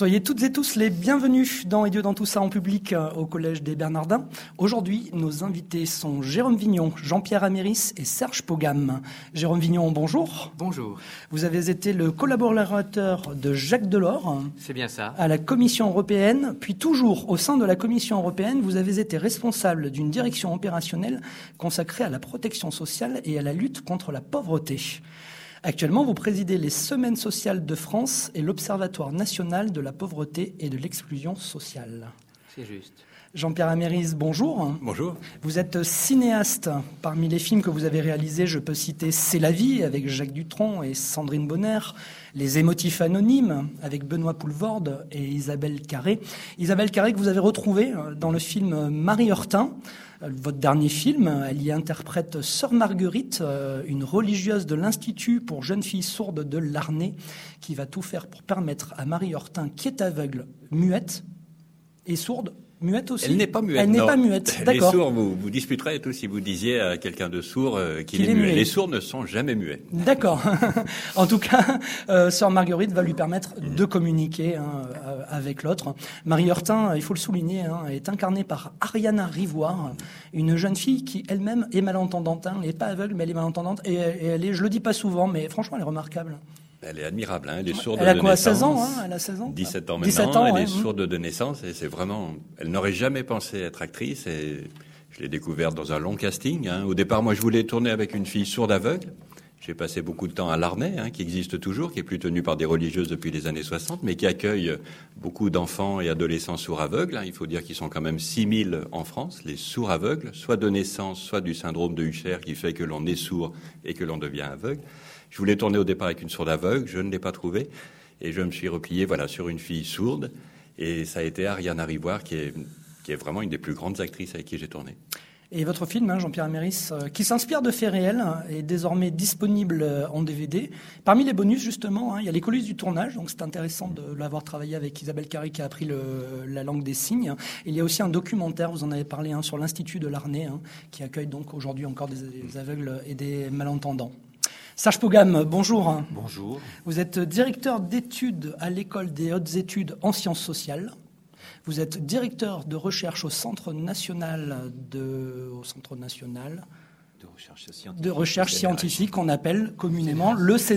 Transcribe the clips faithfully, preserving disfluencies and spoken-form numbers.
Soyez toutes et tous les bienvenus dans Et Dieu dans tout ça en public au Collège des Bernardins. Aujourd'hui, nos invités sont Jérôme Vignon, Jean-Pierre Améris et Serge Pogam. Jérôme Vignon, bonjour. Bonjour. Vous avez été le collaborateur de Jacques Delors. C'est bien ça. À la Commission européenne, puis toujours au sein de la Commission européenne, vous avez été responsable d'une direction opérationnelle consacrée à la protection sociale et à la lutte contre la pauvreté. Actuellement, vous présidez les Semaines sociales de France et l'Observatoire national de la pauvreté et de l'exclusion sociale. C'est juste. Jean-Pierre Améris, bonjour. Bonjour. Vous êtes cinéaste. Parmi les films que vous avez réalisés, je peux citer C'est la vie avec Jacques Dutronc et Sandrine Bonner, Les émotifs anonymes avec Benoît Poulvorde et Isabelle Carré. Isabelle Carré que vous avez retrouvée dans le film Marie Heurtin. Votre dernier film, elle y interprète Sœur Marguerite, une religieuse de l'Institut pour jeunes filles sourdes de Larnay, qui va tout faire pour permettre à Marie Heurtin, qui est aveugle, muette et sourde, muette aussi. Elle n'est pas muette. Elle n'est non. pas muette, d'accord. Les sourds, vous, vous disputerez tout si vous disiez à quelqu'un de sourd euh, qu'il Qu'il est est muet. muet. Les sourds ne sont jamais muets. D'accord. En tout cas, euh, Sœur Marguerite va lui permettre de communiquer hein, euh, avec l'autre. Marie Heurtin, il faut le souligner, hein, est incarnée par Ariana Rivoire, une jeune fille qui elle-même est malentendante. Hein. Elle n'est pas aveugle, mais elle est malentendante. Et, et elle est, je le dis pas souvent, mais franchement, elle est remarquable. Elle est admirable, hein. Elle est sourde Elle a de quoi, naissance. seize ans, hein. Elle a seize ans. dix-sept ans maintenant. dix-sept ans, elle ouais. est sourde de naissance et c'est vraiment. Elle n'aurait jamais pensé être actrice et je l'ai découverte dans un long casting. Hein. Au départ, moi, je voulais tourner avec une fille sourde aveugle. J'ai passé beaucoup de temps à Larnay, hein, qui existe toujours, qui est plus tenue par des religieuses depuis les années soixante, mais qui accueille beaucoup d'enfants et adolescents sourds aveugles. Hein. Il faut dire qu'ils sont quand même six mille en France, les sourds aveugles, soit de naissance, soit du syndrome de Usher, qui fait que l'on est sourd et que l'on devient aveugle. Je voulais tourner au départ avec une sourde aveugle, je ne l'ai pas trouvée, et je me suis replié voilà, sur une fille sourde, et ça a été Ariana Rivoire, qui est, qui est vraiment une des plus grandes actrices avec qui j'ai tourné. Et votre film, hein, Jean-Pierre Améris, euh, qui s'inspire de faits réels, hein, est désormais disponible euh, en D V D. Parmi les bonus, justement, hein, il y a les coulisses du tournage, donc c'est intéressant de l'avoir travaillé avec Isabelle Carré, qui a appris le, la langue des signes. Il y a aussi un documentaire, vous en avez parlé, hein, sur l'Institut de Larnay, hein, qui accueille donc aujourd'hui encore des, des aveugles et des malentendants. Serge Pogam, bonjour. Bonjour. Vous êtes directeur d'études à l'École des hautes études en sciences sociales. Vous êtes directeur de recherche au Centre national de, au Centre national De recherche scientifique. de recherche scientifique qu'on appelle communément le C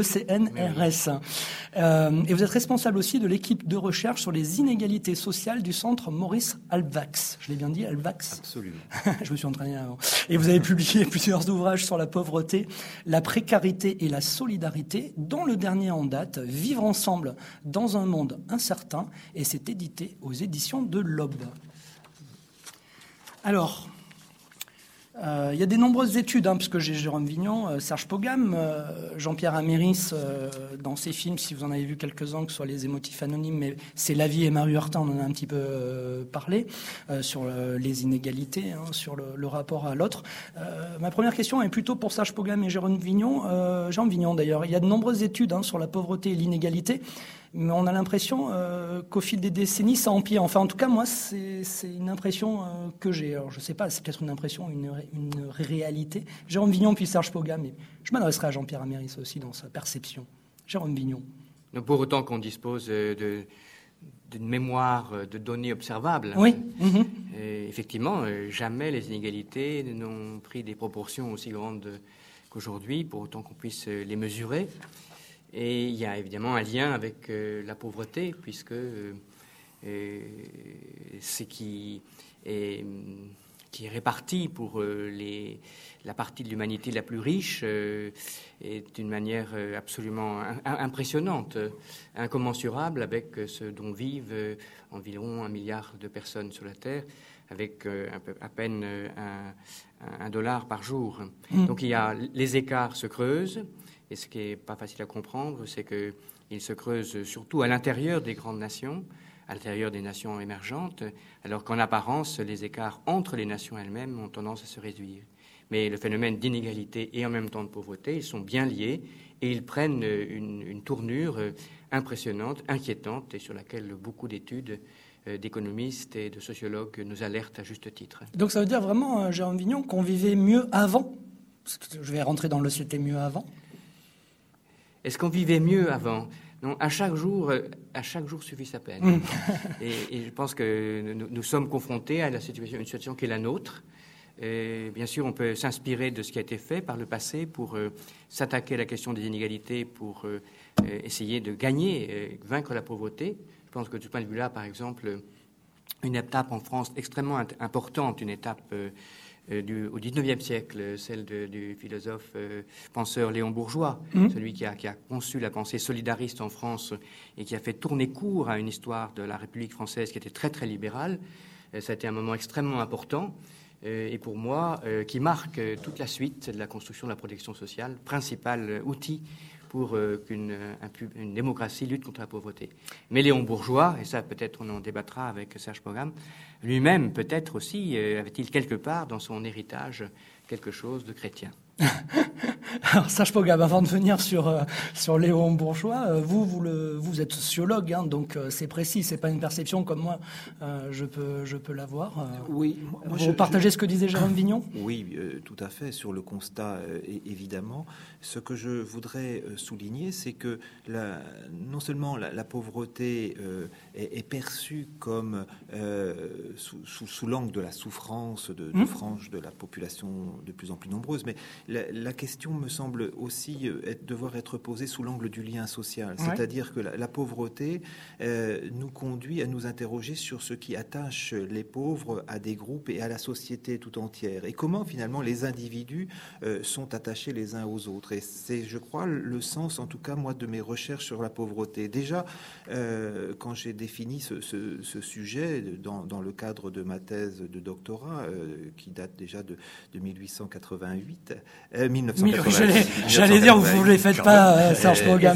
N R S. Euh, et vous êtes responsable aussi de l'équipe de recherche sur les inégalités sociales du Centre Maurice Halbwachs. Je l'ai bien dit, Halbwachs. Absolument. Je me suis entraîné avant. Et vous avez publié plusieurs ouvrages sur la pauvreté, la précarité et la solidarité, dont le dernier en date, Vivre ensemble dans un monde incertain, et c'est édité aux éditions de l'Aube. Alors, euh, il y a des nombreuses études, hein, parce que j'ai Jérôme Vignon, euh, Serge Pogam, euh, Jean-Pierre Améris, euh, dans ses films, si vous en avez vu quelques-uns, que ce soit Les émotifs anonymes, mais C'est la vie et Marie Heurtin, on en a un petit peu euh, parlé, euh, sur euh, les inégalités, hein, sur le, le rapport à l'autre. Euh, ma première question est plutôt pour Serge Pogam et Jérôme Vignon. Euh, Jean Vignon, d'ailleurs, il y a de nombreuses études hein, sur la pauvreté et l'inégalité, mais on a l'impression euh, qu'au fil des décennies, ça empire. Enfin, en tout cas, moi, c'est, c'est une impression euh, que j'ai. Alors, je ne sais pas, c'est peut-être une impression, une, une réalité. Jérôme Vignon, puis Serge Pogam, mais je m'adresserai à Jean-Pierre Améris aussi dans sa perception. Jérôme Vignon. Donc, pour autant qu'on dispose de, d'une mémoire de données observables, Oui. Mm-hmm. euh, effectivement, euh, jamais les inégalités n'ont pris des proportions aussi grandes qu'aujourd'hui, pour autant qu'on puisse les mesurer. Et il y a évidemment un lien avec euh, la pauvreté, puisque euh, euh, ce qui est, qui est réparti pour euh, les, la partie de l'humanité la plus riche euh, est d'une manière euh, absolument un, impressionnante, incommensurable avec ce dont vivent euh, environ un milliard de personnes sur la Terre, avec euh, un peu, à peine euh, un, un dollar par jour. Mmh. Donc il y a, les écarts se creusent. Et ce qui n'est pas facile à comprendre, c'est qu'il se creuse surtout à l'intérieur des grandes nations, à l'intérieur des nations émergentes, alors qu'en apparence, les écarts entre les nations elles-mêmes ont tendance à se réduire. Mais le phénomène d'inégalité et en même temps de pauvreté, ils sont bien liés et ils prennent une, une tournure impressionnante, inquiétante, et sur laquelle beaucoup d'études d'économistes et de sociologues nous alertent à juste titre. Donc ça veut dire vraiment, Jérôme Vignon, qu'on vivait mieux avant ? Je vais rentrer dans le « c'était mieux avant ». Est-ce qu'on vivait mieux avant ? Non, à chaque jour, à chaque jour suffit sa peine. Mmh. et, et je pense que nous, nous sommes confrontés à la situation, une situation qui est la nôtre. Et bien sûr, on peut s'inspirer de ce qui a été fait par le passé pour euh, s'attaquer à la question des inégalités, pour euh, essayer de gagner, euh, vaincre la pauvreté. Je pense que de ce point de vue-là, par exemple, une étape en France extrêmement importante, une étape euh, du, au dix-neuvième siècle, celle de, du philosophe euh, penseur Léon Bourgeois, mmh. celui qui a, qui a conçu la pensée solidariste en France et qui a fait tourner court à une histoire de la République française qui était très très libérale. Euh, ça a été un moment extrêmement important. Et pour moi, euh, qui marque euh, toute la suite de la construction de la protection sociale, principal euh, outil pour euh, qu'une un, une démocratie lutte contre la pauvreté. Mais Léon Bourgeois, et ça peut-être on en débattra avec Serge Pogam, lui-même peut-être aussi euh, avait-il quelque part dans son héritage quelque chose de chrétien. Alors Serge Pogam, avant de venir sur euh, sur Léon Bourgeois, euh, vous vous le vous êtes sociologue, hein, donc euh, c'est précis, c'est pas une perception comme moi euh, je peux je peux l'avoir. Euh, oui. Moi, vous je, partagez je... ce que disait Jérôme Vignon ? Oui, euh, tout à fait. Sur le constat, euh, évidemment, ce que je voudrais euh, souligner, c'est que la, non seulement la, la pauvreté euh, est, est perçue comme euh, sous, sous, sous l'angle de la souffrance de, de mmh. franges de la population de plus en plus nombreuses, mais la, la question me semble aussi être, devoir être posée sous l'angle du lien social. Ouais. C'est-à-dire que la, la pauvreté euh, nous conduit à nous interroger sur ce qui attache les pauvres à des groupes et à la société tout entière. Et comment, finalement, les individus euh, sont attachés les uns aux autres. Et c'est, je crois, le sens, en tout cas, moi, de mes recherches sur la pauvreté. Déjà, euh, quand j'ai défini ce, ce, ce sujet dans, dans le cadre de ma thèse de doctorat, euh, qui date déjà de, de mille huit cent quatre-vingt-huit, Euh, mille neuf cent quatre-vingt-huit, j'allais, j'allais dire, vous ne les faites pas, euh, Serge Pogam.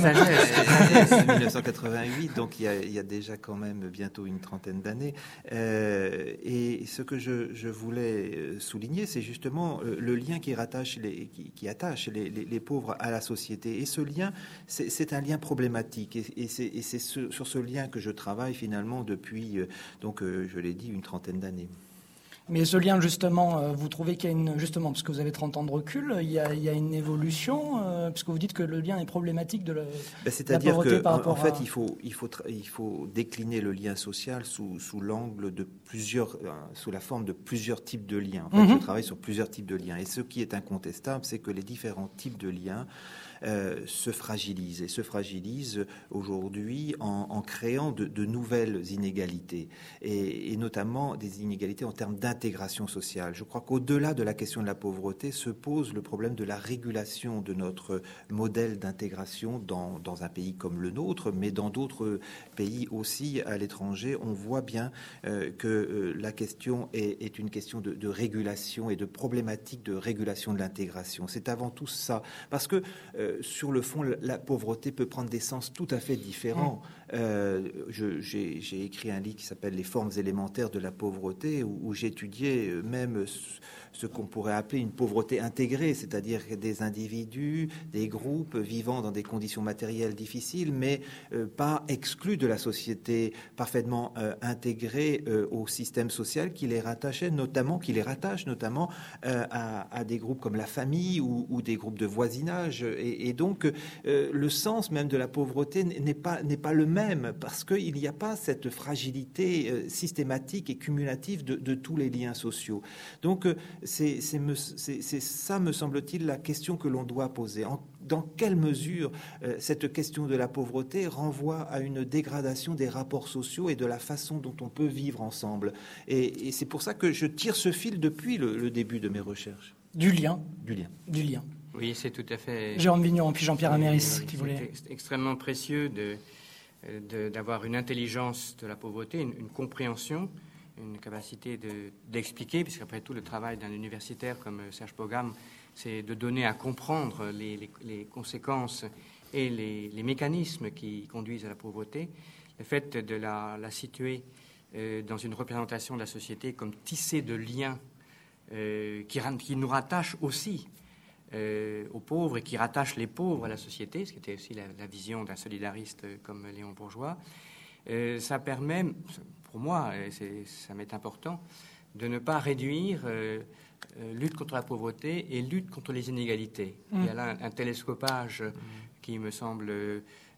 mille neuf cent quatre-vingt-huit, donc il y, a, il y a déjà quand même bientôt une trentaine d'années. Euh, et ce que je, je voulais souligner, c'est justement le lien qui rattache les, qui, qui attache les, les, les pauvres à la société. Et ce lien, c'est, c'est un lien problématique. Et, et c'est, et c'est ce, sur ce lien que je travaille finalement depuis, donc je l'ai dit, une trentaine d'années. Mais ce lien, justement, vous trouvez qu'il y a une... Justement, parce que vous avez trente ans de recul, il y a, il y a une évolution, euh, puisque vous dites que le lien est problématique de la, ben, c'est-à-dire la pauvreté que, par rapport en fait, à... il faut, il, faut, il faut décliner le lien social sous, sous l'angle de plusieurs... Euh, sous la forme de plusieurs types de liens. En fait, mm-hmm. je travaille sur plusieurs types de liens. Et ce qui est incontestable, c'est que les différents types de liens Euh, se fragilise et se fragilise aujourd'hui en, en créant de, de nouvelles inégalités et, et notamment des inégalités en termes d'intégration sociale. Je crois qu'au-delà de la question de la pauvreté se pose le problème de la régulation de notre modèle d'intégration dans, dans un pays comme le nôtre, mais dans d'autres pays aussi à l'étranger. On voit bien euh, que euh, la question est, est une question de, de régulation et de problématique de régulation de l'intégration. C'est avant tout ça, parce que euh, sur le fond, la pauvreté peut prendre des sens tout à fait différents. Mmh. Euh, je, j'ai, j'ai écrit un livre qui s'appelle « Les formes élémentaires de la pauvreté » où, où j'étudiais même ce qu'on pourrait appeler une pauvreté intégrée, c'est-à-dire des individus, des groupes vivant dans des conditions matérielles difficiles, mais euh, pas exclus de la société, parfaitement euh, intégrés euh, au système social qui les rattachait, notamment, qui les rattache notamment euh, à, à des groupes comme la famille ou, ou des groupes de voisinage. Et, et donc, euh, le sens même de la pauvreté n'est pas, n'est pas le même, parce qu'il n'y a pas cette fragilité euh, systématique et cumulative de, de tous les liens sociaux. Donc, euh, C'est, c'est, c'est, c'est ça, me semble-t-il, la question que l'on doit poser. En, dans quelle mesure euh, cette question de la pauvreté renvoie à une dégradation des rapports sociaux et de la façon dont on peut vivre ensemble. Et, et c'est pour ça que je tire ce fil depuis le, le début de mes recherches. Du lien. Du lien. Du lien. Oui, c'est tout à fait... Jérôme Vignon, puis Jean-Pierre Améris qui voulait... C'est extrêmement précieux de, de, d'avoir une intelligence de la pauvreté, une, une compréhension, une capacité de, d'expliquer, puisqu'après tout, le travail d'un universitaire comme Serge Pogam, c'est de donner à comprendre les, les, les conséquences et les, les mécanismes qui conduisent à la pauvreté. Le fait de la, la situer euh, dans une représentation de la société comme tissée de liens euh, qui, qui nous rattachent aussi euh, aux pauvres et qui rattachent les pauvres à la société, ce qui était aussi la, la vision d'un solidariste comme Léon Bourgeois, euh, ça permet... Pour moi, c'est, ça m'est important, de ne pas réduire euh, euh, lutte contre la pauvreté et lutte contre les inégalités. Mmh. Il y a là un, un télescopage mmh. qui me semble euh,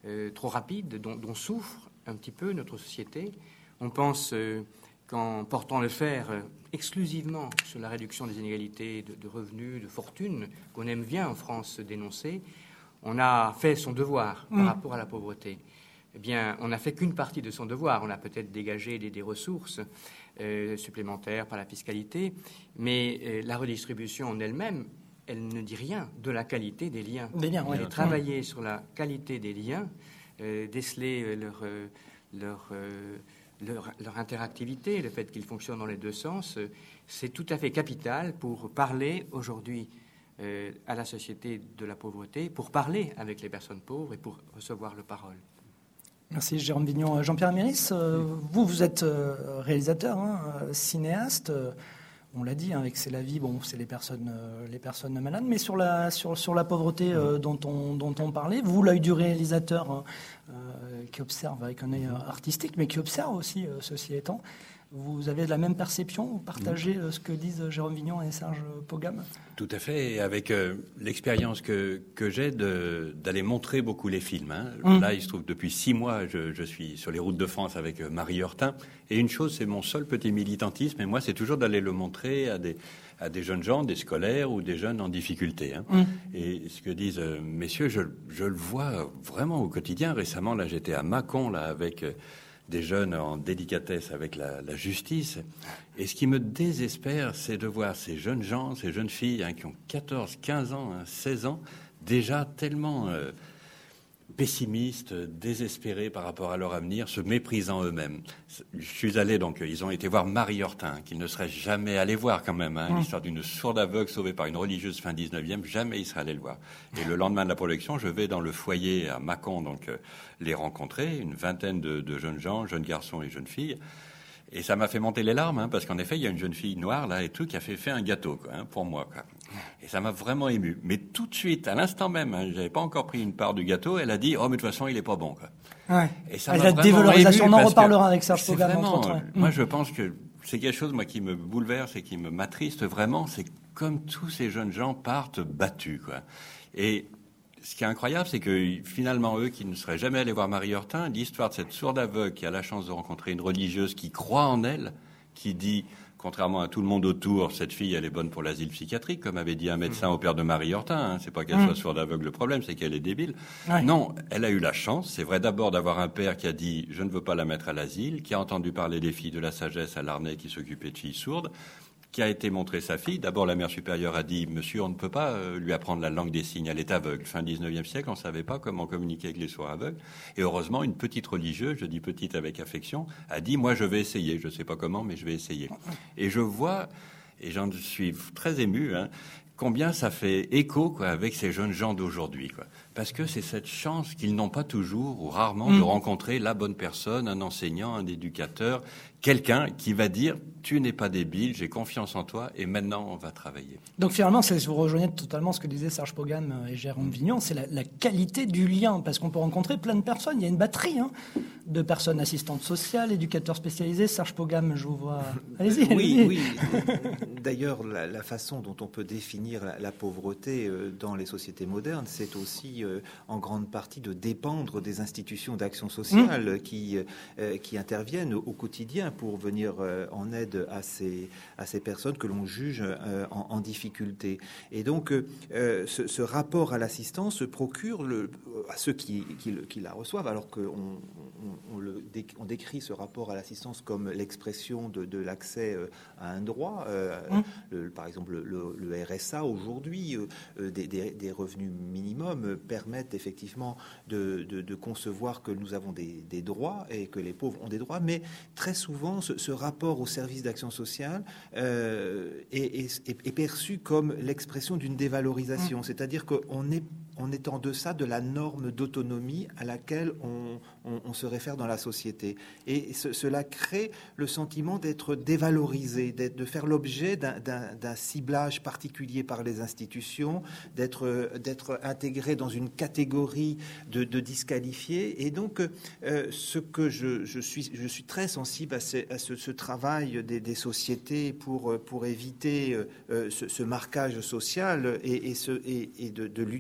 euh, trop rapide dont, dont souffre un petit peu notre société. On pense euh, qu'en portant le fer euh, exclusivement sur la réduction des inégalités de, de revenus, de fortune, qu'on aime bien en France dénoncer, on a fait son devoir par mmh. rapport à la pauvreté. Eh bien, on n'a fait qu'une partie de son devoir. On a peut-être dégagé des, des ressources euh, supplémentaires par la fiscalité, mais euh, la redistribution en elle-même, elle ne dit rien de la qualité des liens. Des liens, oui. Et travailler sur la qualité des liens, euh, déceler leur, euh, leur, euh, leur, leur interactivité, le fait qu'ils fonctionnent dans les deux sens, euh, c'est tout à fait capital pour parler aujourd'hui euh, à la société de la pauvreté, pour parler avec les personnes pauvres et pour recevoir le parole. Merci Jérôme Vignon. Jean-Pierre Améris, euh, vous, vous êtes euh, réalisateur, hein, cinéaste. Euh, on l'a dit, hein, avec C'est la vie, bon, c'est les personnes, euh, les personnes malades. Mais sur la, sur, sur la pauvreté euh, dont, on, dont on parlait, vous, l'œil du réalisateur euh, qui observe avec un œil artistique, mais qui observe aussi, euh, ceci étant, vous avez la même perception, vous partagez euh, ce que disent Jérôme Vignon et Serge Pogam? Tout à fait, et avec euh, l'expérience que, que j'ai de, d'aller montrer beaucoup les films. Hein. Mmh. Là, il se trouve, depuis six mois, je, je suis sur les routes de France avec euh, Marie Hortin, et une chose, c'est mon seul petit militantisme, et moi, c'est toujours d'aller le montrer à des, à des jeunes gens, des scolaires ou des jeunes en difficulté. Hein. Mmh. Et ce que disent euh, messieurs, je, je le vois vraiment au quotidien. Récemment, là, j'étais à Mâcon, là, avec... Euh, des jeunes en délicatesse avec la, la justice. Et ce qui me désespère, c'est de voir ces jeunes gens, ces jeunes filles hein, qui ont quatorze, quinze ans, hein, seize ans, déjà tellement euh, pessimistes, désespérés par rapport à leur avenir, se méprisant eux-mêmes. Je suis allé, donc, ils ont été voir Marie Hortin, qu'ils ne seraient jamais allés voir quand même, hein, mmh. l'histoire d'une sourde aveugle sauvée par une religieuse fin dix-neuvième, jamais ils seraient allés le voir. Et le lendemain de la projection, je vais dans le foyer à Mâcon, donc euh, les rencontrer, une vingtaine de, de jeunes gens, jeunes garçons et jeunes filles. Et ça m'a fait monter les larmes, hein, parce qu'en effet, il y a une jeune fille noire, là, et tout, qui a fait, fait un gâteau, quoi, hein, pour moi, quoi. Et ça m'a vraiment ému. Mais tout de suite, à l'instant même, hein, j'avais pas encore pris une part du gâteau, elle a dit, oh, mais de toute façon, il est pas bon, quoi. Ouais. Et ça ah, m'a la dévalorisation, on en reparlera avec Serge Pogam, vraiment, entre autres. Ouais. Moi, je pense que c'est quelque chose, moi, qui me bouleverse et qui me m'attriste vraiment, c'est comme tous ces jeunes gens partent battus, quoi. Et ce qui est incroyable, c'est que finalement, eux qui ne seraient jamais allés voir Marie Hortin, l'histoire de cette sourde aveugle qui a la chance de rencontrer une religieuse qui croit en elle, qui dit, contrairement à tout le monde autour, cette fille, elle est bonne pour l'asile psychiatrique, comme avait dit un médecin au père de Marie Hortin. Hein. C'est pas qu'elle mmh. soit sourde aveugle, le problème, c'est qu'elle est débile. Ouais. Non, elle a eu la chance, c'est vrai, d'abord d'avoir un père qui a dit, je ne veux pas la mettre à l'asile, qui a entendu parler des filles de la sagesse à Larnay qui s'occupaient de filles sourdes, qui a été montré sa fille. D'abord, la mère supérieure a dit « Monsieur, on ne peut pas euh, lui apprendre la langue des signes, elle est aveugle. » Fin dix-neuvième siècle, on ne savait pas comment communiquer avec les sourds aveugles. Et heureusement, une petite religieuse, je dis petite avec affection, a dit « Moi, je vais essayer. Je ne sais pas comment, mais je vais essayer. » Et je vois, et j'en suis très ému, hein, combien ça fait écho quoi, avec ces jeunes gens d'aujourd'hui. Quoi. Parce que c'est cette chance qu'ils n'ont pas toujours ou rarement mmh. de rencontrer la bonne personne, un enseignant, un éducateur, quelqu'un qui va dire « tu n'es pas débile, j'ai confiance en toi et maintenant on va travailler ». Donc finalement, c'est, vous rejoignez totalement ce que disaient Serge Pogam et Jérôme Vignon, c'est la, la qualité du lien, parce qu'on peut rencontrer plein de personnes, il y a une batterie hein, de personnes assistantes sociales, éducateurs spécialisés. Serge Pogam, je vous vois... Allez-y, oui, allez-y. Oui, d'ailleurs, la, la façon dont on peut définir la, la pauvreté dans les sociétés modernes, c'est aussi euh, en grande partie de dépendre des institutions d'action sociale mmh. qui, euh, qui interviennent au, au quotidien pour venir euh, en aide à ces, à ces personnes que l'on juge euh, en, en difficulté. Et donc, euh, ce, ce rapport à l'assistance procure le, à ceux qui, qui, qui la reçoivent, alors qu'on on, on, le, on décrit ce rapport à l'assistance comme l'expression de, de l'accès à un droit. Euh, mmh. le, par exemple, le, le R S A aujourd'hui, euh, des, des, des revenus minimums permettent effectivement de, de, de concevoir que nous avons des, des droits et que les pauvres ont des droits, mais très souvent, ce, ce rapport au service d'action sociale euh, est, est, est perçu comme l'expression d'une dévalorisation, mmh. c'est-à-dire qu'on est on est en deçà de la norme d'autonomie à laquelle on, on, on se réfère dans la société. Et ce, cela crée le sentiment d'être dévalorisé, d'être, de faire l'objet d'un, d'un, d'un ciblage particulier par les institutions, d'être, d'être intégré dans une catégorie de, de disqualifiés. Et donc, euh, ce que je, je, suis, je suis très sensible à ce, à ce, ce travail des, des sociétés pour, pour éviter euh, ce, ce marquage social et, et, ce, et, et de, de lutter pour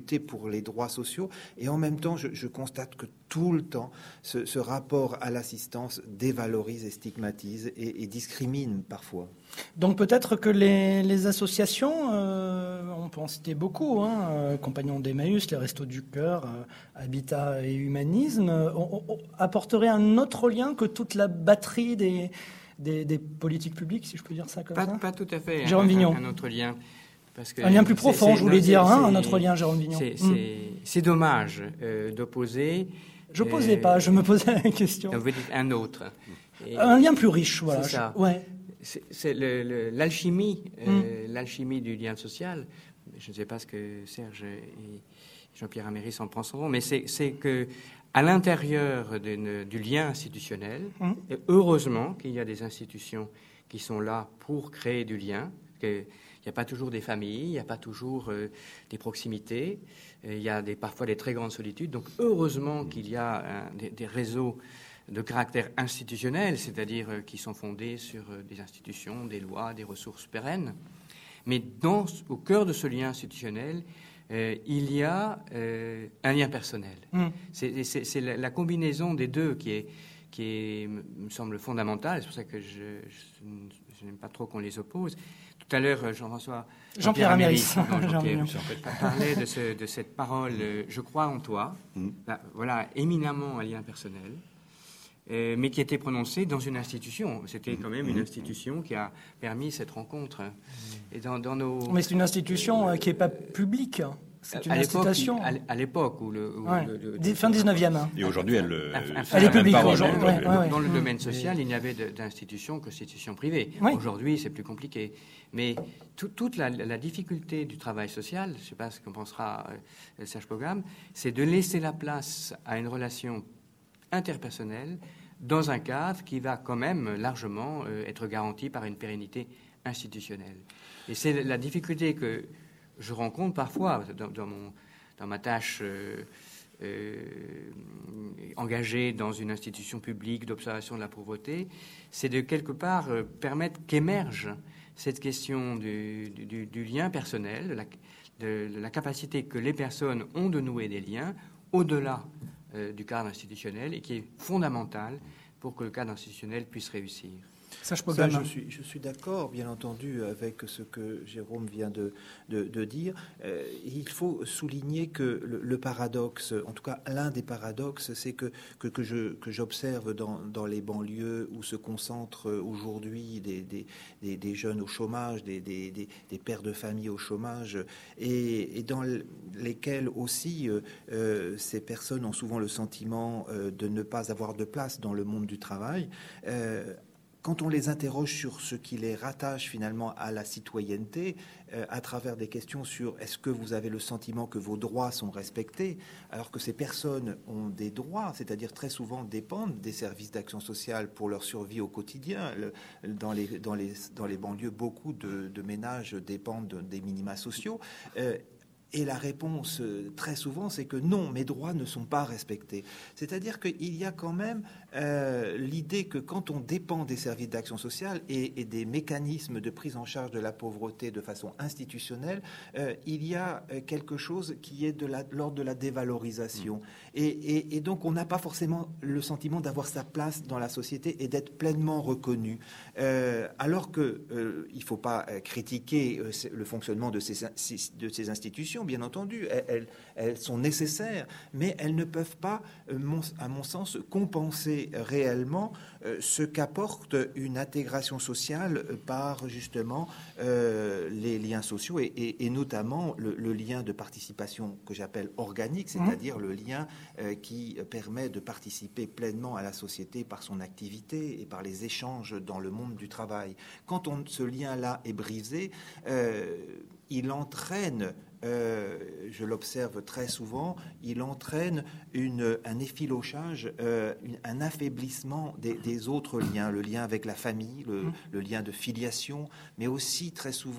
pour les droits sociaux. Et en même temps, je, je constate que tout le temps, ce, ce rapport à l'assistance dévalorise et stigmatise et, et discrimine parfois. Donc peut-être que les, les associations, euh, on peut en citer beaucoup, hein, euh, Compagnons d'Emmaüs, les Restos du Cœur, euh, Habitat et Humanisme, euh, on, on, apporteraient un autre lien que toute la batterie des, des, des politiques publiques, si je peux dire ça comme pas, ça. Pas tout à fait. Jérôme un, Vignon. Un, un autre lien. Parce que un lien plus profond, je voulais dire, hein, un autre lien, Jérôme Vignon. C'est mm. dommage euh, d'opposer. Je ne posais euh, pas, je me posais la question. Vous dites un autre. Et un lien plus riche, voilà. C'est ça. Je, ouais. C'est l'alchimie, euh, mm. l'alchimie du lien social. Je ne sais pas ce que Serge et Jean-Pierre Améris en penseront, mais c'est que à l'intérieur du lien institutionnel, mm. et heureusement qu'il y a des institutions qui sont là pour créer du lien. Que, il n'y a pas toujours des familles, il n'y a pas toujours euh, des proximités, il y a des, parfois des très grandes solitudes. Donc heureusement qu'il y a un, des, des réseaux de caractère institutionnel, c'est-à-dire euh, qui sont fondés sur euh, des institutions, des lois, des ressources pérennes. Mais dans, au cœur de ce lien institutionnel, euh, il y a euh, un lien personnel. Mm. C'est la, la combinaison des deux qui, est, qui est, me semble fondamentale. C'est pour ça que je, je, je n'aime pas trop qu'on les oppose. Tout à l'heure, Jean-François Jean-Pierre Améris parlait de, ce, de cette parole euh, « je crois en toi mm. », voilà, éminemment un lien personnel, euh, mais qui était prononcée dans une institution. C'était quand même une institution qui a permis cette rencontre. Et dans, dans nos... Mais c'est une institution euh, qui n'est pas publique. C'est une institution. À l'époque où le, où ouais. le, le, le fin dix-neuvième. Et aujourd'hui, elle, elle, elle est publique. Aujourd'hui, ouais, ouais, ouais. Dans le domaine social, il n'y avait d'institutions que d'institutions privées. Oui. Aujourd'hui, c'est plus compliqué. Mais tout, toute la, la difficulté du travail social, je ne sais pas ce qu'en pensera euh, Serge Pogam, c'est de laisser la place à une relation interpersonnelle dans un cadre qui va quand même largement euh, être garanti par une pérennité institutionnelle. Et c'est la difficulté que je rencontre parfois dans, dans, mon, dans ma tâche euh, euh, engagée dans une institution publique d'observation de la pauvreté, c'est de quelque part euh, permettre qu'émerge cette question du, du, du lien personnel, de la, de, de la capacité que les personnes ont de nouer des liens au-delà euh, du cadre institutionnel et qui est fondamentale pour que le cadre institutionnel puisse réussir. Ça, je suis, je suis d'accord, bien entendu, avec ce que Jérôme vient de, de, de dire. Euh, il faut souligner que le, le paradoxe, en tout cas l'un des paradoxes, c'est que, que, que, je, que j'observe dans, dans les banlieues où se concentrent aujourd'hui des, des, des, des jeunes au chômage, des, des, des, des pères de famille au chômage, et, et dans lesquels aussi euh, ces personnes ont souvent le sentiment euh, de ne pas avoir de place dans le monde du travail. Euh, Quand on les interroge sur ce qui les rattache finalement à la citoyenneté, euh, à travers des questions sur est-ce que vous avez le sentiment que vos droits sont respectés, alors que ces personnes ont des droits, c'est-à-dire très souvent dépendent des services d'action sociale pour leur survie au quotidien. Le, dans, les, dans, les, dans les banlieues, beaucoup de, de ménages dépendent des minima sociaux. Euh, Et la réponse, très souvent, c'est que non, mes droits ne sont pas respectés. C'est-à-dire qu'il y a quand même euh, l'idée que quand on dépend des services d'action sociale et, et des mécanismes de prise en charge de la pauvreté de façon institutionnelle, euh, il y a quelque chose qui est de l'ordre de la dévalorisation. Mmh. Et, et, et donc, on n'a pas forcément le sentiment d'avoir sa place dans la société et d'être pleinement reconnu. Euh, alors qu'il euh, ne faut pas critiquer euh, le fonctionnement de ces, de ces institutions. Bien entendu, elles, elles sont nécessaires, mais elles ne peuvent pas, à mon sens, compenser réellement ce qu'apporte une intégration sociale par justement euh, les liens sociaux et, et, et notamment le, le lien de participation que j'appelle organique, c'est-à-dire mmh. le lien euh, qui permet de participer pleinement à la société par son activité et par les échanges dans le monde du travail. Quand on, ce lien-là est brisé, euh, il entraîne Euh, je l'observe très souvent, il entraîne une, un effilochage, euh, une, un affaiblissement des, des autres liens, le lien avec la famille, le, le lien de filiation, mais aussi très souvent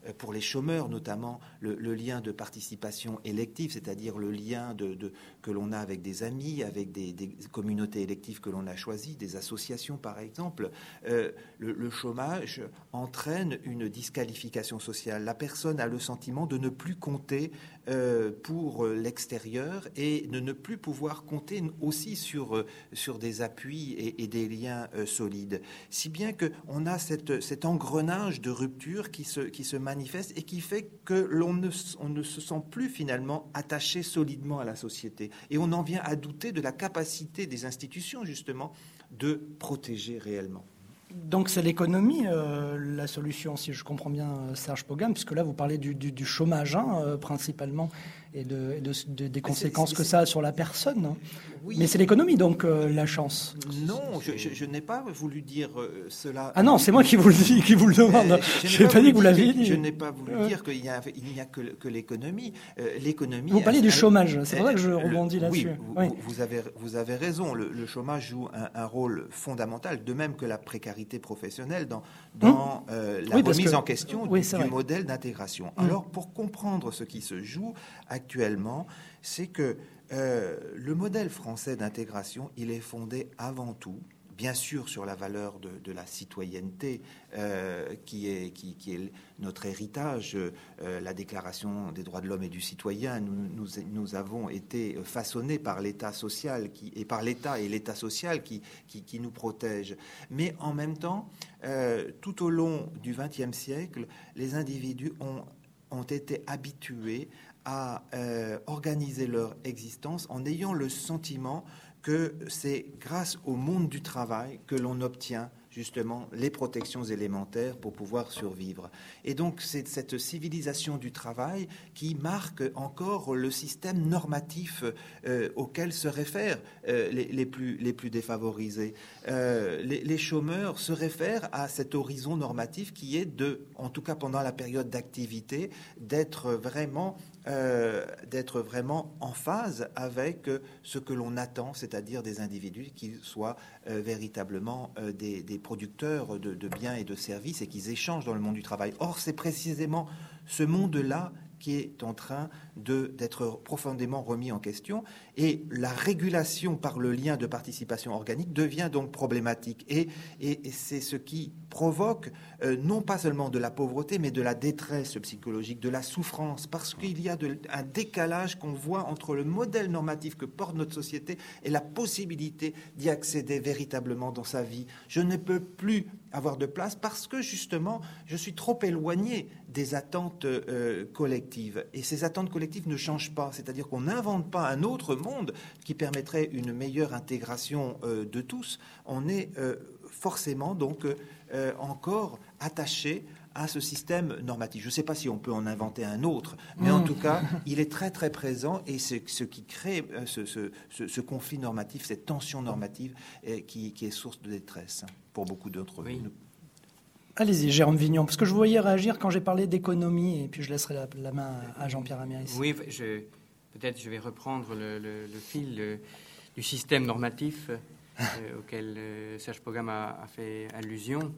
pour les chômeurs notamment, le, le lien de participation élective, c'est-à-dire le lien de, de, que l'on a avec des amis, avec des, des communautés électives que l'on a choisies, des associations par exemple. Euh, le, le chômage entraîne une disqualification sociale. La personne a le sentiment de ne plus compter euh, pour l'extérieur et de ne plus pouvoir compter aussi sur, sur des appuis et, et des liens euh, solides. Si bien qu'on a cette, cet engrenage de rupture qui se, qui se manifeste et qui fait que l'on ne, on ne se sent plus finalement attaché solidement à la société. Et on en vient à douter de la capacité des institutions, justement, de protéger réellement. Donc c'est l'économie, euh, la solution, si je comprends bien, Serge Pogam, puisque là vous parlez du, du, du chômage hein, euh, principalement et, de, et de, de, des conséquences c'est, c'est, que ça a sur la personne. Hein. Oui. Mais c'est l'économie donc euh, la chance. Non, je, je, je n'ai pas voulu dire euh, cela. Ah non, c'est moi qui vous le dis, qui vous le demande. Euh, je n'ai pas, pas dit que vous l'aviez dit. Je n'ai pas voulu euh. dire qu'il n'y a, il n'y a que, que l'économie. Euh, l'économie. Vous parlez elle, du chômage, c'est pour ça que je rebondis le, là-dessus. Oui, oui. Vous, avez, vous avez raison. Le, le chômage joue un, un rôle fondamental, de même que la précarité professionnelle dans, dans hum. euh, la oui, remise que, en question oui, du, du modèle d'intégration. Hum. Alors, pour comprendre ce qui se joue actuellement, c'est que euh, le modèle français d'intégration, il est fondé avant tout, bien sûr, sur la valeur de, de la citoyenneté, euh, qui, est, qui, qui est notre héritage, euh, la Déclaration des droits de l'homme et du citoyen. Nous, nous, nous avons été façonnés par l'État social qui, et par l'État et l'État social qui, qui, qui nous protège. Mais en même temps, euh, tout au long du vingtième siècle, les individus ont, ont été habitués à euh, organiser leur existence en ayant le sentiment que c'est grâce au monde du travail que l'on obtient justement les protections élémentaires pour pouvoir survivre. Et donc c'est cette civilisation du travail qui marque encore le système normatif euh, auquel se réfèrent euh, les, les, plus, les plus défavorisés. Euh, les, les chômeurs se réfèrent à cet horizon normatif qui est de, en tout cas pendant la période d'activité, d'être vraiment Euh, d'être vraiment en phase avec euh, ce que l'on attend, c'est-à-dire des individus qui soient euh, véritablement euh, des, des producteurs de, de biens et de services et qu'ils échangent dans le monde du travail. Or, c'est précisément ce monde-là qui est en train de, d'être profondément remis en question et la régulation par le lien de participation organique devient donc problématique et, et, et c'est ce qui provoque euh, non pas seulement de la pauvreté mais de la détresse psychologique, de la souffrance parce qu'il y a de, un décalage qu'on voit entre le modèle normatif que porte notre société et la possibilité d'y accéder véritablement dans sa vie. Je ne peux plus avoir de place parce que justement je suis trop éloigné des attentes euh, collectives. Et ces attentes collectives ne changent pas. C'est-à-dire qu'on n'invente pas un autre monde qui permettrait une meilleure intégration euh, de tous. On est euh, forcément donc euh, encore attaché à ce système normatif. Je ne sais pas si on peut en inventer un autre, mais mmh. en tout cas, il est très très présent et c'est ce qui crée ce, ce, ce, ce conflit normatif, cette tension normative eh, qui, qui est source de détresse pour beaucoup d'entre oui. nous. Allez-y, Jérôme Vignon, parce que je vous voyais réagir quand j'ai parlé d'économie, et puis je laisserai la, la main à Jean-Pierre Améris. Oui, je, peut-être je vais reprendre le, le, le fil le, du système normatif euh, auquel euh, Serge Pogam a, a fait allusion.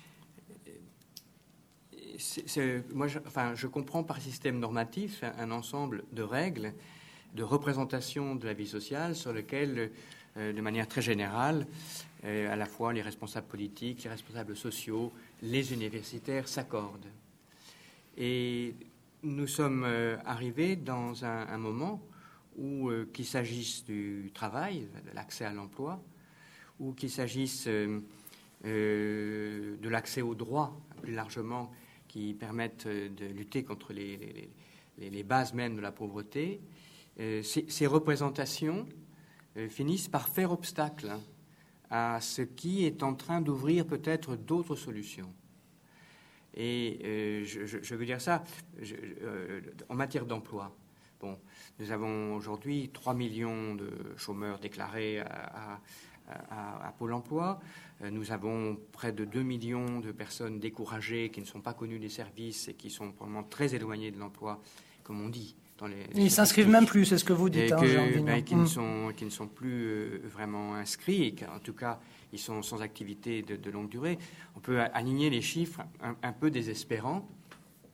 C'est, c'est, moi, je, enfin, je comprends par système normatif un, un ensemble de règles, de représentations de la vie sociale sur lesquelles, euh, de manière très générale, euh, à la fois les responsables politiques, les responsables sociaux, les universitaires s'accordent. Et nous sommes euh, arrivés dans un, un moment où, euh, qu'il s'agisse du travail, de l'accès à l'emploi, ou qu'il s'agisse euh, euh, de l'accès aux droits, plus largement, qui permettent de lutter contre les, les, les bases mêmes de la pauvreté, euh, ces, ces représentations euh, finissent par faire obstacle hein, à ce qui est en train d'ouvrir peut-être d'autres solutions. Et euh, je, je, je veux dire ça, je, euh, en matière d'emploi. Bon, nous avons aujourd'hui trois millions de chômeurs déclarés à, à, à, à Pôle emploi. Nous avons près de deux millions de personnes découragées qui ne sont pas connues des services et qui sont probablement très éloignées de l'emploi, comme on dit. Dans les, Ils ne s'inscrivent même plus, c'est ce que vous dites. Et hein, que, ben, qui, mmh. ne sont, qui ne sont plus euh, vraiment inscrits, et qu'en tout cas, ils sont sans activité de, de longue durée. On peut aligner les chiffres un, un peu désespérants.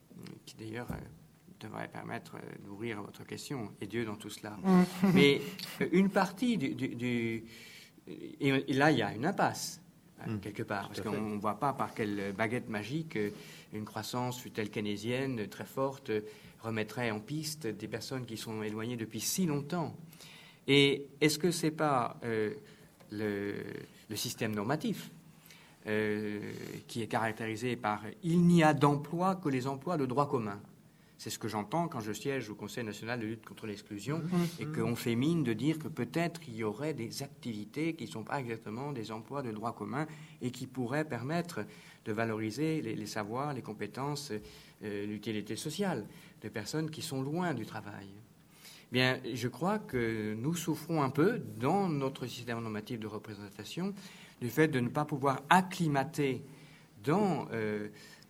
qui d'ailleurs euh, devrait permettre euh, d'ouvrir votre question, et Dieu dans tout cela. Mais euh, une partie du... du, du et, et là, il y a une impasse, hein, mmh, quelque part, parce qu'on ne voit pas par quelle baguette magique euh, une croissance, fût-elle keynésienne, très forte, euh, remettrait en piste des personnes qui sont éloignées depuis si longtemps. Et est-ce que ce n'est pas euh, le, le système normatif euh, qui est caractérisé par « il n'y a d'emploi que les emplois de droit commun ». C'est ce que j'entends quand je siège au Conseil national de lutte contre l'exclusion mmh. et qu'on fait mine de dire que peut-être il y aurait des activités qui ne sont pas exactement des emplois de droit commun et qui pourraient permettre de valoriser les, les savoirs, les compétences, euh, l'utilité sociale de personnes qui sont loin du travail. Bien, je crois que nous souffrons un peu dans notre système normatif de représentation du fait de ne pas pouvoir acclimater dans euh,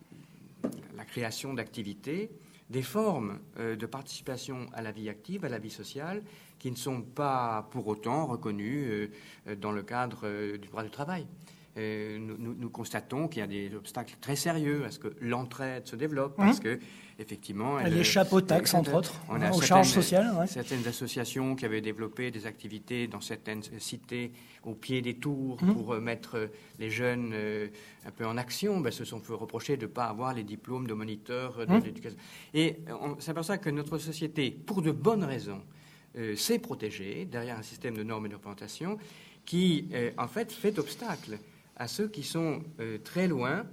la création d'activités des formes euh, de participation à la vie active, à la vie sociale, qui ne sont pas pour autant reconnues euh, dans le cadre euh, du droit du travail. Euh, nous, nous, nous constatons qu'il y a des obstacles très sérieux à ce que l'entraide se développe, parce mmh. que effectivement, elle, elle échappe aux taxes, entre autres, on a hein, aux charges sociales. Ouais. Certaines associations qui avaient développé des activités dans certaines cités au pied des tours mmh. pour euh, mettre les jeunes euh, un peu en action, ben, se sont fait reprocher de ne pas avoir les diplômes de moniteurs de mmh. l'éducation. Et c'est pour ça que notre société, pour de bonnes raisons, euh, s'est protégée derrière un système de normes et de représentation qui, euh, en fait, fait obstacle à ceux qui sont euh, très loin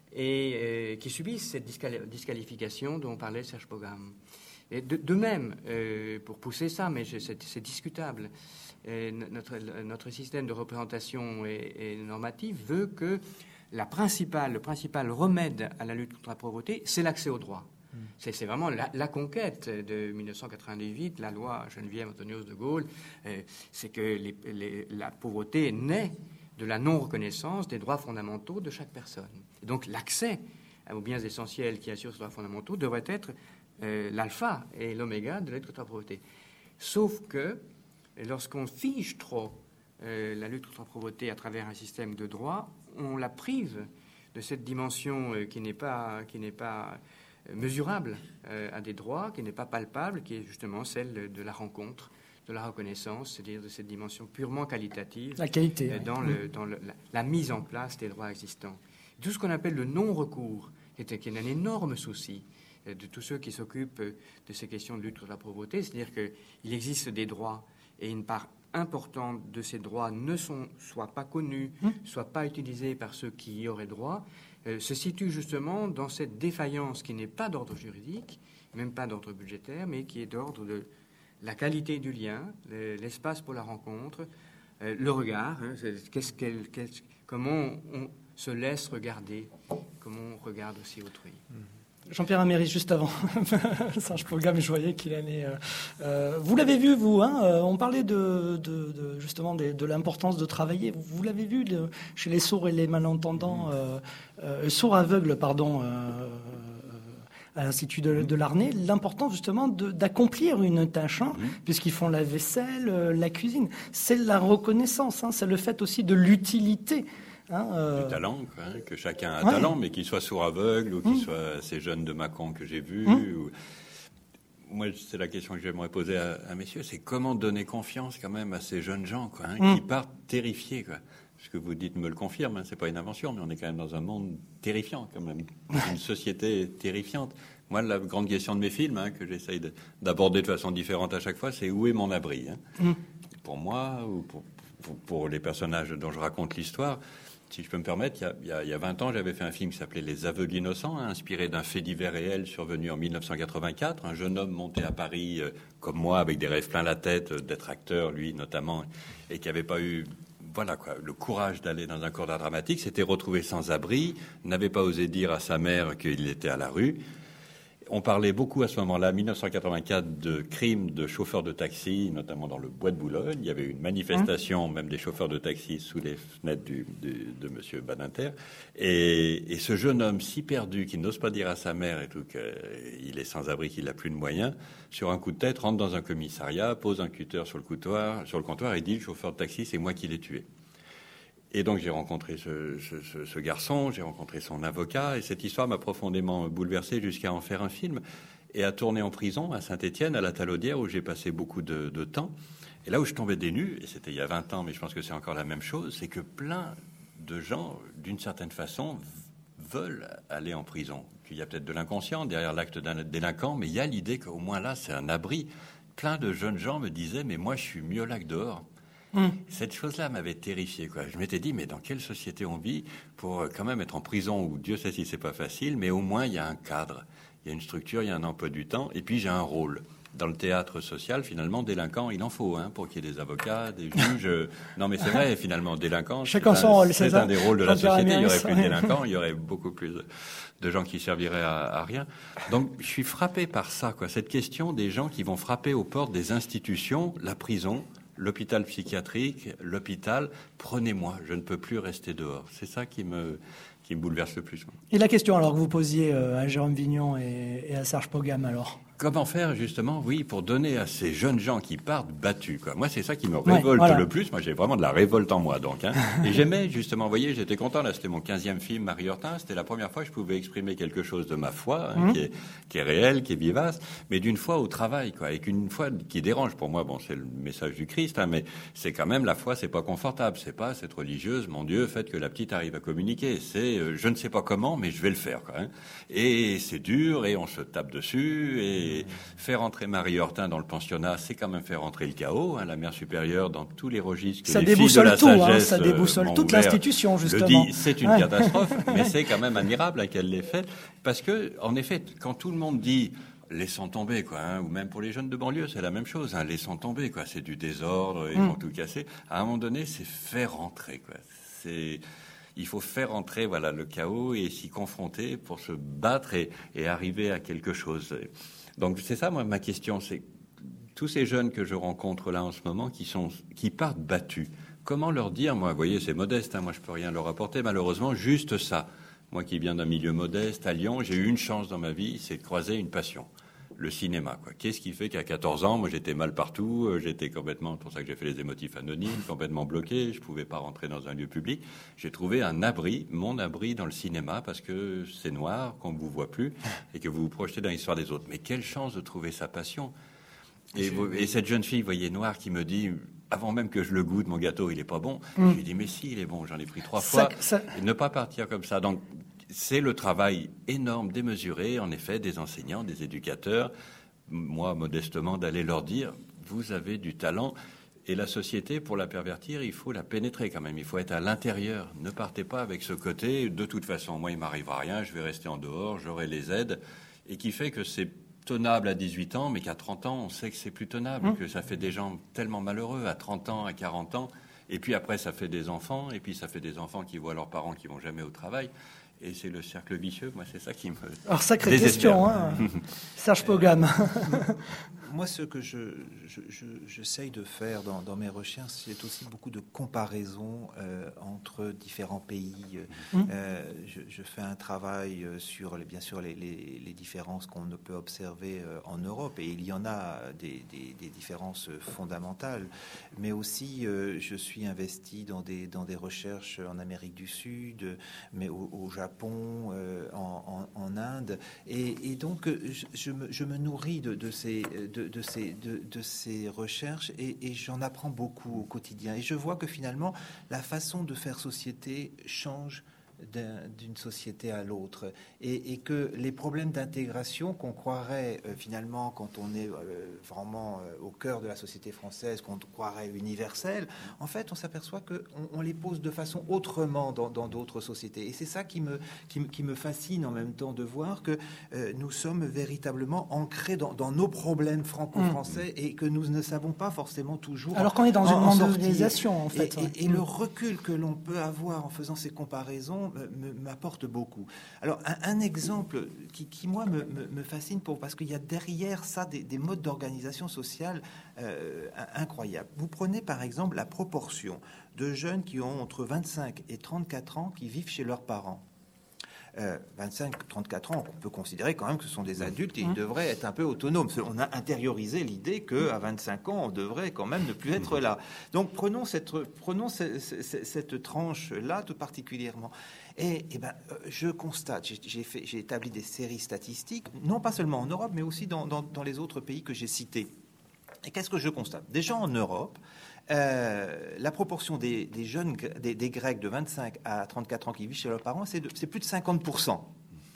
et euh, qui subissent cette disqual- disqualification dont parlait Serge Pogam. Et de, de même, euh, pour pousser ça, mais je, c'est, c'est discutable, euh, notre, notre système de représentation et, et normatif veut que la principale, le principal remède à la lutte contre la pauvreté, c'est l'accès au droit. Mmh. C'est, c'est vraiment la, la conquête de dix-neuf cent quatre-vingt-dix-huit, la loi Geneviève Antonios de Gaulle, euh, c'est que les, les, la pauvreté naît de la non-reconnaissance des droits fondamentaux de chaque personne. Et donc l'accès aux biens essentiels qui assurent ces droits fondamentaux devrait être euh, l'alpha et l'oméga de la lutte contre la pauvreté. Sauf que lorsqu'on fige trop euh, la lutte contre la pauvreté à travers un système de droit, on la prive de cette dimension euh, qui n'est pas, qui n'est pas mesurable euh, à des droits, qui n'est pas palpable, qui est justement celle de la rencontre, de la reconnaissance, c'est-à-dire de cette dimension purement qualitative, la qualité, euh, dans, oui. le, dans le, la, la mise en place des droits existants. Tout ce qu'on appelle le non-recours, qui est, qui est un énorme souci euh, de tous ceux qui s'occupent euh, de ces questions de lutte contre la pauvreté, c'est-à-dire qu'il existe des droits et une part importante de ces droits ne sont soit pas connus, mmh. soit pas utilisés par ceux qui y auraient droit, euh, se situe justement dans cette défaillance qui n'est pas d'ordre juridique, même pas d'ordre budgétaire, mais qui est d'ordre de la qualité du lien, l'espace pour la rencontre, euh, le regard, hein, qu'est-ce qu'elle, qu'est-ce, comment on se laisse regarder, comment on regarde aussi autrui. Jean-Pierre Améris, juste avant, Serge Pogam, je voyais qu'il allait... Euh, euh, vous l'avez vu, vous, hein, on parlait de, de, de justement de, de l'importance de travailler. Vous l'avez vu de, chez les sourds et les malentendants, euh, euh, sourds aveugles, pardon, euh, à l'Institut de, de l'Arnais, l'importance justement de, d'accomplir une tâche, hein, mmh. puisqu'ils font la vaisselle, euh, la cuisine. C'est la reconnaissance, hein, c'est le fait aussi de l'utilité. Hein, euh... Du talent, quoi, hein, que chacun a un ouais. talent, mais qu'il soit sourd aveugle ou qu'il mmh. soit ces jeunes de Mâcon que j'ai vus. Mmh. Ou... Moi, c'est la question que j'aimerais poser à, à messieurs, c'est comment donner confiance quand même à ces jeunes gens, quoi, hein, mmh. qui partent terrifiés, quoi. Ce que vous dites me le confirme, hein, c'est pas une invention, mais on est quand même dans un monde terrifiant, quand même, une société terrifiante. Moi, la grande question de mes films, hein, que j'essaye de, d'aborder de façon différente à chaque fois, c'est où est mon abri, hein. mmh. Pour moi ou pour, pour, pour les personnages dont je raconte l'histoire. Si je peux me permettre, il y a, il y a, il y a vingt ans, j'avais fait un film qui s'appelait Les Aveugles Innocents, hein, inspiré d'un fait divers réel survenu en dix-neuf cent quatre-vingt-quatre. Un jeune homme monté à Paris, euh, comme moi, avec des rêves plein la tête, euh, d'être acteur, lui notamment, et qui n'avait pas eu... Voilà quoi, le courage d'aller dans un corps d'art dramatique, s'était retrouvé sans abri, n'avait pas osé dire à sa mère qu'il était à la rue. On parlait beaucoup à ce moment-là, dix-neuf cent quatre-vingt-quatre, de crimes de chauffeurs de taxi, notamment dans le bois de Boulogne. Il y avait une manifestation, mmh. même des chauffeurs de taxi, sous les fenêtres du, du, de M. Badinter. Et, et ce jeune homme si perdu, qui n'ose pas dire à sa mère et tout qu'il est sans abri, qu'il n'a plus de moyens, sur un coup de tête, rentre dans un commissariat, pose un cutter sur le comptoir, sur le comptoir et dit « Le chauffeur de taxi, c'est moi qui l'ai tué ». Et donc j'ai rencontré ce, ce, ce, ce garçon, j'ai rencontré son avocat, et cette histoire m'a profondément bouleversé jusqu'à en faire un film et à tourner en prison à Saint-Étienne, à la Talaudière, où j'ai passé beaucoup de, de temps. Et là où je tombais des nues, et c'était il y a vingt ans, mais je pense que c'est encore la même chose, c'est que plein de gens, d'une certaine façon, veulent aller en prison. Il y a peut-être de l'inconscient derrière l'acte d'un délinquant, mais il y a l'idée qu'au moins là, c'est un abri. Plein de jeunes gens me disaient, mais moi, je suis mieux là que dehors. Mmh. Cette chose-là m'avait terrifié, quoi. Je m'étais dit, mais dans quelle société on vit pour quand même être en prison où Dieu sait si c'est pas facile, mais au moins il y a un cadre, il y a une structure, il y a un emploi du temps, et puis j'ai un rôle. Dans le théâtre social, finalement, délinquant, il en faut, hein, pour qu'il y ait des avocats, des juges. Non, mais c'est vrai, finalement, délinquant, chacun son rôle, c'est, c'est un des rôles de la société. Il n'y aurait plus de oui. délinquants, il y aurait beaucoup plus de, de gens qui serviraient à, à rien. Donc, je suis frappé par ça, quoi. Cette question des gens qui vont frapper aux portes des institutions, la prison, l'hôpital psychiatrique, l'hôpital. Prenez-moi, je ne peux plus rester dehors. C'est ça qui me qui me bouleverse le plus. Et la question alors que vous posiez à Jérôme Vignon et, et à Serge Pogam alors? Comment faire, justement, oui, pour donner à ces jeunes gens qui partent battus, quoi. Moi, c'est ça qui me révolte ouais, voilà. le plus. Moi, j'ai vraiment de la révolte en moi, donc. Hein. Et j'aimais, justement, vous voyez, j'étais content. Là, c'était mon quinzième film, Marie Hortin. C'était la première fois que je pouvais exprimer quelque chose de ma foi, hein, mmh. qui est, qui est réel, qui est vivace, mais d'une foi au travail, quoi. Et qu'une foi qui dérange, pour moi, bon, c'est le message du Christ, hein, mais c'est quand même la foi, c'est pas confortable. C'est pas cette religieuse, mon Dieu, faites que la petite arrive à communiquer. C'est, euh, je ne sais pas comment, mais je vais le faire, quoi. Hein. Et c'est dur, et on se tape dessus, et mmh. faire entrer Marie Hortin dans le pensionnat, c'est quand même faire entrer le chaos, hein, la mère supérieure dans tous les registres. Que ça les déboussole filles de la tout, sagesse, hein, ça déboussole euh, toute ouvert, l'institution, justement. Le dit, c'est une ouais. catastrophe, mais c'est quand même admirable hein, qu'elle l'ait fait, parce que, en effet, quand tout le monde dit laissons tomber, quoi, hein, ou même pour les jeunes de banlieue, c'est la même chose, hein, laissons tomber, quoi, c'est du désordre, ils mm. vont tout casser. À un moment donné, c'est faire rentrer, quoi. C'est Il faut faire entrer voilà, le chaos et s'y confronter pour se battre et, et arriver à quelque chose. Donc c'est ça, moi, ma question, c'est tous ces jeunes que je rencontre là en ce moment qui, sont, qui partent battus, comment leur dire, moi, vous voyez, c'est modeste, hein, moi je peux rien leur apporter, malheureusement, juste ça. Moi qui viens d'un milieu modeste, à Lyon, j'ai eu une chance dans ma vie, c'est de croiser une passion. Le cinéma, quoi. Qu'est-ce qui fait qu'à quatorze ans, moi, j'étais mal partout, euh, j'étais complètement, c'est pour ça que j'ai fait les émotifs anonymes, complètement bloqué, je pouvais pas rentrer dans un lieu public. J'ai trouvé un abri, mon abri dans le cinéma, parce que c'est noir, qu'on ne vous voit plus, et que vous vous projetez dans l'histoire des autres. Mais quelle chance de trouver sa passion. Et, vous, et cette jeune fille, vous voyez, noire, qui me dit, avant même que je le goûte, mon gâteau, il est pas bon. Mm. Je lui dis, mais si, il est bon, j'en ai pris trois fois. Ça, ça... Et ne pas partir comme ça. Donc, c'est le travail énorme, démesuré, en effet, des enseignants, des éducateurs, moi, modestement, d'aller leur dire, vous avez du talent, et la société, pour la pervertir, il faut la pénétrer quand même, il faut être à l'intérieur. Ne partez pas avec ce côté, de toute façon, moi, il m'arrivera rien, je vais rester en dehors, j'aurai les aides, et qui fait que c'est tenable à dix-huit ans, mais qu'à trente ans, on sait que c'est plus tenable, mmh. que ça fait des gens tellement malheureux, à trente ans, à quarante ans, et puis après, ça fait des enfants, et puis ça fait des enfants qui voient leurs parents qui vont jamais au travail. Et c'est le cercle vicieux, moi c'est ça qui me Alors sacrée désespère. Question, hein. Serge Pogam. Euh, moi ce que je, je, je, j'essaye de faire dans, dans mes recherches, c'est aussi beaucoup de comparaisons euh, entre différents pays. Mmh. Euh, je, je fais un travail sur les, bien sûr les, les, les différences qu'on ne peut observer en Europe, et il y en a des, des, des différences fondamentales, mais aussi euh, je suis investi dans des, dans des recherches en Amérique du Sud, mais au, au Japon, Japon, euh, en, en, en Inde, et, et donc je, je, me, je me nourris de, de, ces, de, de, ces, de, de ces recherches et, et j'en apprends beaucoup au quotidien. Et je vois que finalement, la façon de faire société change d'un, d'une société à l'autre, et, et que les problèmes d'intégration qu'on croirait euh, finalement quand on est euh, vraiment euh, au cœur de la société française, qu'on croirait universels, en fait on s'aperçoit qu'on on les pose de façon autrement dans, dans d'autres sociétés, et c'est ça qui me, qui, qui me fascine en même temps, de voir que euh, nous sommes véritablement ancrés dans, dans nos problèmes franco-français, mmh. et que nous ne savons pas forcément toujours alors qu'on est dans en, une mondialisation en fait, et, ouais. et, et mmh. le recul que l'on peut avoir en faisant ces comparaisons m'apporte beaucoup. Alors, un, un exemple qui, qui moi, me, me, me fascine, pour, parce qu'il y a derrière ça des, des modes d'organisation sociale euh, incroyables. Vous prenez, par exemple, la proportion de jeunes qui ont entre vingt-cinq et trente-quatre ans qui vivent chez leurs parents. euh, vingt-cinq, trente-quatre ans, on peut considérer quand même que ce sont des adultes et ils devraient être un peu autonomes. On a intériorisé l'idée qu'à vingt-cinq ans, on devrait quand même ne plus être là. Donc prenons cette, prenons cette, cette, cette tranche-là tout particulièrement. Et, et ben, je constate, j'ai, j'ai, fait, j'ai établi des séries statistiques, non pas seulement en Europe, mais aussi dans, dans, dans les autres pays que j'ai cités. Et qu'est-ce que je constate? Déjà en Europe, euh, la proportion des, des jeunes, des, des Grecs de vingt-cinq à trente-quatre ans qui vivent chez leurs parents, c'est, de, c'est plus de cinquante pour cent.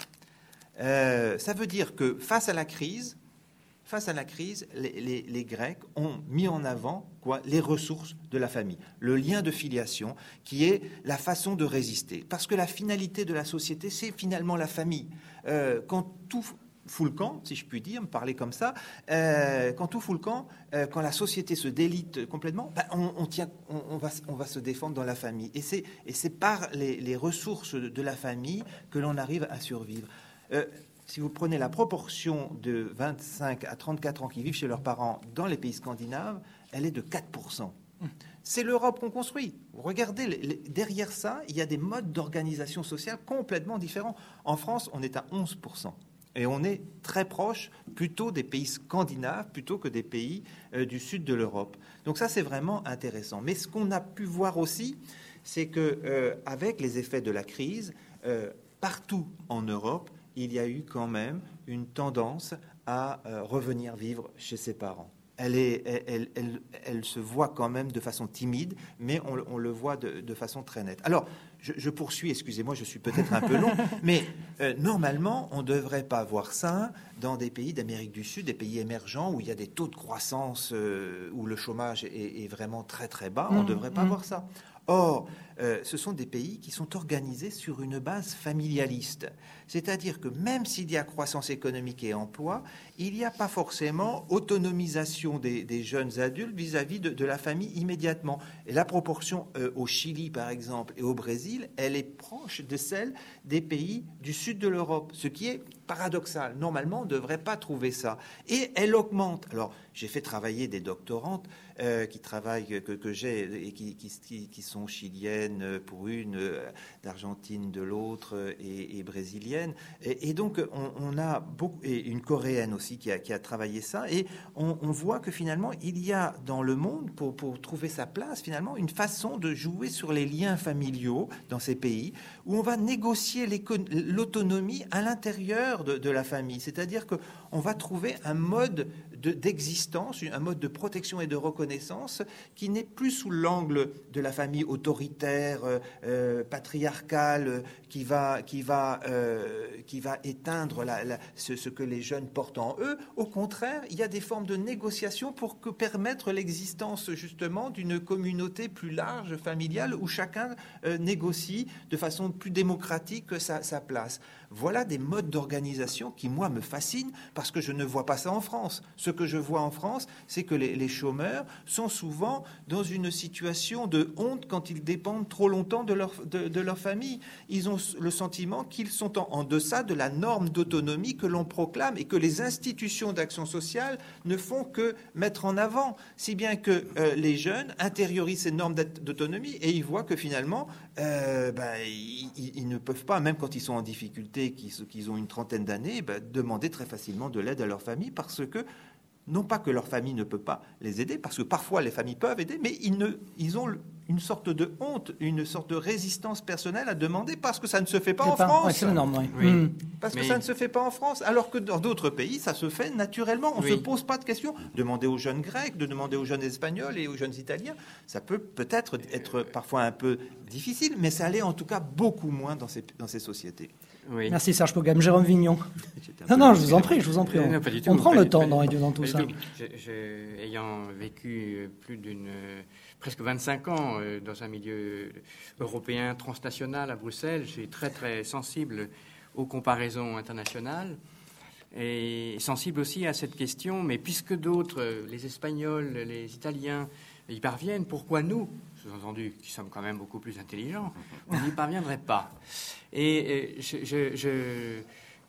Euh, ça veut dire que face à la crise, face à la crise, les, les, les Grecs ont mis en avant quoi, les ressources de la famille, le lien de filiation, qui est la façon de résister. Parce que la finalité de la société, c'est finalement la famille. Euh, quand tout fout le camp, si je puis dire, me parler comme ça, euh, quand tout fout le camp, euh, quand la société se délite complètement, ben on, on, tient, on, on, va, on va se défendre dans la famille. Et c'est, et c'est par les, les ressources de, de la famille que l'on arrive à survivre. Euh, Si vous prenez la proportion de vingt-cinq à trente-quatre ans qui vivent chez leurs parents dans les pays scandinaves, elle est de quatre pour cent. C'est l'Europe qu'on construit. Regardez, les, les, derrière ça, il y a des modes d'organisation sociale complètement différents. En France, on est à onze pour cent. Et on est très proche plutôt des pays scandinaves plutôt que des pays euh, du sud de l'Europe. Donc ça, c'est vraiment intéressant. Mais ce qu'on a pu voir aussi, c'est que euh, avec les effets de la crise, euh, partout en Europe, il y a eu quand même une tendance à euh, revenir vivre chez ses parents. Elle, est, elle, elle, elle, elle se voit quand même de façon timide, mais on, on le voit de, de façon très nette. Alors, je, je poursuis, excusez-moi, je suis peut-être un peu long, mais euh, normalement, on ne devrait pas voir ça dans des pays d'Amérique du Sud, des pays émergents, où il y a des taux de croissance, euh, où le chômage est, est vraiment très très bas. On ne devrait pas mmh. voir ça. Or, euh, ce sont des pays qui sont organisés sur une base familialiste. C'est-à-dire que même s'il y a croissance économique et emploi, il n'y a pas forcément autonomisation des, des jeunes adultes vis-à-vis de, de la famille immédiatement. Et la proportion euh, au Chili, par exemple, et au Brésil, elle est proche de celle des pays du sud de l'Europe, ce qui est paradoxal. Normalement, on ne devrait pas trouver ça. Et elle augmente. Alors, j'ai fait travailler des doctorantes euh, qui travaillent, que, que j'ai, et qui, qui, qui sont chiliennes pour une, d'Argentine de l'autre et, et brésilienne. Et, et donc, on, on a beaucoup, et une coréenne aussi qui a, qui a travaillé ça. Et on, on voit que finalement, il y a dans le monde, pour, pour trouver sa place, finalement, une façon de jouer sur les liens familiaux dans ces pays où on va négocier l'autonomie à l'intérieur de, de la famille. C'est-à-dire qu'on va trouver un mode de, d'existence, un mode de protection et de reconnaissance qui n'est plus sous l'angle de la famille autoritaire, euh, patriarcale, qui va, qui va, euh, qui va éteindre la, la, ce, ce que les jeunes portent en eux. Au contraire, il y a des formes de négociation pour que permettre l'existence justement d'une communauté plus large, familiale, où chacun euh, négocie de façon plus démocratique sa, sa place. Voilà des modes d'organisation qui, moi, me fascinent parce que je ne vois pas ça en France. Ce que je vois en France, c'est que les, les chômeurs sont souvent dans une situation de honte quand ils dépendent trop longtemps de leur, de, de leur famille. Ils ont le sentiment qu'ils sont en, en deçà de la norme d'autonomie que l'on proclame et que les institutions d'action sociale ne font que mettre en avant, si bien que euh, les jeunes intériorisent ces normes d'autonomie et ils voient que finalement, euh, ben, ils, ils ne peuvent pas, même quand ils sont en difficulté, qu'ils, qu'ils ont une trentaine d'années, ben, demander très facilement de l'aide à leur famille parce que, non pas que leur famille ne peut pas les aider, parce que parfois les familles peuvent aider, mais ils, ne, ils ont une sorte de honte, une sorte de résistance personnelle à demander parce que ça ne se fait pas c'est en pas, France. Ouais, c'est énorme, oui. Oui. Mmh. Parce mais... que ça ne se fait pas en France, alors que dans d'autres pays, ça se fait naturellement. On ne oui. se pose pas de questions. Demander aux jeunes Grecs, de demander aux jeunes Espagnols et aux jeunes Italiens, ça peut peut-être être parfois un peu difficile, mais ça l'est en tout cas beaucoup moins dans ces, dans ces sociétés. Oui. Merci Serge Pogam. Jérôme Vignon. Non, non, je vous en prie, je vous en prie. On, non, on prend le temps dans, dans tout ça. Je, je, ayant vécu plus d'une, presque vingt-cinq ans dans un milieu européen transnational à Bruxelles, je suis très très sensible aux comparaisons internationales et sensible aussi à cette question, mais puisque d'autres, les Espagnols, les Italiens, y parviennent, pourquoi nous, sous-entendu, qui sommes quand même beaucoup plus intelligents, on n'y parviendrait pas. Et je, je, je,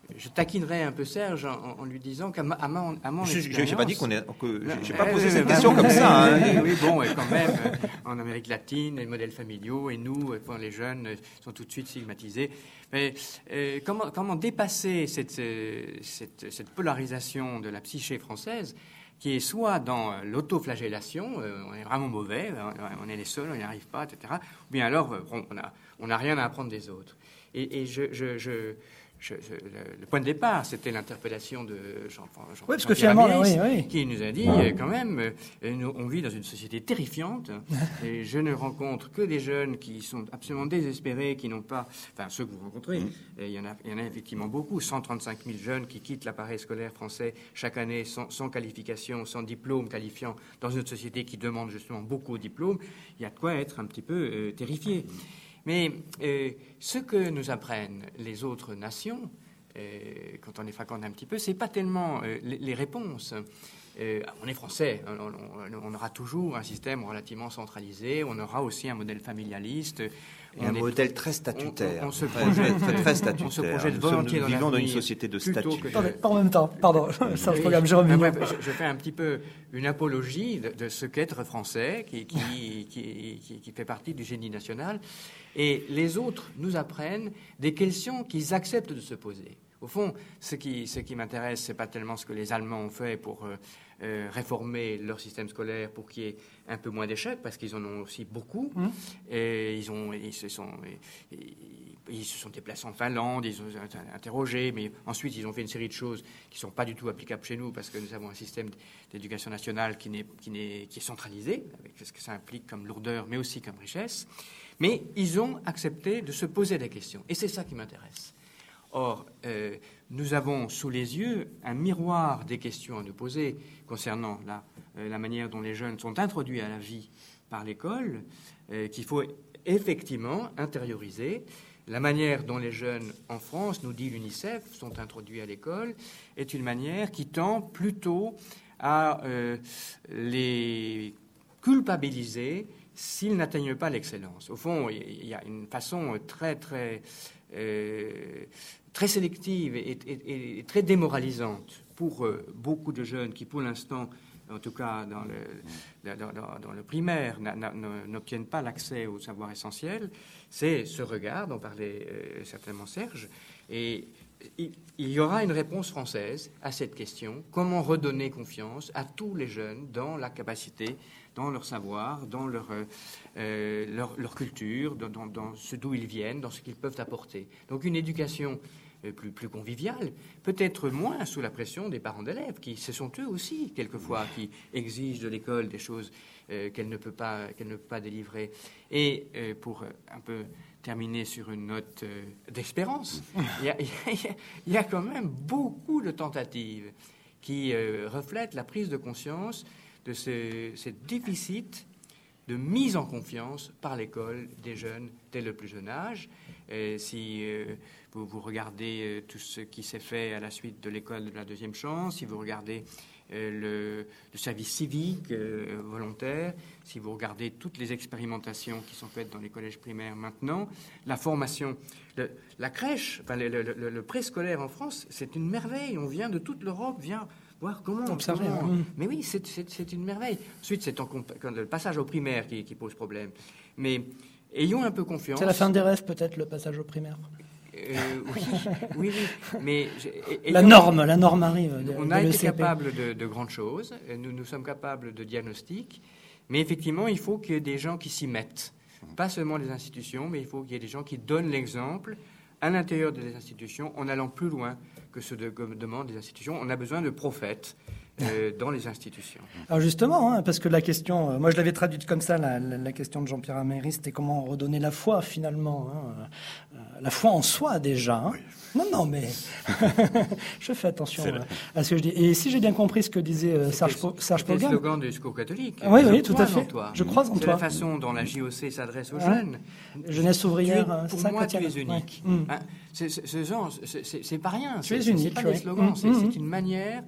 je taquinerais un peu Serge en, en lui disant qu'à ma, à mon, à mon je expérience... n'ai pas dit qu'on est... Que, j'ai euh, pas posé euh, cette euh, question euh, comme euh, ça. euh, Hein. Oui, oui, bon, et quand même, euh, en Amérique latine, les modèles familiaux, et nous, enfin, les jeunes, euh, sont tout de suite stigmatisés. Mais euh, comment, comment dépasser cette, euh, cette, cette polarisation de la psyché française qui est soit dans l'autoflagellation, euh, on est vraiment mauvais, on est les seuls, on n'y arrive pas, et cetera. Ou bien alors, on n'a on a rien à apprendre des autres. Et, et je, je, je, je, je, le, le point de départ, c'était l'interpellation de Jean, Jean, Oui, parce que Jean-Pierre finalement, Améris, oui, oui. qui nous a dit, euh, quand même, euh, nous, on vit dans une société terrifiante, et je ne rencontre que des jeunes qui sont absolument désespérés, qui n'ont pas... Enfin, ceux que vous rencontrez, Mmh. et il y en a, il y en a effectivement beaucoup, cent trente-cinq mille jeunes qui quittent l'appareil scolaire français chaque année sans, sans qualification, sans diplôme qualifiant, dans une société qui demande justement beaucoup de diplômes. Il y a de quoi être un petit peu euh, terrifié. Mais euh, ce que nous apprennent les autres nations, euh, quand on les fréquente un petit peu, c'est pas tellement euh, les, les réponses. Euh, on est français, on, on, on aura toujours un système relativement centralisé, on aura aussi un modèle familialiste. Et un est, modèle très statutaire. On, on, on se projette, très, très statutaire. On se projette volontiers nous dans vivons dans une l'avenir, société de statut. Que... Attendez, pas en même temps, pardon, Serge Oui, Pogam, Jérôme Vignon. Bref, je, je fais un petit peu une apologie de, de ce qu'être français, qui, qui, qui, qui, qui fait partie du génie national. Et les autres nous apprennent des questions qu'ils acceptent de se poser. Au fond, ce qui, ce qui m'intéresse, c'est pas tellement ce que les Allemands ont fait pour euh, euh, réformer leur système scolaire pour qu'il y ait un peu moins d'échecs, parce qu'ils en ont aussi beaucoup. Mmh. Et ils, ont, ils, se sont, ils, ils se sont déplacés en Finlande, ils ont interrogé, mais ensuite ils ont fait une série de choses qui ne sont pas du tout applicables chez nous, parce que nous avons un système d'éducation nationale qui, n'est, qui, n'est, qui est centralisé, avec ce que ça implique comme lourdeur, mais aussi comme richesse. Mais ils ont accepté de se poser des questions. Et c'est ça qui m'intéresse. Or, euh, nous avons sous les yeux un miroir des questions à nous poser concernant la, euh, la manière dont les jeunes sont introduits à la vie par l'école, euh, qu'il faut effectivement intérioriser. La manière dont les jeunes en France, nous dit l'UNICEF, sont introduits à l'école est une manière qui tend plutôt à euh, les culpabiliser s'ils n'atteignent pas l'excellence. Au fond, il y a une façon très, très... Euh, très sélective et, et, et très démoralisante pour euh, beaucoup de jeunes qui, pour l'instant, en tout cas dans le, dans, dans, dans le primaire, n'a, n'a, n'obtiennent pas l'accès au savoir essentiel, c'est ce regard dont parlait euh, certainement Serge. Et il, il y aura une réponse française à cette question. Comment redonner confiance à tous les jeunes dans la capacité, dans leur savoir, dans leur, euh, leur, leur culture, dans, dans, dans ce d'où ils viennent, dans ce qu'ils peuvent apporter. Donc une éducation plus, plus conviviale, peut-être moins sous la pression des parents d'élèves, qui ce sont eux aussi, quelquefois, qui exigent de l'école des choses euh, qu'elle ne peut pas, qu'elle ne peut pas délivrer. Et euh, pour un peu terminer sur une note euh, d'espérance, il y, a, il y a quand même beaucoup de tentatives qui euh, reflètent la prise de conscience de ce, ce déficit de mise en confiance par l'école des jeunes dès le plus jeune âge. Et si euh, vous, vous regardez euh, tout ce qui s'est fait à la suite de l'école de la deuxième chance, si vous regardez euh, le, le service civique euh, volontaire, si vous regardez toutes les expérimentations qui sont faites dans les collèges primaires maintenant, la formation, le, la crèche, enfin, le, le, le, le préscolaire en France, c'est une merveille. On vient de toute l'Europe, vient voir comment... Observer, comment... Mmh. Mais oui, c'est, c'est, c'est une merveille. Ensuite, c'est en, le passage au primaire qui, qui pose problème. Mais ayons un peu confiance. C'est la fin des rêves, peut-être, le passage au primaire. Euh, oui, oui, oui. Mais la norme, la norme arrive. De, on a de été l'E C P. capable de, de grandes choses. Nous, nous sommes capables de diagnostic. Mais effectivement, il faut qu'il y ait des gens qui s'y mettent. Pas seulement les institutions, mais il faut qu'il y ait des gens qui donnent l'exemple à l'intérieur des institutions en allant plus loin que ce que demandent les institutions. On a besoin de prophètes euh, dans les institutions. Alors justement, hein, parce que la question, euh, moi je l'avais traduite comme ça, la, la, la question de Jean-Pierre Améris, c'était comment redonner la foi finalement, hein, euh, la foi en soi déjà. Hein. Oui. Non, non, mais je fais attention euh, à ce que je dis. Et si j'ai bien compris ce que disait euh, Serge, Po- Serge Pogam... C'est le slogan du Secours catholique. Oui, je oui, tout à fait. Je crois en C'est toi. la façon dont la J O C s'adresse aux hein? jeunes. Jeunesse ouvrière, tu es, pour ça, moi, tu es ouais. unique. Mmh. Hein, c'est, c'est, ce genre, c'est, c'est, c'est pas rien. Tu c'est, es unique. c'est pas ouais. des slogans. Mmh, c'est, mmh. c'est une manière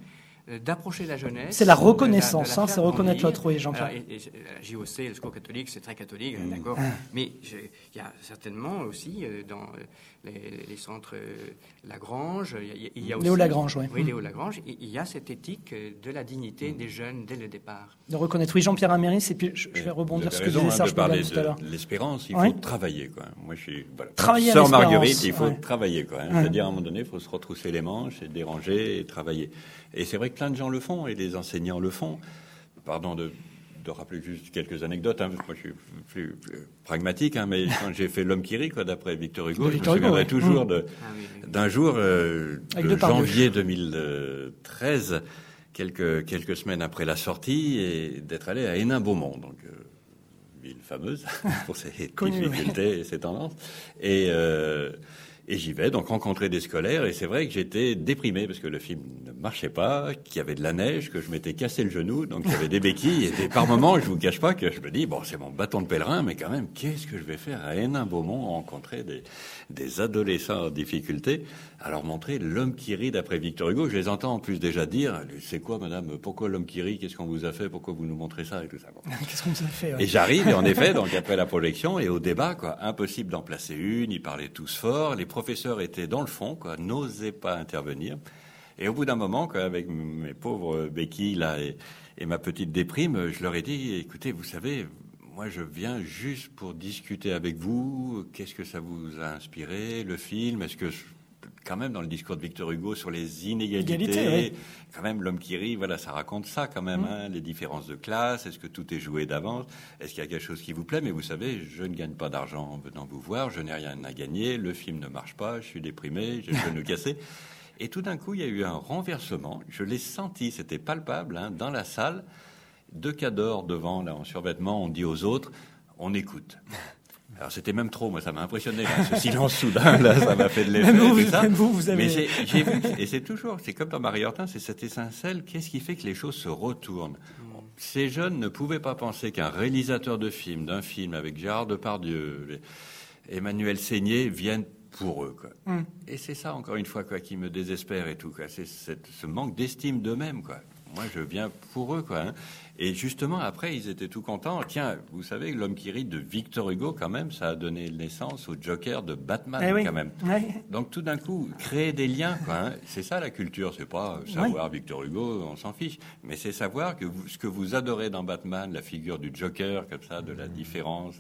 euh, d'approcher la jeunesse. C'est la reconnaissance, de la, de la hein, c'est reconnaître grandir. l'autre, oui, Jean-Pierre. Alors, et, et, la J O C, le secours catholique, c'est très catholique, Mmh. d'accord. Ah. Mais je, il y a certainement aussi euh, dans les, les centres euh, Lagrange, il y a, il y a aussi... Léo Lagrange, oui. Oui, Léo Lagrange, il il y a cette éthique euh, de la dignité des jeunes dès le départ. De reconnaître. Oui, Jean-Pierre Améris, et puis je, je vais rebondir Vous sur avez ce que raison, disait hein, Serge de parler Bogam tout à l'heure. de l'espérance, il Oui. faut travailler, quoi. Moi, je suis, voilà. Travailler à Sœur l'espérance, Marguerite, il faut ouais. travailler, quoi. hein. Ouais. C'est-à-dire, à un moment donné, il faut se retrousser les manches et déranger et travailler. Et c'est vrai que plein de gens le font, et les enseignants le font. Pardon de, de rappeler juste quelques anecdotes, hein, parce que moi, je suis plus, plus pragmatique, hein, mais quand j'ai fait L'homme qui rit, quoi, d'après Victor Hugo, De je Victor me Hugo, souviendrai oui. toujours Mmh. de, Ah oui, oui. d'un jour, euh, Avec de Depardieu. janvier deux mille treize, quelques, quelques semaines après la sortie, et d'être allé à Hénin-Beaumont, donc euh, ville fameuse pour ses Connu, difficultés et ses tendances. Et, euh, et j'y vais, donc rencontrer des scolaires, et c'est vrai que j'étais déprimé parce que le film ne marchait pas, qu'il y avait de la neige, que je m'étais cassé le genou, donc il y avait des béquilles, et par moments, je vous cache pas que je me dis, bon, c'est mon bâton de pèlerin, mais quand même, qu'est-ce que je vais faire à Hénin-Beaumont, rencontrer des, des adolescents en difficulté, à leur montrer L'homme qui rit d'après Victor Hugo. Je les entends en plus déjà dire, c'est quoi, madame, pourquoi L'homme qui rit, qu'est-ce qu'on vous a fait, pourquoi vous nous montrez ça, et tout ça. Bon. Qu'est-ce qu'on vous a fait ouais. Et j'arrive, et en effet, donc après la projection et au débat, quoi, impossible d'en placer une. Ils parlaient tous fort. Les professeurs étaient dans le fond, quoi, n'osaient pas intervenir. Et au bout d'un moment, quoi, avec mes pauvres béquilles là et, et ma petite déprime, je leur ai dit, écoutez, vous savez, moi, je viens juste pour discuter avec vous. Qu'est-ce que ça vous a inspiré, le film? Est-ce que quand même dans le discours de Victor Hugo sur les inégalités, Égalité, oui. quand même L'homme qui rit, voilà, ça raconte ça quand même, mmh. hein, les différences de classe. Est-ce que tout est joué d'avance? Est-ce qu'il y a quelque chose qui vous plaît? Mais vous savez, je ne gagne pas d'argent en venant vous voir, je n'ai rien à gagner, le film ne marche pas, je suis déprimé, j'ai le genou cassé. Et tout d'un coup, il y a eu un renversement. Je l'ai senti, c'était palpable, hein, dans la salle. Deux cadors devant, là, en survêtement, on dit aux autres, on écoute. Alors c'était même trop, moi ça m'a impressionné, là, ce silence soudain, là, ça m'a fait de l'effet. Même vous, tout ça. même vous, vous avez... Mais j'ai, j'ai vu, et c'est toujours, c'est comme dans Marie-Hortense, c'est cette étincelle, qu'est-ce qui fait que les choses se retournent? Ces jeunes ne pouvaient pas penser qu'un réalisateur de film, d'un film avec Gérard Depardieu, Emmanuel Seigné, vienne pour eux, quoi. Mm. Et c'est ça, encore une fois, quoi, qui me désespère et tout, quoi. C'est cette, ce manque d'estime d'eux-mêmes, quoi. Moi, je viens pour eux, quoi. Hein. Et justement, après, ils étaient tout contents. Tiens, vous savez, L'homme qui rit de Victor Hugo, quand même, ça a donné naissance au Joker de Batman, eh oui. quand même. Oui. Donc, tout d'un coup, créer des liens, quoi. Hein. C'est ça, la culture. C'est pas savoir oui. Victor Hugo, on s'en fiche. Mais c'est savoir que vous, ce que vous adorez dans Batman, la figure du Joker, comme ça, de la différence,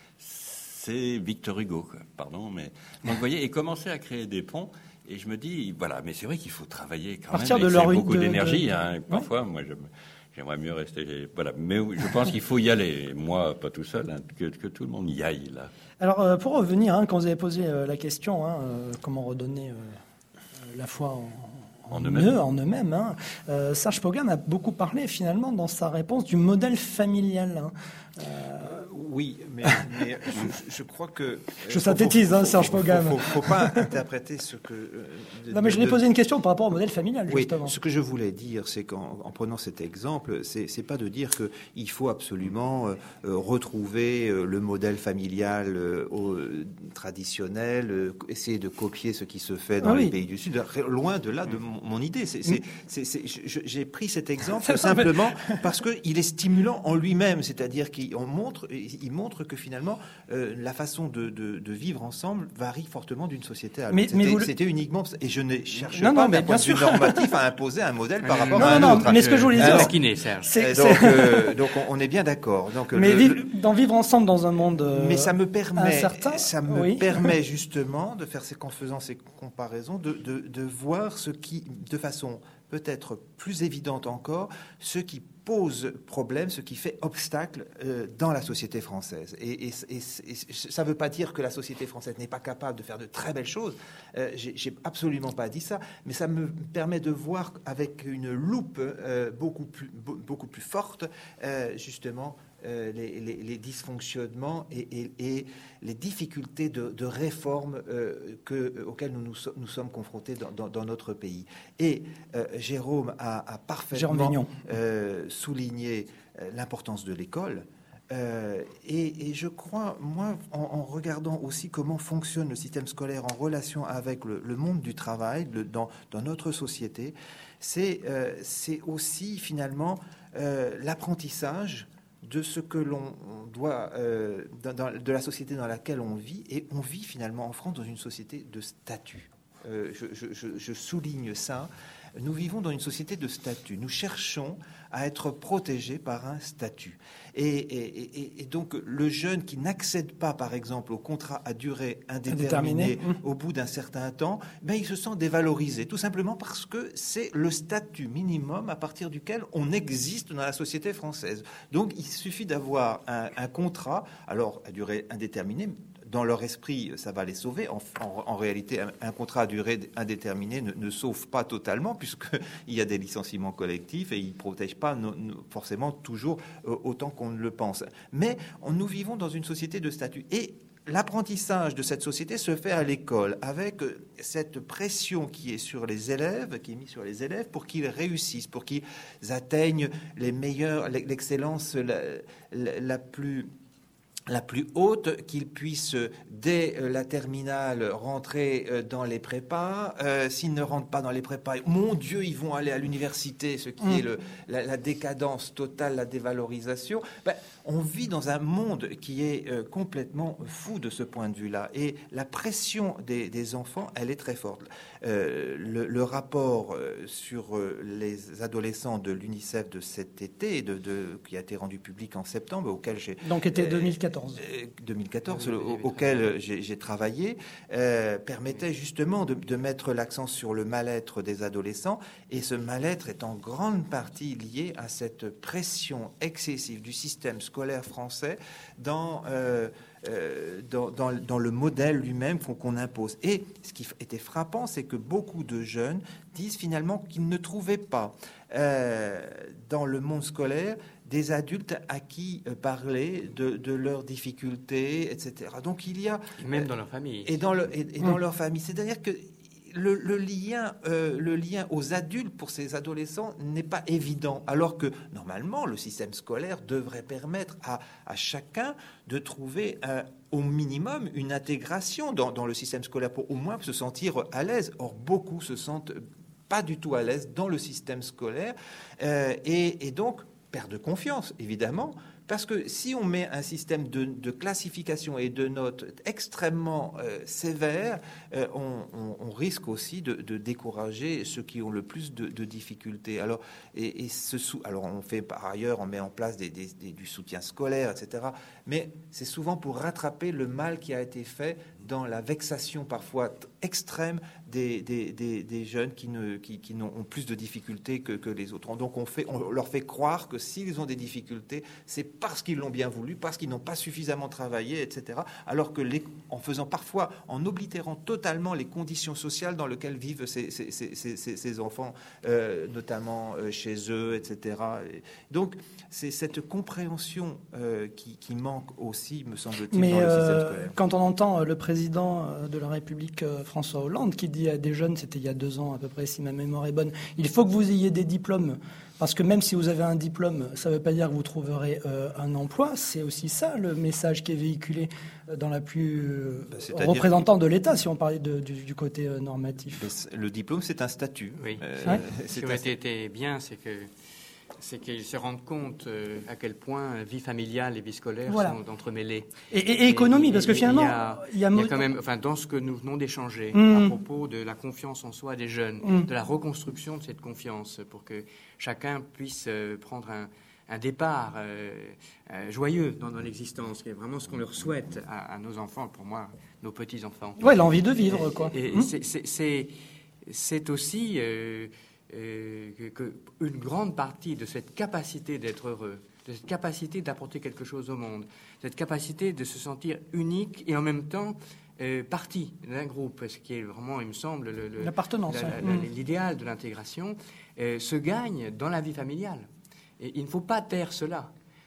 c'est Victor Hugo, quoi. Pardon, mais... Donc, vous voyez, et commencer à créer des ponts. Et je me dis, voilà, mais c'est vrai qu'il faut travailler quand Partir même. De leur, c'est beaucoup de, d'énergie. de... Hein. Parfois, ouais. moi, je, j'aimerais mieux rester. Voilà, mais je pense qu'il faut y aller. Moi, pas tout seul, hein, que, que tout le monde y aille là. Alors, euh, pour revenir, hein, quand vous avez posé euh, la question, hein, euh, comment redonner euh, la foi en, en, en eux-mêmes, en eux-mêmes, hein, euh, Serge Pogam a beaucoup parlé finalement dans sa réponse du modèle familial. Hein. Euh, oui, mais, mais je, je crois que... Je synthétise, faut, faut, hein, Serge Pogam. Il ne faut, faut pas interpréter ce que... Euh, de, non, mais je lui ai posé une question par rapport au modèle familial, oui, justement. Ce que je voulais dire, c'est qu'en en prenant cet exemple, c'est, c'est pas de dire qu'il faut absolument euh, retrouver euh, le modèle familial euh, euh, traditionnel, euh, essayer de copier ce qui se fait dans ah, les oui. pays du Sud. Loin de là de mon, mon idée. C'est, c'est, c'est, c'est, je, j'ai pris cet exemple simplement parce qu'il est stimulant en lui-même, c'est-à-dire qu'il on montre... il montre que finalement, euh, la façon de, de, de vivre ensemble varie fortement d'une société à l'autre. Mais, mais c'était, vous... c'était uniquement... Et je ne cherche non, pas, non, d'un point bien de vue normatif, à imposer un modèle par rapport non, à un non, autre. Non, mais ce que je voulais dire... Taquiner, Serge. C'est, donc, euh, donc, on, on est bien d'accord. Donc, mais le, vivre, le... d'en vivre ensemble dans un monde euh, Mais ça me permet, incertain, ça me oui. permet justement, de faire ces, en faisant ces comparaisons, de, de, de voir ce qui, de façon peut-être plus évidente encore, ce qui pose problème, ce qui fait obstacle euh, dans la société française. Et, et, et, et ça ne veut pas dire que la société française n'est pas capable de faire de très belles choses. Euh, j'ai, j'ai absolument pas dit ça, mais ça me permet de voir avec une loupe euh, beaucoup plus, beaucoup plus forte, euh, justement, Euh, les, les, les dysfonctionnements et, et, et les difficultés de, de réforme euh, que, auxquelles nous nous, so- nous sommes confrontés dans, dans, dans notre pays. Et euh, Jérôme a, a parfaitement euh, souligné euh, l'importance de l'école. Euh, et, et je crois, moi, en, en regardant aussi comment fonctionne le système scolaire en relation avec le, le monde du travail le, dans, dans notre société, c'est euh, c'est aussi finalement euh, l'apprentissage de ce que l'on doit, euh, dans, dans, de la société dans laquelle on vit. Et on vit finalement en France dans une société de statut. Euh, je, je, je, je souligne ça. Nous vivons dans une société de statut. Nous cherchons à être protégés par un statut. Et, et, et, et donc, le jeune qui n'accède pas, par exemple, au contrat à durée indéterminée Indéterminé. au bout d'un certain temps, ben, il se sent dévalorisé, tout simplement parce que c'est le statut minimum à partir duquel on existe dans la société française. Donc, il suffit d'avoir un, un contrat, alors à durée indéterminée. Dans leur esprit, ça va les sauver. En, en, en réalité, un, un contrat à durée indéterminée ne, ne sauve pas totalement, puisqu'il y a des licenciements collectifs et ils ne protègent pas no, no, forcément toujours euh, autant qu'on ne le pense. Mais on, nous vivons dans une société de statut. Et l'apprentissage de cette société se fait à l'école, avec cette pression qui est sur les élèves, qui est mise sur les élèves pour qu'ils réussissent, pour qu'ils atteignent les meilleurs, l'excellence la, la, la plus... la plus haute, qu'ils puissent, dès la terminale, rentrer dans les prépas. Euh, s'ils ne rentrent pas dans les prépas, mon Dieu, ils vont aller à l'université, ce qui mmh. est le, la, la décadence totale, la dévalorisation. Ben, on vit dans un monde qui est euh, complètement fou de ce point de vue-là. Et la pression des, des enfants, elle est très forte. Euh, le, le rapport sur les adolescents de l'UNICEF de cet été, de, de, qui a été rendu public en septembre, auquel j'ai... Donc, était deux mille quatorze. deux mille quatorze, oui, au, auquel j'ai, j'ai travaillé, euh, permettait justement de, de mettre l'accent sur le mal-être des adolescents. Et ce mal-être est en grande partie lié à cette pression excessive du système scolaire français dans... Euh, Euh, dans, dans, dans le modèle lui-même qu'on, qu'on impose. Et ce qui était frappant, c'est que beaucoup de jeunes disent finalement qu'ils ne trouvaient pas euh, dans le monde scolaire des adultes à qui euh, parler de, de leurs difficultés, et cetera. Donc il y a... Et même dans leur famille. Et dans, le, et, et dans mmh. leur famille. C'est-à-dire que Le, le, lien, euh, le lien aux adultes pour ces adolescents n'est pas évident, alors que normalement le système scolaire devrait permettre à, à chacun de trouver euh, au minimum une intégration dans, dans le système scolaire pour au moins se sentir à l'aise. Or, beaucoup se sentent pas du tout à l'aise dans le système scolaire euh, et, et donc perdent confiance, évidemment. Parce que si on met un système de, de classification et de notes extrêmement euh, sévère, euh, on, on, on risque aussi de, de décourager ceux qui ont le plus de, de difficultés. Alors, et, et ce sous, alors, on fait par ailleurs, on met en place des, des, des, du soutien scolaire, et cetera. Mais c'est souvent pour rattraper le mal qui a été fait dans la vexation parfois extrême des, des, des, des jeunes qui, ne, qui, qui n'ont, ont plus de difficultés que, que les autres. Donc on, fait, on leur fait croire que s'ils ont des difficultés, c'est parce qu'ils l'ont bien voulu, parce qu'ils n'ont pas suffisamment travaillé, et cetera. Alors que les, en faisant parfois, en oblitérant totalement les conditions sociales dans lesquelles vivent ces, ces, ces, ces, ces enfants, euh, notamment euh, chez eux, et cetera. Et donc c'est cette compréhension euh, qui, qui manque aussi, me semble-t-il, Mais dans le système euh, scolaire. Quand on entend le président de la République, François Hollande, qui dit à des jeunes, c'était il y a deux ans à peu près, si ma mémoire est bonne, il faut que vous ayez des diplômes, parce que même si vous avez un diplôme, ça ne veut pas dire que vous trouverez euh, un emploi. C'est aussi ça le message qui est véhiculé dans la plus euh, bah, représentant de l'État, si on parlait de, du, du côté euh, normatif. Le diplôme, c'est un statut. Oui. Euh, ouais. Ce qui aurait été bien, c'est que c'est qu'ils se rendent compte euh, à quel point vie familiale et vie scolaire voilà. sont entremêlées. Et, et, et économie, et, parce que finalement, il y a, il y a, il y a quand même, enfin, dans ce que nous venons d'échanger mmh. à propos de la confiance en soi des jeunes, mmh. de la reconstruction de cette confiance, pour que chacun puisse euh, prendre un, un départ euh, euh, joyeux dans, dans l'existence, qui est vraiment ce qu'on leur souhaite à, à nos enfants, pour moi, nos petits enfants. Ouais, l'envie de vivre, quoi. Et, et mmh. c'est, c'est, c'est, c'est aussi euh, Euh, que, que une grande partie de cette capacité d'être heureux, de cette capacité d'apporter quelque chose au monde, cette capacité de se sentir unique et en même temps euh, partie d'un groupe, ce qui est vraiment, il me semble, le, le, l'appartenance, la, la, mmh. l'idéal de l'intégration, euh, se gagne dans la vie familiale. Et il ne faut pas taire cela.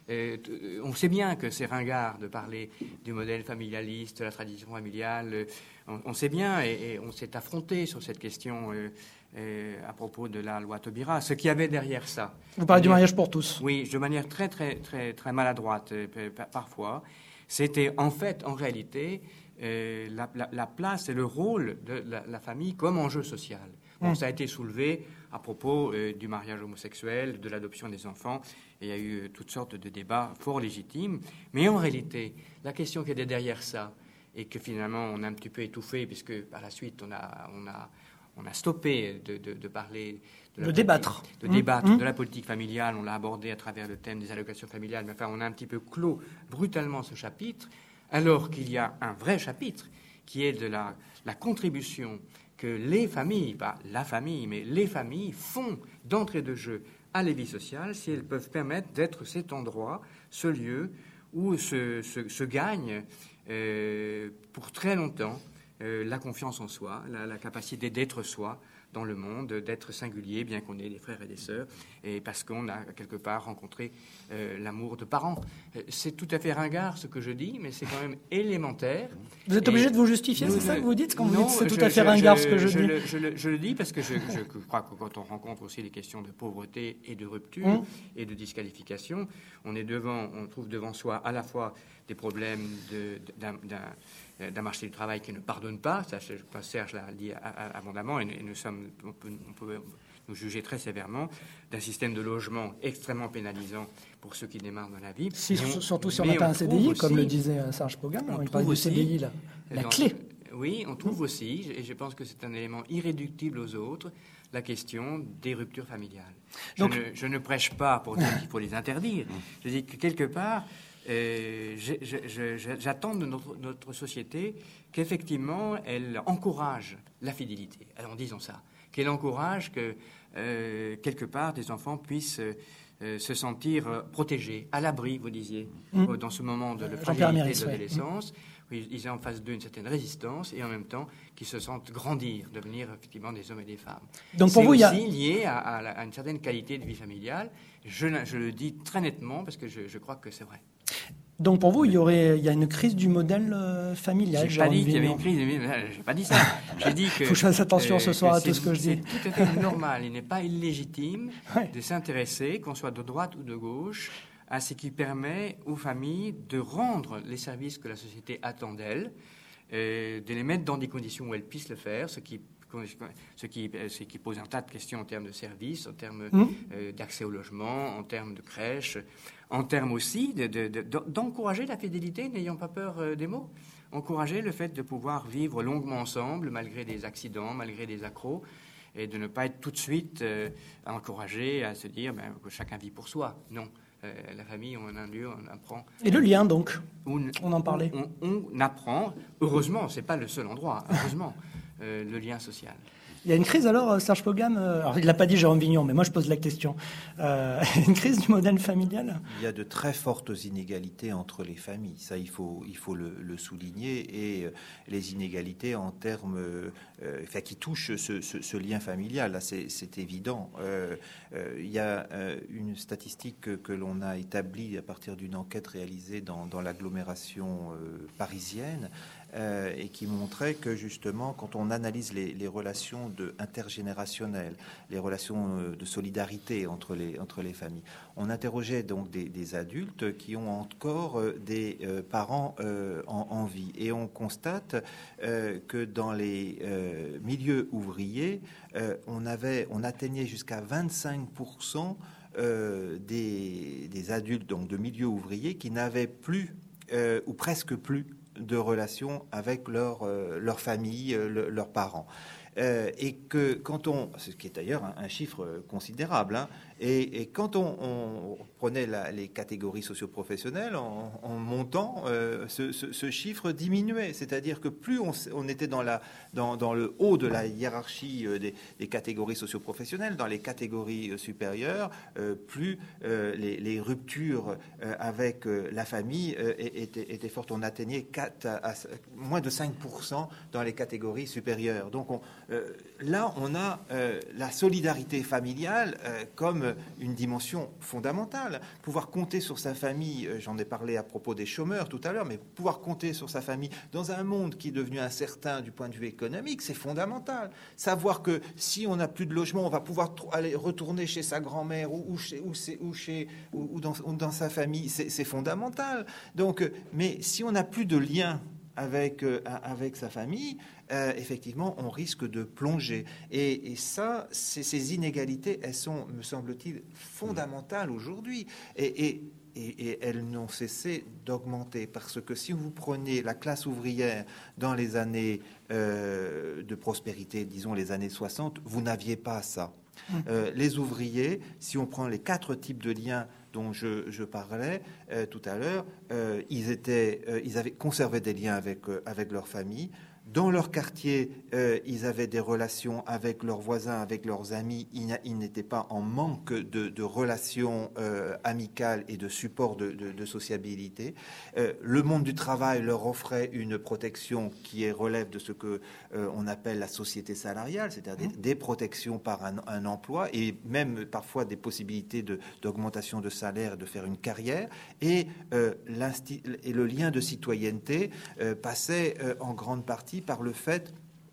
Euh, on sait bien que c'est ringard de parler du modèle familialiste, de la tradition familiale. On, on sait bien, et, et on s'est affronté sur cette question euh, euh, à propos de la loi Taubira. Ce qu'il y avait derrière ça. Vous parlez du mariage pour tous. Oui, de manière très, très, très, très maladroite euh, parfois. C'était en fait, en réalité, euh, la, la, la place et le rôle de la, la famille comme enjeu social. Bon, mmh. Ça a été soulevé à propos euh, du mariage homosexuel, de l'adoption des enfants. Et il y a eu toutes sortes de débats fort légitimes. Mais en réalité, la question qui était derrière ça, et que finalement on a un petit peu étouffé, puisque par la suite on a, on a, on a stoppé de, de, de parler... De, de débattre. De débattre mmh. de la politique familiale. On l'a abordé à travers le thème des allocations familiales. Mais enfin, on a un petit peu clos brutalement ce chapitre, alors qu'il y a un vrai chapitre qui est de la, la contribution que les familles, pas la famille, mais les familles font d'entrée de jeu à la vie sociale, si elles peuvent permettre d'être cet endroit, ce lieu où se, se, se gagne euh, pour très longtemps euh, la confiance en soi, la, la capacité d'être soi dans le monde, d'être singulier, bien qu'on ait des frères et des sœurs, et parce qu'on a quelque part rencontré euh, l'amour de parents. C'est tout à fait ringard ce que je dis, mais c'est quand même élémentaire. Vous êtes obligé de vous justifier, c'est ça que vous dites quand non, vous dites c'est tout je, à fait je, ringard je, ce que je, je dis le, je, le, je le dis parce que je, je, je crois que quand on rencontre aussi les questions de pauvreté et de rupture mmh. et de disqualification, on est devant, on trouve devant soi à la fois des problèmes de, d'un, d'un, d'un marché du travail qui ne pardonne pas, ça, je pense Serge l'a dit abondamment, et nous sommes, on peut, on peut nous juger très sévèrement, d'un système de logement extrêmement pénalisant pour ceux qui démarrent dans la vie. Si, on, surtout si on n'a pas un C D I, aussi, comme le disait Serge Pogam, il parlait du C D I, là, la dans, clé. Oui, on trouve aussi, et je pense que c'est un élément irréductible aux autres, la question des ruptures familiales. Je, Donc, ne, je ne prêche pas pour dire qu'il faut les interdire. Je dis que quelque part, euh, je, je, je, j'attends de notre, notre société qu'effectivement, elle encourage la fidélité. Alors, disons ça. Qu'elle encourage que, euh, quelque part, des enfants puissent euh, se sentir euh, protégés, à l'abri, vous disiez, mmh. euh, dans ce moment de la fragilité de l'adolescence. Mmh. Ils aient en face d'eux une certaine résistance et en même temps qu'ils se sentent grandir, devenir effectivement des hommes et des femmes. Donc pour c'est vous, aussi il y a... lié à, à, à une certaine qualité de vie familiale. Je, je le dis très nettement parce que je, je crois que c'est vrai. Donc pour vous, il y aurait, il y a une crise du modèle euh, familial. J'ai pas dit qu'il y avait une crise. J'ai pas dit ça. J'ai dit que. Il faut que je fasse attention euh, ce soir à tout ce que je dis. C'est tout à fait normal. Il n'est pas illégitime ouais. de s'intéresser, qu'on soit de droite ou de gauche, à ce qui permet aux familles de rendre les services que la société attend d'elles, euh, de les mettre dans des conditions où elles puissent le faire, ce qui Ce qui, ce qui pose un tas de questions en termes de services, en termes mmh. euh, d'accès au logement, en termes de crèches, en termes aussi de, de, de, d'encourager la fidélité, n'ayant pas peur euh, des mots. Encourager le fait de pouvoir vivre longuement ensemble, malgré des accidents, malgré des accros, et de ne pas être tout de suite euh, encouragé à se dire ben, que chacun vit pour soi. Non. Euh, la famille, on a un lieu, on apprend. Et le lien, donc on, on en parlait. On, on, on apprend, heureusement, c'est pas le seul endroit, heureusement. Euh, le lien social. Il y a une crise alors, Serge Pogam, euh, alors il ne l'a pas dit Jérôme Vignon, mais moi je pose la question. Euh, une crise du modèle familial ? Il y a de très fortes inégalités entre les familles, ça il faut, il faut le, le souligner, et euh, les inégalités en termes, euh, enfin, qui touchent ce, ce, ce lien familial, là c'est, c'est évident. Euh, euh, il y a euh, une statistique que, que l'on a établie à partir d'une enquête réalisée dans, dans l'agglomération euh, parisienne, Euh, et qui montrait que justement, quand on analyse les, les relations de, intergénérationnelles, les relations euh, de solidarité entre les, entre les familles, on interrogeait donc des, des adultes qui ont encore euh, des euh, parents euh, en, en vie. Et on constate euh, que dans les euh, milieux ouvriers, euh, on, avait, on atteignait jusqu'à vingt-cinq pour cent euh, des, des adultes donc, de milieux ouvriers qui n'avaient plus, euh, ou presque plus, de relations avec leur, euh, leur famille, euh, le, leurs parents. Euh, et que quand on... Ce qui est d'ailleurs un, un chiffre considérable, hein, et, et quand on, on prenait la, les catégories socio-professionnelles, en, en montant, euh, ce, ce, ce chiffre diminuait. C'est-à-dire que plus on, on était dans, la, dans, dans le haut de la hiérarchie des, des catégories socio-professionnelles, dans les catégories supérieures, euh, plus euh, les, les ruptures euh, avec euh, la famille euh, étaient, étaient fortes. On atteignait quatre à, à, moins de cinq pour cent dans les catégories supérieures. Donc on euh, là, on a euh, la solidarité familiale euh, comme une dimension fondamentale. Pouvoir compter sur sa famille, euh, j'en ai parlé à propos des chômeurs tout à l'heure, mais pouvoir compter sur sa famille dans un monde qui est devenu incertain du point de vue économique, c'est fondamental. Savoir que si on n'a plus de logement, on va pouvoir tr- aller retourner chez sa grand-mère ou, ou, chez, ou, chez, ou, chez, ou, ou, dans, ou dans sa famille, c'est, c'est fondamental. Donc, euh, mais si on n'a plus de lien avec, euh, avec sa famille, euh, effectivement, on risque de plonger. Et, et ça, c'est, ces inégalités, elles sont, me semble-t-il, fondamentales aujourd'hui. Et, et, et, et elles n'ont cessé d'augmenter. Parce que si vous prenez la classe ouvrière dans les années euh, de prospérité, disons les années soixante, vous n'aviez pas ça. Euh, les ouvriers, si on prend les quatre types de liens dont je, je parlais euh, tout à l'heure, euh, ils, étaient, euh, ils avaient conservé des liens avec, euh, avec leur famille. Dans leur quartier, euh, ils avaient des relations avec leurs voisins, avec leurs amis. Ils, ils n'étaient pas en manque de, de relations euh, amicales et de support de, de, de sociabilité. Euh, le monde du travail leur offrait une protection qui est, relève de ce que euh, on appelle la société salariale, c'est-à-dire des, des protections par un, un emploi et même parfois des possibilités de, d'augmentation de salaire et de faire une carrière. Et, euh, et le lien de citoyenneté euh, passait euh, en grande partie par le fait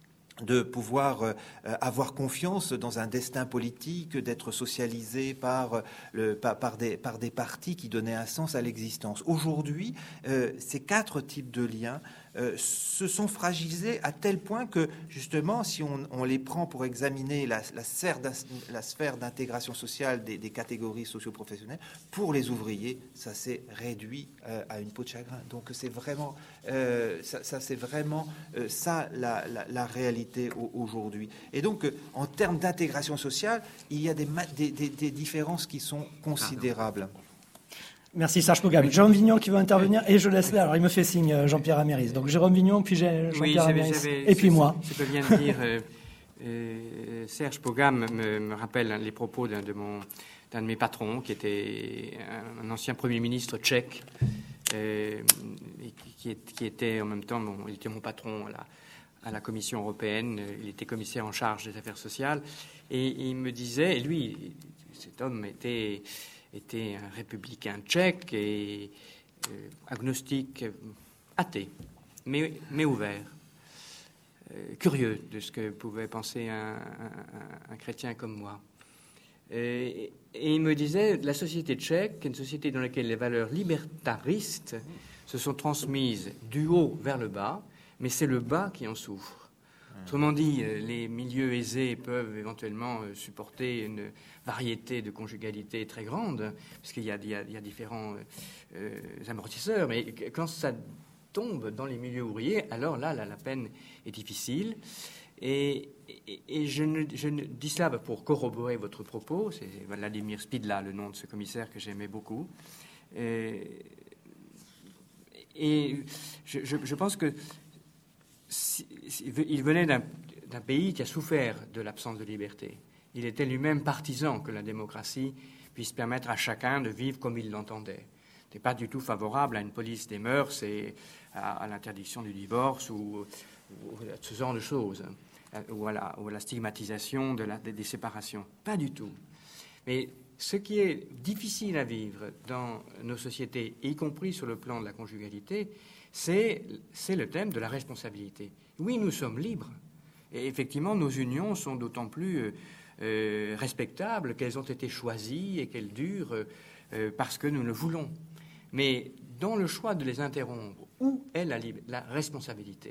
de pouvoir euh, avoir confiance dans un destin politique, d'être socialisé par, le, par, par, des, par des partis qui donnaient un sens à l'existence. Aujourd'hui, euh, ces quatre types de liens euh, se sont fragilisés à tel point que, justement, si on, on les prend pour examiner la, la, sphère, la sphère d'intégration sociale des, des catégories socio-professionnelles, pour les ouvriers, ça s'est réduit euh, à une peau de chagrin. Donc c'est vraiment, euh, ça, ça c'est vraiment euh, ça la, la, la réalité aujourd'hui. Et donc, en termes d'intégration sociale, il y a des, des, des, des différences qui sont considérables. Merci Serge Pogam. Jérôme Vignon qui veut intervenir et je laisse là. Alors il me fait signe Jean-Pierre Améris. Donc Jérôme Vignon, puis j'ai Jean-Pierre oui, Améris et puis moi. Je peux bien dire, euh, euh, Serge Pogam me, me rappelle les propos d'un de, mon, d'un de mes patrons qui était un, un ancien Premier ministre tchèque euh, qui, qui était en même temps, bon, il était mon patron à la à la Commission européenne, il était commissaire en charge des affaires sociales, et il me disait, et lui, cet homme était, était un républicain tchèque et euh, agnostique, athée, mais, mais ouvert, euh, curieux de ce que pouvait penser un, un, un chrétien comme moi. Et, et il me disait, la société tchèque est une société dans laquelle les valeurs libertaristes se sont transmises du haut vers le bas, mais c'est le bas qui en souffre. Autrement dit, les milieux aisés peuvent éventuellement supporter une variété de conjugalité très grande, parce qu'il y a, il y a, il y a différents euh, amortisseurs, mais quand ça tombe dans les milieux ouvriers, alors là, la, la peine est difficile. Et, et, et je, ne, je ne dis cela pour corroborer votre propos, c'est Vladimir Spidla, le nom de ce commissaire que j'aimais beaucoup. Et, et je, je, je pense que il venait d'un, d'un pays qui a souffert de l'absence de liberté. Il était lui-même partisan que la démocratie puisse permettre à chacun de vivre comme il l'entendait. Il n'était pas du tout favorable à une police des mœurs et à, à l'interdiction du divorce ou, ou à ce genre de choses, ou à la, ou à la stigmatisation de la, des, des séparations. Pas du tout. Mais ce qui est difficile à vivre dans nos sociétés, y compris sur le plan de la conjugalité, C'est, c'est le thème de la responsabilité. Oui, nous sommes libres. Et effectivement, nos unions sont d'autant plus euh, respectables qu'elles ont été choisies et qu'elles durent euh, parce que nous le voulons. Mais dans le choix de les interrompre, où est la, la responsabilité ?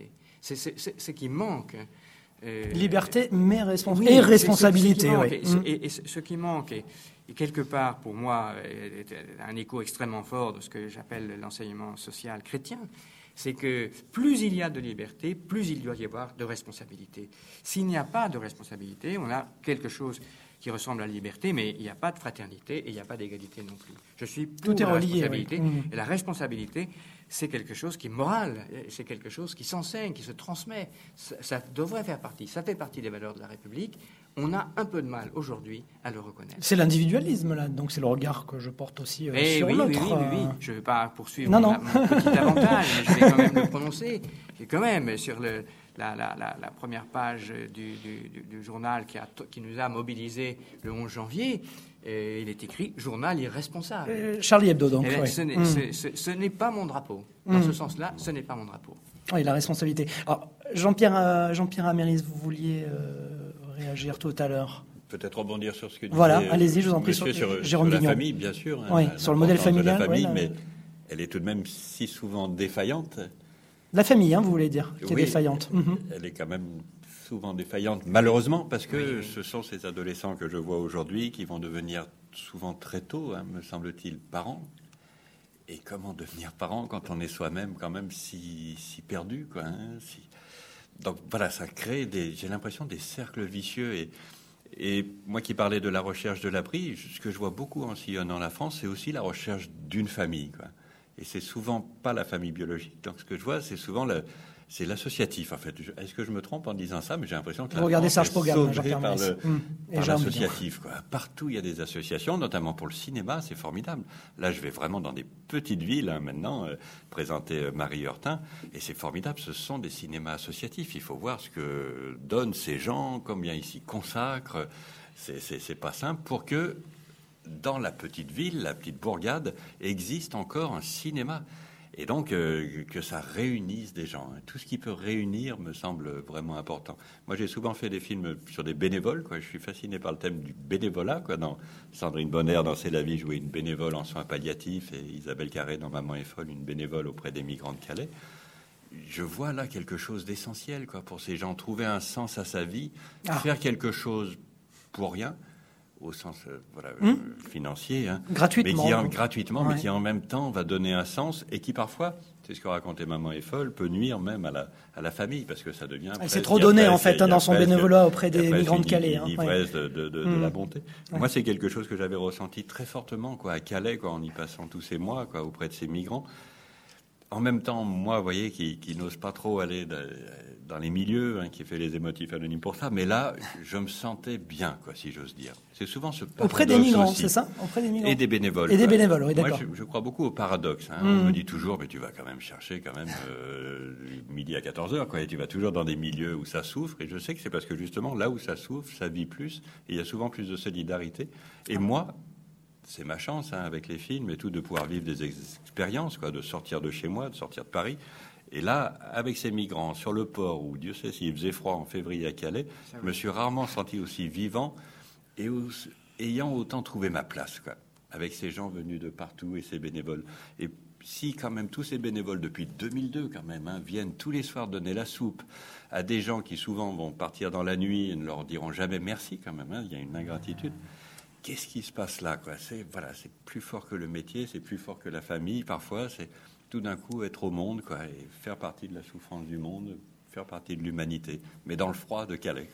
C'est ce qui manque. Euh, Liberté, mais responsa- oui, et responsabilité. Ce, ce oui. et, mmh. et, et ce qui manque, et, et quelque part, pour moi, est un écho extrêmement fort de ce que j'appelle l'enseignement social chrétien, c'est que plus il y a de liberté, plus il doit y avoir de responsabilité. S'il n'y a pas de responsabilité, on a quelque chose qui ressemble à la liberté, mais il n'y a pas de fraternité et il n'y a pas d'égalité non plus. Je suis pour Tout est la relié, responsabilité, oui. mmh. et la responsabilité, c'est quelque chose qui est moral, c'est quelque chose qui s'enseigne, qui se transmet. Ça, ça devrait faire partie, ça fait partie des valeurs de la République. On a un peu de mal aujourd'hui à le reconnaître. C'est l'individualisme, là, donc c'est le regard que je porte aussi euh, sur oui, l'autre. Oui, oui, oui, oui. Je ne vais pas poursuivre non, mon, non. mon petit avantage, mais je vais quand même le prononcer. Et quand même, sur le, la, la, la, la première page du, du, du, du journal qui, a, qui nous a mobilisés le onze janvier, et il est écrit « Journal irresponsable euh, ». Charlie Hebdo, donc. Eh bien, oui. ce, n'est, mmh. ce, ce, ce n'est pas mon drapeau. Dans mmh. ce sens-là, ce n'est pas mon drapeau. Oui, la responsabilité. Alors, Jean-Pierre, euh, Jean-Pierre Améris, vous vouliez euh, réagir tout à l'heure. Peut-être rebondir sur ce que disait Voilà, allez-y, je vous en prie, monsieur, sur, sur, Jérôme sur la Vignon. famille, bien sûr. Oui, hein, sur le modèle familial. De la famille, ouais, mais la... elle est tout de même si souvent défaillante. La famille, hein, vous voulez dire, qui oui, est défaillante. Mmh. Elle est quand même souvent défaillante, malheureusement, parce que oui, oui. ce sont ces adolescents que je vois aujourd'hui qui vont devenir souvent très tôt, hein, me semble-t-il, parents. Et comment devenir parent quand on est soi-même quand même si, si perdu, quoi, hein, si... Donc voilà, ça crée, des, j'ai l'impression, des cercles vicieux. Et, et moi qui parlais de la recherche de l'abri, ce que je vois beaucoup en sillonnant la France, c'est aussi la recherche d'une famille, quoi. Et c'est souvent pas la famille biologique. Donc ce que je vois, c'est souvent le, c'est l'associatif, en fait. Est-ce que je me trompe en disant ça? Mais j'ai l'impression que vous regardez Serge Pogam, Jean-Pierre par, le, mmh. par l'associatif, quoi. Partout, il y a des associations, notamment pour le cinéma, c'est formidable. Là, je vais vraiment dans des petites villes, hein, maintenant, euh, présenter euh, Marie Heurtin, et c'est formidable. Ce sont des cinémas associatifs. Il faut voir ce que donnent ces gens, combien ils s'y consacrent. C'est, c'est, c'est pas simple pour que, dans la petite ville, la petite bourgade, existe encore un cinéma. Et donc, euh, que ça réunisse des gens. Tout ce qui peut réunir me semble vraiment important. Moi, j'ai souvent fait des films sur des bénévoles, quoi. Je suis fasciné par le thème du bénévolat, quoi. Dans Sandrine Bonner, dans C'est la vie, jouait une bénévole en soins palliatifs, et Isabelle Carré, dans Maman est folle, une bénévole auprès des migrants de Calais. Je vois là quelque chose d'essentiel, quoi, pour ces gens. Trouver un sens à sa vie, ah. faire quelque chose pour rien, au sens euh, voilà, mmh. euh, financier, hein, gratuitement, mais qui, en, gratuitement ouais. mais qui en même temps va donner un sens et qui parfois, c'est ce que racontait Maman est folle, peut nuire même à la, à la famille parce que ça devient... C'est trop donné en fait hein, dans son bénévolat auprès des migrants de Calais. Une ivresse hein, ouais. de, de, de, mmh. de la bonté. Ouais. Moi, c'est quelque chose que j'avais ressenti très fortement quoi, à Calais, quoi, en y passant tous ces mois quoi, auprès de ces migrants. En même temps, moi, vous voyez, qui, qui n'ose pas trop aller de, dans les milieux, hein, qui fait les émotifs anonymes pour ça, mais là, je me sentais bien, quoi, si j'ose dire. C'est souvent ce paradoxe auprès des migrants, aussi. C'est ça, auprès des migrants et des bénévoles. Et quoi. des bénévoles, oui, d'accord. Moi, je, je crois beaucoup au paradoxe. Hein. Mmh. On me dit toujours, mais tu vas quand même chercher, quand même, euh, midi à quatorze heures, quoi, et tu vas toujours dans des milieux où ça souffre. Et je sais que c'est parce que justement, là où ça souffre, ça vit plus, et il y a souvent plus de solidarité. Et moi. C'est ma chance, hein, avec les films et tout, de pouvoir vivre des expériences, quoi, de sortir de chez moi, de sortir de Paris. Et là, avec ces migrants sur le port, où Dieu sait s'il faisait froid en février à Calais, je me suis rarement senti aussi vivant et aussi, ayant autant trouvé ma place, quoi, avec ces gens venus de partout et ces bénévoles. Et si quand même tous ces bénévoles, depuis deux mille deux quand même, hein, viennent tous les soirs donner la soupe à des gens qui souvent vont partir dans la nuit et ne leur diront jamais merci quand même, hein, il y a une ingratitude. Qu'est-ce qui se passe là, quoi? C'est voilà, c'est plus fort que le métier, c'est plus fort que la famille. Parfois, c'est tout d'un coup être au monde, quoi, et faire partie de la souffrance du monde, faire partie de l'humanité, mais dans le froid de Calais.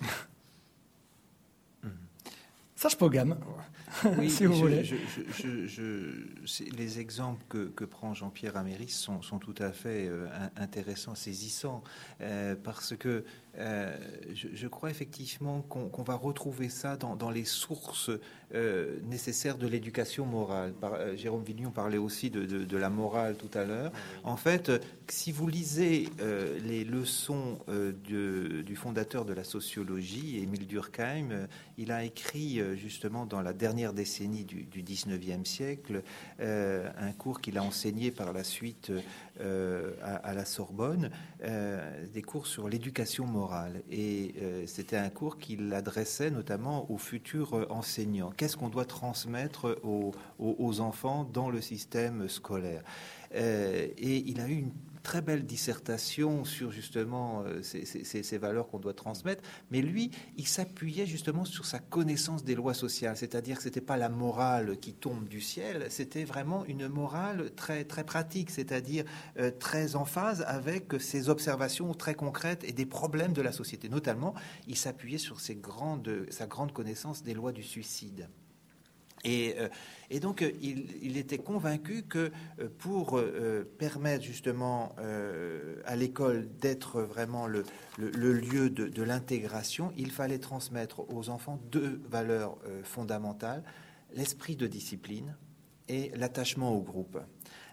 Serge Pogam, oui, si vous je, voulez. Je, je, je, je, les exemples que, que prend Jean-Pierre Améris sont, sont tout à fait euh, intéressants, saisissants, euh, parce que euh, je, je crois effectivement qu'on, qu'on va retrouver ça dans, dans les sources euh, nécessaires de l'éducation morale. Par, euh, Jérôme Vignon parlait aussi de, de, de la morale tout à l'heure. Oui. En fait, euh, si vous lisez euh, les leçons euh, de, du fondateur de la sociologie, Émile Durkheim, euh, il a écrit euh, justement dans la dernière décennie du, du dix-neuvième siècle euh, un cours qu'il a enseigné par la suite euh, à, à la Sorbonne, euh, des cours sur l'éducation morale. Et euh, c'était un cours qu'il adressait notamment aux futurs enseignants. Qu'est-ce qu'on doit transmettre aux, aux, aux enfants dans le système scolaire? euh, Et il a eu une très belle dissertation sur justement euh, ces, ces, ces valeurs qu'on doit transmettre, mais lui, il s'appuyait justement sur sa connaissance des lois sociales, c'est-à-dire que c'était pas la morale qui tombe du ciel, c'était vraiment une morale très très pratique, c'est-à-dire euh, très en phase avec ses observations très concrètes et des problèmes de la société. Notamment, il s'appuyait sur ses grandes, sa grande connaissance des lois du suicide. Et, euh, et donc, euh, il, il était convaincu que euh, pour euh, permettre justement euh, à l'école d'être vraiment le, le, le lieu de, de l'intégration, il fallait transmettre aux enfants deux valeurs euh, fondamentales, l'esprit de discipline et l'attachement au groupe.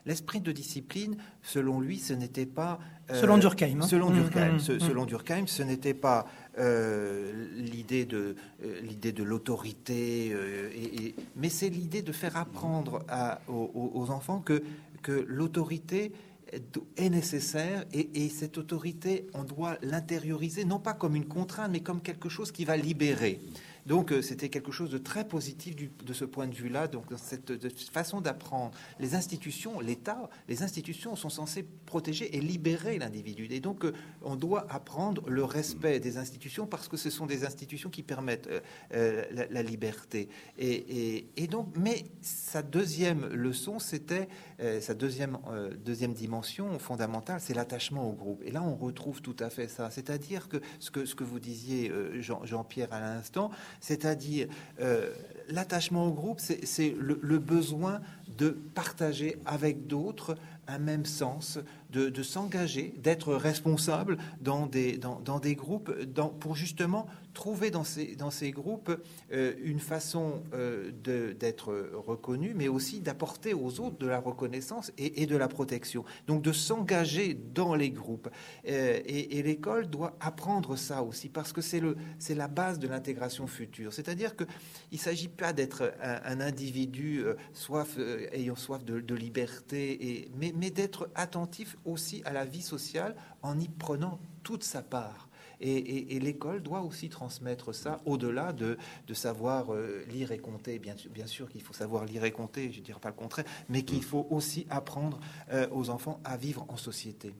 L'esprit de discipline, selon lui, ce n'était pas... Euh, selon Durkheim. Hein. Selon Durkheim. Mmh, ce, mmh. Selon Durkheim, ce n'était pas euh, l'idée de, euh, l'idée de l'autorité, euh, et, et, mais c'est l'idée de faire apprendre à, aux, aux enfants que, que l'autorité est nécessaire, et, et cette autorité, on doit l'intérioriser, non pas comme une contrainte, mais comme quelque chose qui va libérer. Donc, euh, c'était quelque chose de très positif du, de ce point de vue-là. Donc, cette, cette façon d'apprendre, les institutions, l'État, les institutions sont censées protéger et libérer l'individu. Et donc, euh, on doit apprendre le respect des institutions parce que ce sont des institutions qui permettent euh, euh, la, la liberté. Et, et, et donc, mais sa deuxième leçon, c'était euh, sa deuxième euh, deuxième dimension fondamentale, c'est l'attachement au groupe. Et là, on retrouve tout à fait ça. C'est-à-dire que ce que ce que vous disiez, euh, Jean, Jean-Pierre, à l'instant. C'est-à-dire, euh, l'attachement au groupe, c'est, c'est le, le besoin de partager avec d'autres un même sens, de, de s'engager, d'être responsable dans des, dans, dans des groupes, dans, pour justement trouver dans ces, dans ces groupes euh, une façon euh, de, d'être reconnu, mais aussi d'apporter aux autres de la reconnaissance et, et de la protection. Donc de s'engager dans les groupes. Euh, et, et l'école doit apprendre ça aussi, parce que c'est, le, c'est la base de l'intégration future. C'est-à-dire qu'il ne s'agit pas d'être un, un individu euh, soif, euh, ayant soif de, de liberté, et, mais, mais d'être attentif aussi à la vie sociale en y prenant toute sa part. Et, et, et l'école doit aussi transmettre ça, au-delà de, de savoir euh, lire et compter. Bien, bien sûr qu'il faut savoir lire et compter, je ne dirais pas le contraire, mais qu'il faut aussi apprendre euh, aux enfants à vivre en société.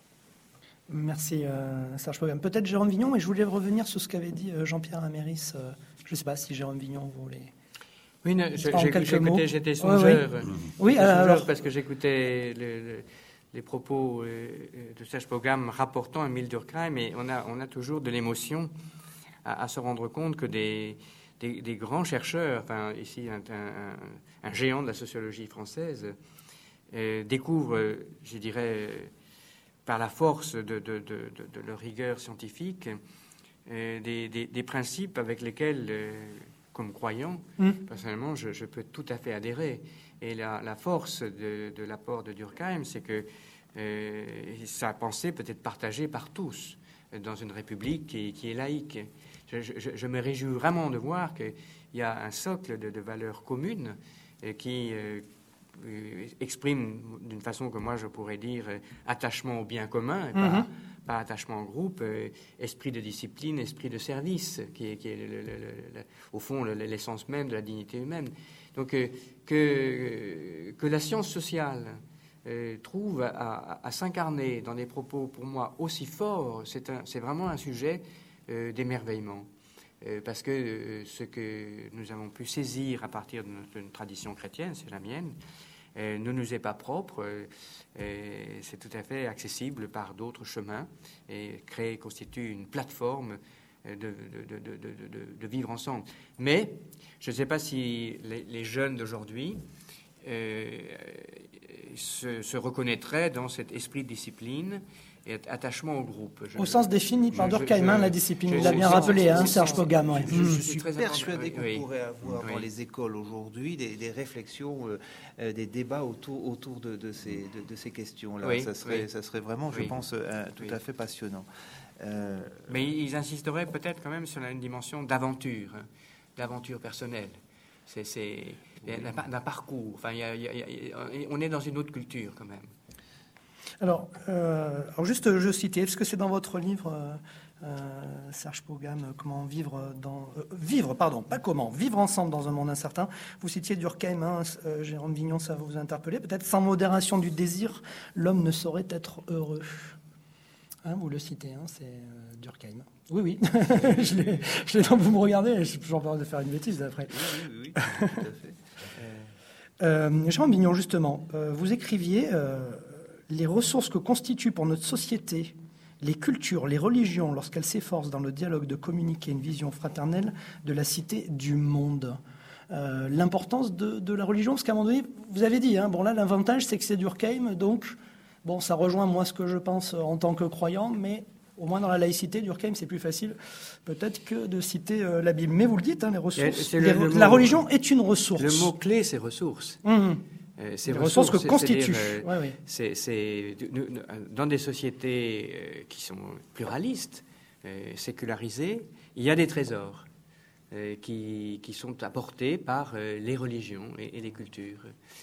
Merci euh, Serge Pogam. Peut-être Jérôme Vignon, mais je voulais revenir sur ce qu'avait dit euh, Jean-Pierre Améris. Euh, je ne sais pas si Jérôme Vignon voulait... Oui, non, je, j'écoutais, j'étais songeur. Oui, oui. oui j'étais alors... songeur parce que j'écoutais le, le, les propos euh, de Serge Pogam rapportant Émile Durkheim, et on a, on a toujours de l'émotion à, à se rendre compte que des, des, des grands chercheurs, enfin ici un, un, un géant de la sociologie française, euh, découvrent, je dirais, par la force de, de, de, de, de leur rigueur scientifique, euh, des, des, des principes avec lesquels... Euh, comme croyant, mmh. personnellement, je, je peux tout à fait adhérer. Et la, la force de, de l'apport de Durkheim, c'est que euh, sa pensée peut être partagée par tous dans une république qui, qui est laïque. Je, je, je me réjouis vraiment de voir qu'il y a un socle de, de valeurs communes euh, qui euh, exprime d'une façon que moi je pourrais dire euh, attachement au bien commun, et mmh. pas, pas attachement au groupe, euh, esprit de discipline, esprit de service, qui est, qui est le, le, le, le, au fond le, l'essence même de la dignité humaine. Donc euh, que, que la science sociale euh, trouve à, à, à s'incarner dans des propos pour moi aussi forts, c'est, un, c'est vraiment un sujet euh, d'émerveillement. Euh, parce que euh, ce que nous avons pu saisir à partir de notre une tradition chrétienne, c'est la mienne, euh, ne nous est pas propre, euh, euh, c'est tout à fait accessible par d'autres chemins, et crée, constitue une plateforme de, de, de, de, de, de vivre ensemble. Mais je ne sais pas si les, les jeunes d'aujourd'hui euh, se, se reconnaîtraient dans cet esprit de discipline et attachement au groupe. Je, au sens défini par Durkheim, hein, la discipline, il l'a bien rappelé, hein, Serge Pogam. Ouais. Je, je, je suis persuadé qu'on oui. pourrait avoir oui. dans les écoles aujourd'hui des, des réflexions, euh, des débats autour, autour de, de, ces, de, de ces questions-là. Oui. Ça, serait, oui. ça serait vraiment, je oui. pense, euh, tout oui. à fait passionnant. Euh... Mais ils insisteraient peut-être quand même sur une dimension d'aventure, hein, d'aventure personnelle. C'est, c'est oui. d'un, d'un parcours. Enfin, y a, y a, y a, on est dans une autre culture quand même. Alors, euh, alors juste, je citais, parce que c'est dans votre livre, euh, euh, Serge Pogam, comment vivre dans... Euh, vivre, pardon, pas comment, vivre ensemble dans un monde incertain. Vous citiez Durkheim, hein, euh, Jérôme Vignon, ça vous a interpellé. Peut-être sans modération du désir, l'homme ne saurait être heureux. Hein, vous le citez, hein, c'est euh, Durkheim. Oui, oui, je l'ai, je l'ai, vous me regardez, j'en parle de faire une bêtise après. Oui, oui, oui, tout à fait. euh, Jérôme Vignon, justement, euh, vous écriviez... Euh, les ressources que constituent pour notre société les cultures, les religions, lorsqu'elles s'efforcent dans le dialogue de communiquer une vision fraternelle de la cité du monde. Euh, l'importance de, de la religion, parce qu'à un moment donné, vous avez dit, hein, bon là, l'avantage, c'est que c'est Durkheim, donc, bon, ça rejoint moi ce que je pense en tant que croyant, mais au moins dans la laïcité, Durkheim, c'est plus facile peut-être que de citer euh, la Bible. Mais vous le dites, hein, les ressources, le, les, le la mot, religion est une ressource. Le mot-clé, c'est ressources. Mmh. Euh, ces les ressources, ressources que constituent. Euh, ouais, ouais. c'est, c'est, dans des sociétés euh, qui sont pluralistes, euh, sécularisées, il y a des trésors euh, qui, qui sont apportés par euh, les religions et, et les cultures.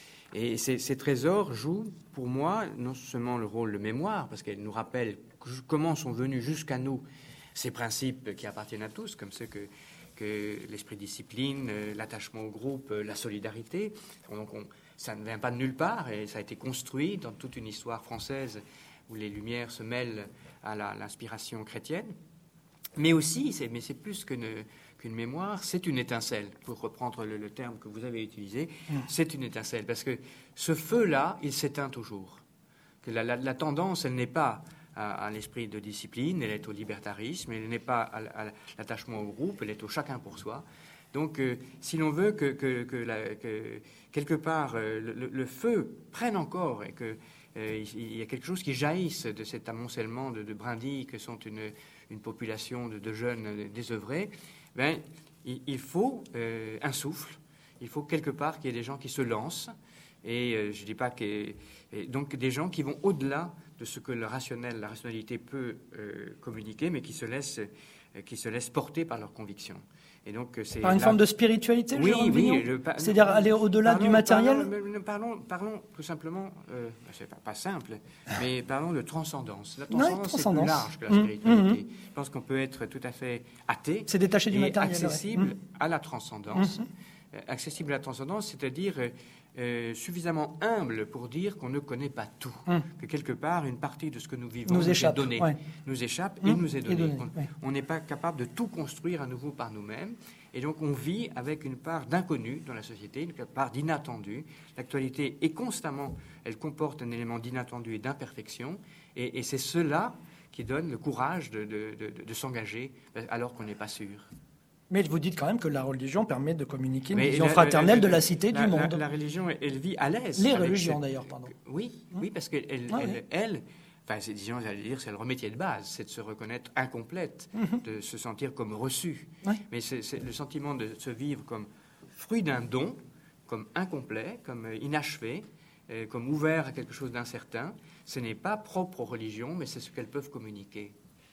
Et ces, ces trésors jouent, pour moi, non seulement le rôle de mémoire, parce qu'elles nous rappellent comment sont venus jusqu'à nous ces principes qui appartiennent à tous, comme ceux que, que l'esprit de discipline, euh, l'attachement au groupe, euh, la solidarité. Donc on, ça ne vient pas de nulle part et ça a été construit dans toute une histoire française où les Lumières se mêlent à la, l'inspiration chrétienne. Mais aussi, c'est, mais c'est plus qu'une, qu'une mémoire, c'est une étincelle, pour reprendre le, le terme que vous avez utilisé, mmh. c'est une étincelle, parce que ce feu-là, il s'éteint toujours. Que la, la, la tendance, elle n'est pas à, à l'esprit de discipline, elle est au libertarisme, elle n'est pas à, à l'attachement au groupe, elle est au chacun pour soi. Donc, euh, si l'on veut que, que, que, la, que quelque part euh, le, le feu prenne encore et qu'il euh, y a quelque chose qui jaillisse de cet amoncellement de, de brindilles que sont une, une population de, de jeunes désœuvrés, ben, il, il faut euh, un souffle, il faut quelque part qu'il y ait des gens qui se lancent, et euh, je dis pas que... Et donc des gens qui vont au-delà de ce que le rationnel, la rationalité peut euh, communiquer, mais qui se laissent, euh, qui se laissent porter par leurs convictions. Et donc, c'est par une là... forme de spiritualité, oui, Jérôme oui, Vignon, c'est-à-dire aller au-delà parlons, du matériel. Parlons, parlons, parlons tout simplement, euh, c'est pas, pas simple, mais parlons de transcendance. La transcendance, ouais, transcendance. C'est plus large que la spiritualité. Mmh, mmh. Je pense qu'on peut être tout à fait athée, c'est détaché du et matériel, accessible ouais. à la transcendance. Mmh. Euh, accessible à la transcendance, c'est-à-dire euh, suffisamment humble pour dire qu'on ne connaît pas tout, mmh. que quelque part une partie de ce que nous vivons nous échappe, est donnée, ouais. nous échappe mmh. et nous est donnée. Donné, on n'est ouais. pas capable de tout construire à nouveau par nous-mêmes. Et donc, on vit avec une part d'inconnu dans la société, une part d'inattendu. L'actualité est constamment, elle comporte un élément d'inattendu et d'imperfection. Et, et c'est cela qui donne le courage de, de, de, de s'engager alors qu'on n'est pas sûr. Mais vous dites quand même que la religion permet de communiquer une Mais vision la, fraternelle la, la, de la cité la, du monde. La, la religion, elle vit à l'aise. Les religions, cette... d'ailleurs, pardon. Oui, mmh. oui parce qu'elle, elle, ah, elle, oui. elle enfin, c'est, disons, j'allais dire, c'est le métier de base, c'est de se reconnaître incomplète, mmh. de se sentir comme reçu. Oui. Mais c'est, c'est le sentiment de se vivre comme fruit d'un don, comme incomplet, comme inachevé, euh, comme ouvert à quelque chose d'incertain. Ce n'est pas propre aux religions, mais c'est ce qu'elles peuvent communiquer.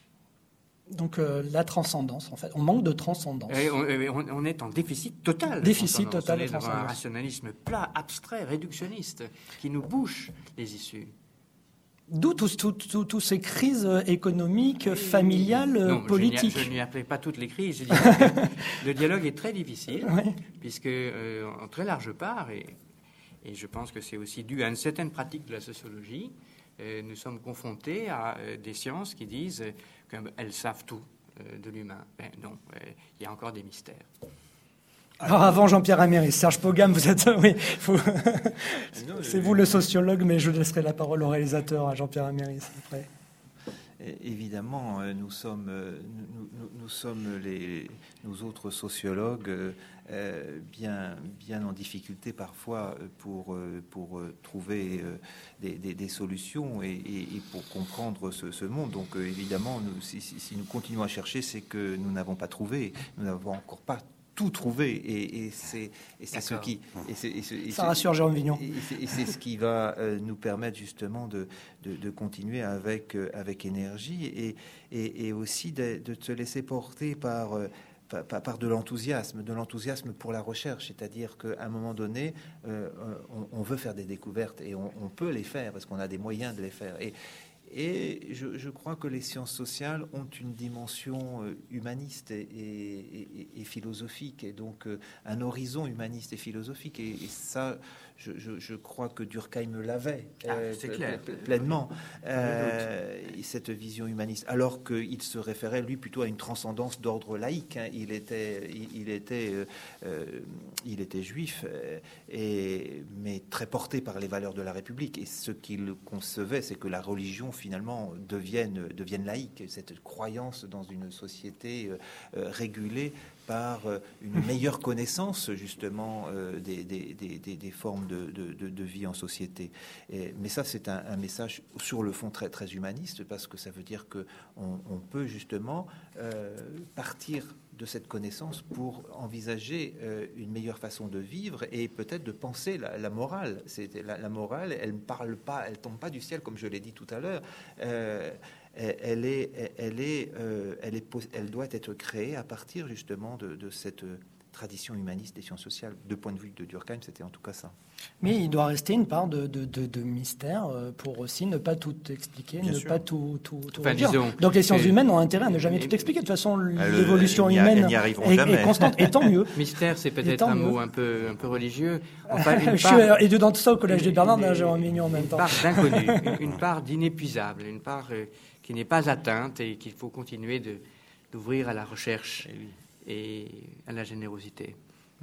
Donc euh, la transcendance, en fait. On manque de transcendance. Et on, on, on est en déficit total. Déficit total de transcendance. On est dans un rationalisme plat, abstrait, réductionniste, qui nous bouche les issues. D'où tous tout, tout, tout ces crises économiques, oui, familiales, non, politiques. Je n'y appelais pas toutes les crises. Je dis que le dialogue est très difficile, oui. puisque euh, en très large part, et, et je pense que c'est aussi dû à une certaine pratique de la sociologie, euh, nous sommes confrontés à euh, des sciences qui disent qu'elles savent tout euh, de l'humain. Ben, non, il euh, y a encore des mystères. Alors avant Jean-Pierre Améris, Serge Pogam, vous êtes, oui, faut... c'est vous le sociologue, mais je laisserai la parole au réalisateur, à Jean-Pierre Améris après. Évidemment, nous sommes, nous, nous, nous sommes les, nous autres sociologues euh, bien, bien en difficulté parfois pour, pour trouver des, des, des solutions et, et, et pour comprendre ce, ce monde. Donc évidemment, nous, si, si nous continuons à chercher, c'est que nous n'avons pas trouvé, nous n'avons encore pas tout trouvé et, et c'est, et c'est ce qui et c'est, et c'est, et ça rassure Jérôme Vignon et c'est, et c'est ce qui va euh, nous permettre justement de, de, de continuer avec euh, avec énergie et, et, et aussi de, de se laisser porter par, euh, par par de l'enthousiasme de l'enthousiasme pour la recherche, c'est-à-dire qu'à un moment donné euh, on, on veut faire des découvertes et on, on peut les faire parce qu'on a des moyens de les faire et Et je, je crois que les sciences sociales ont une dimension humaniste et, et, et, et philosophique, et donc un horizon humaniste et philosophique. Et, et ça, je, je, je crois que Durkheim l'avait ah, euh, c'est clair. pleinement, euh, cette vision humaniste, alors qu'il se référait, lui, plutôt à une transcendance d'ordre laïque. Hein. Il était, il, il était, euh, il était juif, et, mais très porté par les valeurs de la République. Et ce qu'il concevait, c'est que la religion finalement deviennent, deviennent laïques. Cette croyance dans une société euh, régulée par euh, une meilleure connaissance justement euh, des, des, des, des formes de, de, de vie en société. Et, mais ça, c'est un, un message sur le fond très, très humaniste, parce que ça veut dire qu'on on peut justement euh, partir de cette connaissance pour envisager euh, une meilleure façon de vivre et peut-être de penser la, la morale. C'est, la, la morale, elle ne parle pas, elle tombe pas du ciel, comme je l'ai dit tout à l'heure. Euh, elle, est, elle, est, euh, elle, est, elle doit être créée à partir justement de, de cette tradition humaniste des sciences sociales. De point de vue de Durkheim, c'était en tout cas ça. Mais il doit rester une part de, de, de, de mystère pour aussi ne pas tout expliquer, Bien ne sûr. pas tout, tout, tout enfin, dire. disons, Donc les sciences humaines ont intérêt à ne jamais tout expliquer. De toute façon, elle, l'évolution elle humaine y est, est constante, et tant mieux. Mystère, c'est peut-être un mieux. mot un peu, un peu religieux. Enfin, une Je part, suis étudiant de ça au Collège des Bernardins, Jérôme Mignon en même temps. Une part d'inconnu, une part d'inépuisable, une part euh, qui n'est pas atteinte et qu'il faut continuer de, d'ouvrir à la recherche et à la générosité.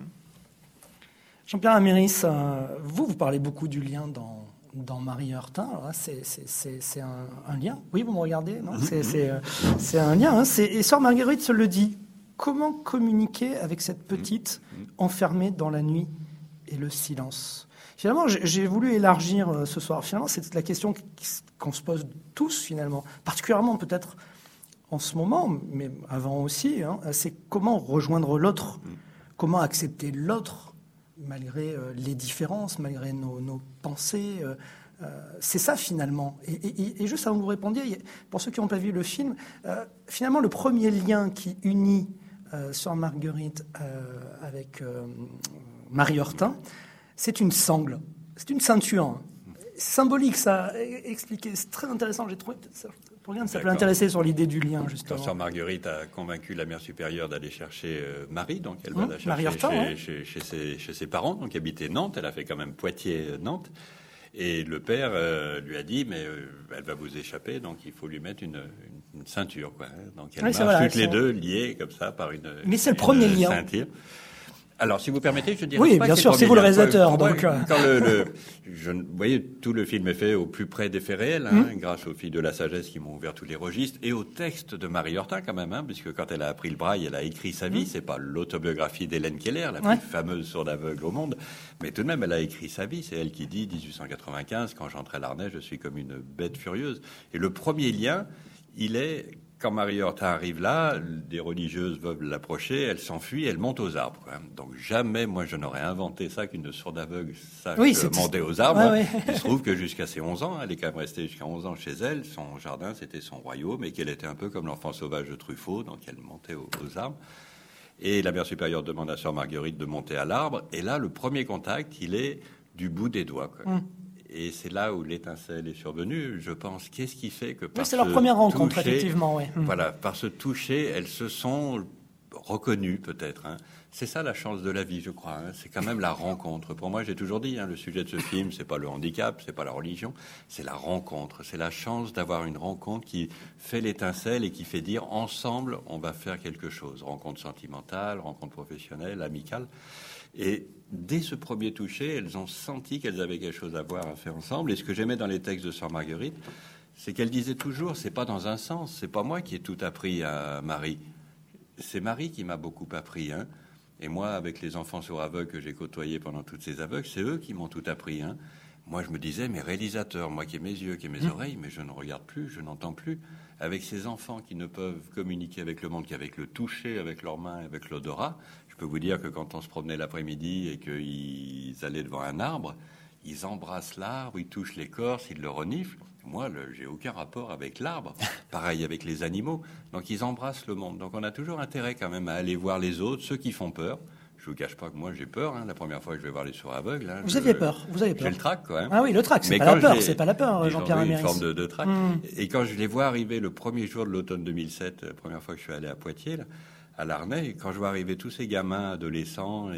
Jean-Pierre Améris, euh, vous, vous parlez beaucoup du lien dans, dans Marie Heurtin. Alors là, c'est, c'est, c'est, c'est un, un lien. Oui, vous me regardez, non ? C'est, c'est, euh, c'est un lien. Hein. C'est, et Sœur Marguerite se le dit. Comment communiquer avec cette petite enfermée dans la nuit et le silence ? Finalement, j'ai, j'ai voulu élargir euh, ce soir. Finalement, c'est la question qu'on se pose tous, finalement. Particulièrement, peut-être, en ce moment, mais avant aussi. Hein, c'est comment rejoindre l'autre ? Comment accepter l'autre ? Malgré euh, les différences, malgré nos, nos pensées. Euh, euh, c'est ça, finalement. Et, et, et juste avant que vous répondiez, pour ceux qui n'ont pas vu le film, euh, finalement, le premier lien qui unit euh, Sœur Marguerite euh, avec euh, Marie Heurtin, c'est une sangle. C'est une ceinture. Hein. Symbolique, ça. Expliqué. C'est très intéressant. J'ai trouvé... Ça, pour rien, ça peut intéresser sur l'idée du lien, justement. Quand Sœur Marguerite a convaincu la mère supérieure d'aller chercher euh, Marie, donc elle va mmh, la chercher Heurtin, chez, ouais. chez, chez, ses, chez ses parents, donc qui habitaient Nantes. Elle a fait quand même Poitiers-Nantes. Et le père euh, lui a dit, mais euh, elle va vous échapper, donc il faut lui mettre une, une, une ceinture, quoi. Donc elles oui, marchent voilà, toutes les sont... deux liées comme ça par une. Mais c'est une, le premier une lien. Ceinture. Alors, si vous permettez, je dirais oui, pas bien que sûr, c'est vous le réalisateur. Moi, donc, euh... quand le, le, je, vous voyez, tout le film est fait au plus près des faits réels, hein, mmh. grâce aux filles de la sagesse qui m'ont ouvert tous les registres, et au texte de Marie Heurtin quand même, hein, puisque quand elle a appris le braille, elle a écrit sa vie. Mmh. C'est pas l'autobiographie d'Hélène Keller, la ouais. plus fameuse sourde aveugle au monde, mais tout de même, elle a écrit sa vie. C'est elle qui dit, dix-huit cent quatre-vingt-quinze, quand j'entrais à l'Arnais, je suis comme une bête furieuse. Et le premier lien, il est... Quand Marie Heurtin arrive là, des religieuses veulent l'approcher, elle s'enfuit, elle monte aux arbres. Quoi. Donc jamais, moi, je n'aurais inventé ça qu'une sourde aveugle sache oui, monter aux arbres. Ouais, ouais. Il se trouve que jusqu'à ses onze ans, elle est quand même restée jusqu'à onze ans chez elle, son jardin, c'était son royaume, et qu'elle était un peu comme l'enfant sauvage de Truffaut, donc elle montait aux, aux arbres. Et la mère supérieure demande à Sœur Marguerite de monter à l'arbre, et là, le premier contact, il est du bout des doigts. Quoi. Mm. Et c'est là où l'étincelle est survenue, je pense. Qu'est-ce qui fait que par oui, c'est ce leur première rencontre, toucher, effectivement. Oui. Voilà, par ce toucher, elles se sont reconnues, peut-être. Hein. C'est ça la chance de la vie, je crois. Hein. C'est quand même la rencontre. Pour moi, j'ai toujours dit, hein, le sujet de ce film, c'est pas le handicap, c'est pas la religion, c'est la rencontre. C'est la chance d'avoir une rencontre qui fait l'étincelle et qui fait dire, ensemble, on va faire quelque chose. Rencontre sentimentale, rencontre professionnelle, amicale. Et dès ce premier toucher, elles ont senti qu'elles avaient quelque chose à voir, à faire ensemble. Et ce que j'aimais dans les textes de Sœur Marguerite, c'est qu'elle disait toujours, c'est pas dans un sens, c'est pas moi qui ai tout appris à Marie. C'est Marie qui m'a beaucoup appris, hein. Et moi, avec les enfants sourds aveugles que j'ai côtoyés pendant toutes ces aveugles, c'est eux qui m'ont tout appris, hein. Moi, je me disais, mes réalisateurs, moi qui ai mes yeux, qui ai mes mmh. oreilles, mais je ne regarde plus, je n'entends plus. Avec ces enfants qui ne peuvent communiquer avec le monde qu'avec le toucher, avec leurs mains, avec l'odorat, je peux vous dire que quand on se promenait l'après-midi et qu'ils allaient devant un arbre, ils embrassent l'arbre, ils touchent l'écorce, ils le reniflent. Moi, le, j'ai aucun rapport avec l'arbre. Pareil avec les animaux. Donc, ils embrassent le monde. Donc, on a toujours intérêt quand même à aller voir les autres, ceux qui font peur. Je vous cache pas que moi j'ai peur. Hein. La première fois que je vais voir les sourds aveugles, hein, vous je, aviez peur. Vous avez peur. J'ai le trac, quoi. Hein. Ah oui, le trac, c'est Mais pas la peur. C'est pas la peur, Jean-Pierre Améris. Une forme de, de trac. Mm. Et quand je les vois arriver le premier jour de l'automne deux mille sept, la première fois que je suis allé à Poitiers, là, à l'Arnais, et quand je vois arriver tous ces gamins adolescents, et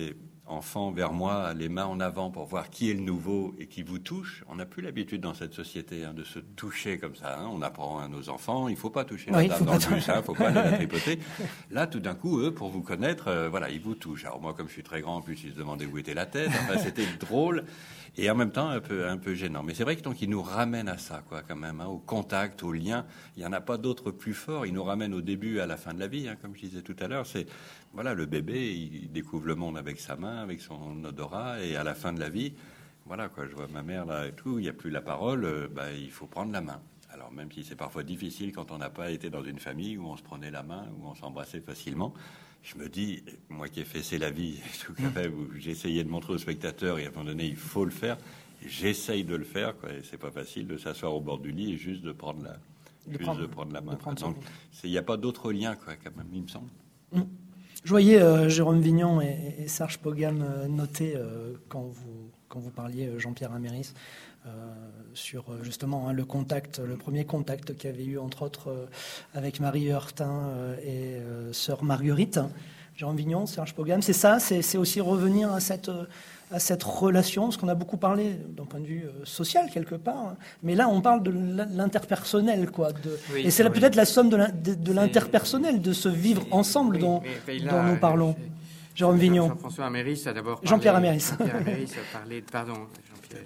enfant vers moi, les mains en avant pour voir qui est le nouveau et qui vous touche. On n'a plus l'habitude dans cette société hein, de se toucher comme ça. Hein. On apprend à nos enfants, il ne faut pas toucher oui, la dame dans le bus, il ne faut pas la tripoter. Là, tout d'un coup, eux, pour vous connaître, euh, voilà, ils vous touchent. Alors moi, comme je suis très grand, en plus, ils se demandaient où était la tête. Enfin, c'était drôle et en même temps un peu, un peu gênant. Mais c'est vrai que donc, ils nous ramènent à ça, quoi, quand même, hein, au contact, au lien. Il n'y en a pas d'autre plus fort. Ils nous ramènent au début et à la fin de la vie, hein, comme je disais tout à l'heure. C'est voilà, le bébé, il découvre le monde avec sa main, avec son odorat, et à la fin de la vie, voilà, quoi, je vois ma mère là et tout, il n'y a plus la parole, euh, bah, il faut prendre la main. Alors même si c'est parfois difficile quand on n'a pas été dans une famille où on se prenait la main, où on s'embrassait facilement, je me dis, moi qui ai fait C'est la vie, tout à fait, où j'essayais de montrer aux spectateurs, et à un moment donné, il faut le faire, j'essaye de le faire, quoi, et c'est pas facile de s'asseoir au bord du lit et juste de prendre la, de juste prendre, de prendre la main. Prendre donc, il n'y a pas d'autre lien, quoi, quand même, il me semble. Mmh. Je voyais euh, Jérôme Vignon et, et Serge Pogam euh, noter euh, quand, vous, quand vous parliez, euh, Jean-Pierre Améris, euh, sur euh, justement hein, le contact, le premier contact qu'il y avait eu entre autres euh, avec Marie Heurtin euh, et euh, sœur Marguerite. Jérôme Vignon, Serge Pogam, c'est ça, c'est, c'est aussi revenir à cette, à cette relation, parce qu'on a beaucoup parlé d'un point de vue social quelque part, mais là on parle de l'interpersonnel, quoi. De, oui, et c'est oui. peut-être la somme de, de, de l'interpersonnel, de ce vivre ensemble oui, dont, mais, mais là, dont nous parlons. Euh, Jérôme Vignon. Jean-François Améris a d'abord parlé, Jean-Pierre Améris. Jean-Pierre Améris a parlé, pardon, Jean-Pierre,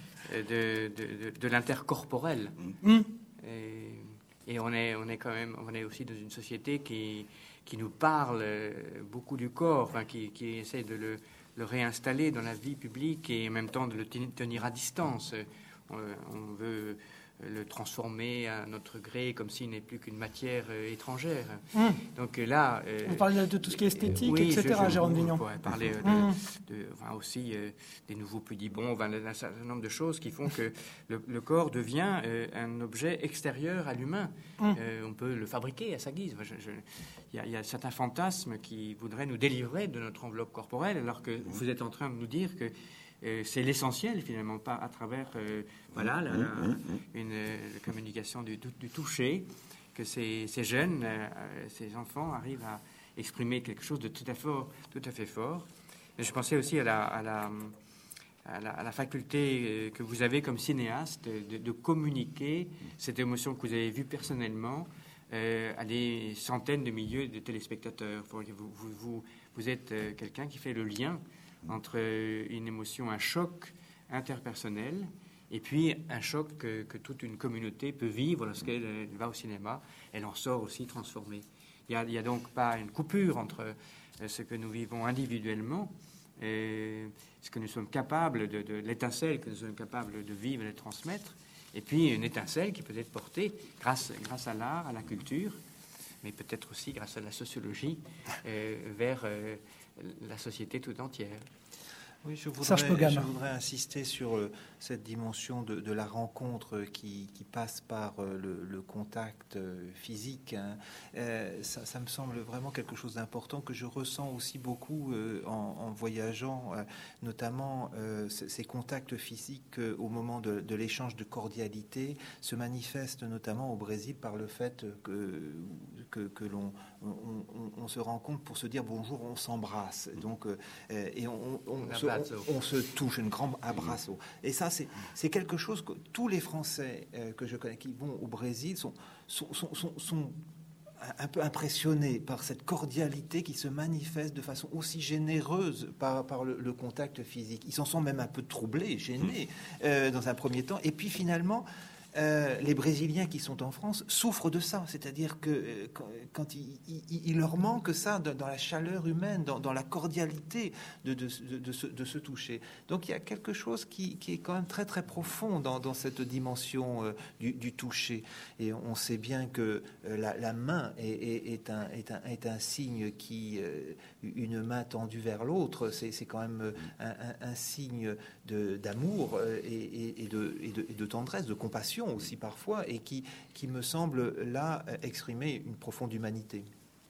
de, de, de, de l'intercorporel. Mm. Et, et on est, on est quand même, on est aussi dans une société qui qui nous parle beaucoup du corps, enfin, qui, qui essaie de le, le réinstaller dans la vie publique et en même temps de le tenir à distance. On, on veut le transformer à notre gré comme s'il n'est plus qu'une matière euh, étrangère. Mmh. Donc là... Euh, Vous parlez de tout ce qui est esthétique, euh, oui, et cetera, je, je, Jérôme Vignon. On pourrait parler de, mmh. de, de, enfin, aussi euh, des nouveaux pudibons, enfin, un certain nombre de choses qui font que le, le corps devient euh, un objet extérieur à l'humain. Mmh. Euh, on peut le fabriquer à sa guise. Il y, y a certains fantasmes qui voudraient nous délivrer de notre enveloppe corporelle, alors que vous êtes en train de nous dire que Euh, c'est l'essentiel finalement, pas à travers euh, voilà la, la, une euh, communication du, du toucher, que ces, ces jeunes, euh, ces enfants arrivent à exprimer quelque chose de tout à fait, tout à fait fort. Et je pensais aussi à la, à la, à la, à la faculté que vous avez comme cinéaste de, de communiquer cette émotion que vous avez vue personnellement euh, à des centaines de milliers de téléspectateurs. Vous, vous, vous, vous êtes euh, quelqu'un qui fait le lien entre une émotion, un choc interpersonnel, et puis un choc que, que toute une communauté peut vivre lorsqu'elle va au cinéma. Elle en sort aussi transformée. Il n'y a, a donc pas une coupure entre ce que nous vivons individuellement, et ce que nous sommes capables de, de l'étincelle que nous sommes capables de vivre et de transmettre, et puis une étincelle qui peut être portée grâce, grâce à l'art, à la culture, mais peut-être aussi grâce à la sociologie, euh, vers euh, la société tout entière. Oui, je voudrais, je voudrais insister sur euh, cette dimension de, de la rencontre qui, qui passe par euh, le, le contact euh, physique. Hein. Euh, ça, ça me semble vraiment quelque chose d'important que je ressens aussi beaucoup euh, en, en voyageant, euh, notamment euh, ces contacts physiques euh, au moment de, de l'échange de cordialité se manifestent notamment au Brésil par le fait que, que, que l'on on, on, on se rencontre pour se dire bonjour, on s'embrasse. Donc, euh, et on, on, on se On, on se touche, un grand abraço. Et ça, c'est, c'est quelque chose que tous les Français euh, que je connais qui vont au Brésil sont, sont, sont, sont, sont un peu impressionnés par cette cordialité qui se manifeste de façon aussi généreuse par, par le, le contact physique. Ils s'en sont même un peu troublés, gênés euh, dans un premier temps. Et puis finalement... Euh, les Brésiliens qui sont en France souffrent de ça, c'est-à-dire que euh, quand, quand il, il, il leur manque ça dans, dans la chaleur humaine, dans, dans la cordialité de, de, de, de, se, de se toucher. Donc il y a quelque chose qui, qui est quand même très très profond dans, dans cette dimension euh, du, du toucher. Et on sait bien que euh, la, la main est, est, est, un, est, un, est un signe qui, euh, une main tendue vers l'autre, c'est, c'est quand même un, un, un signe de, d'amour et, et, et, de, et, de, et de tendresse, de compassion aussi parfois, et qui, qui me semble là exprimer une profonde humanité.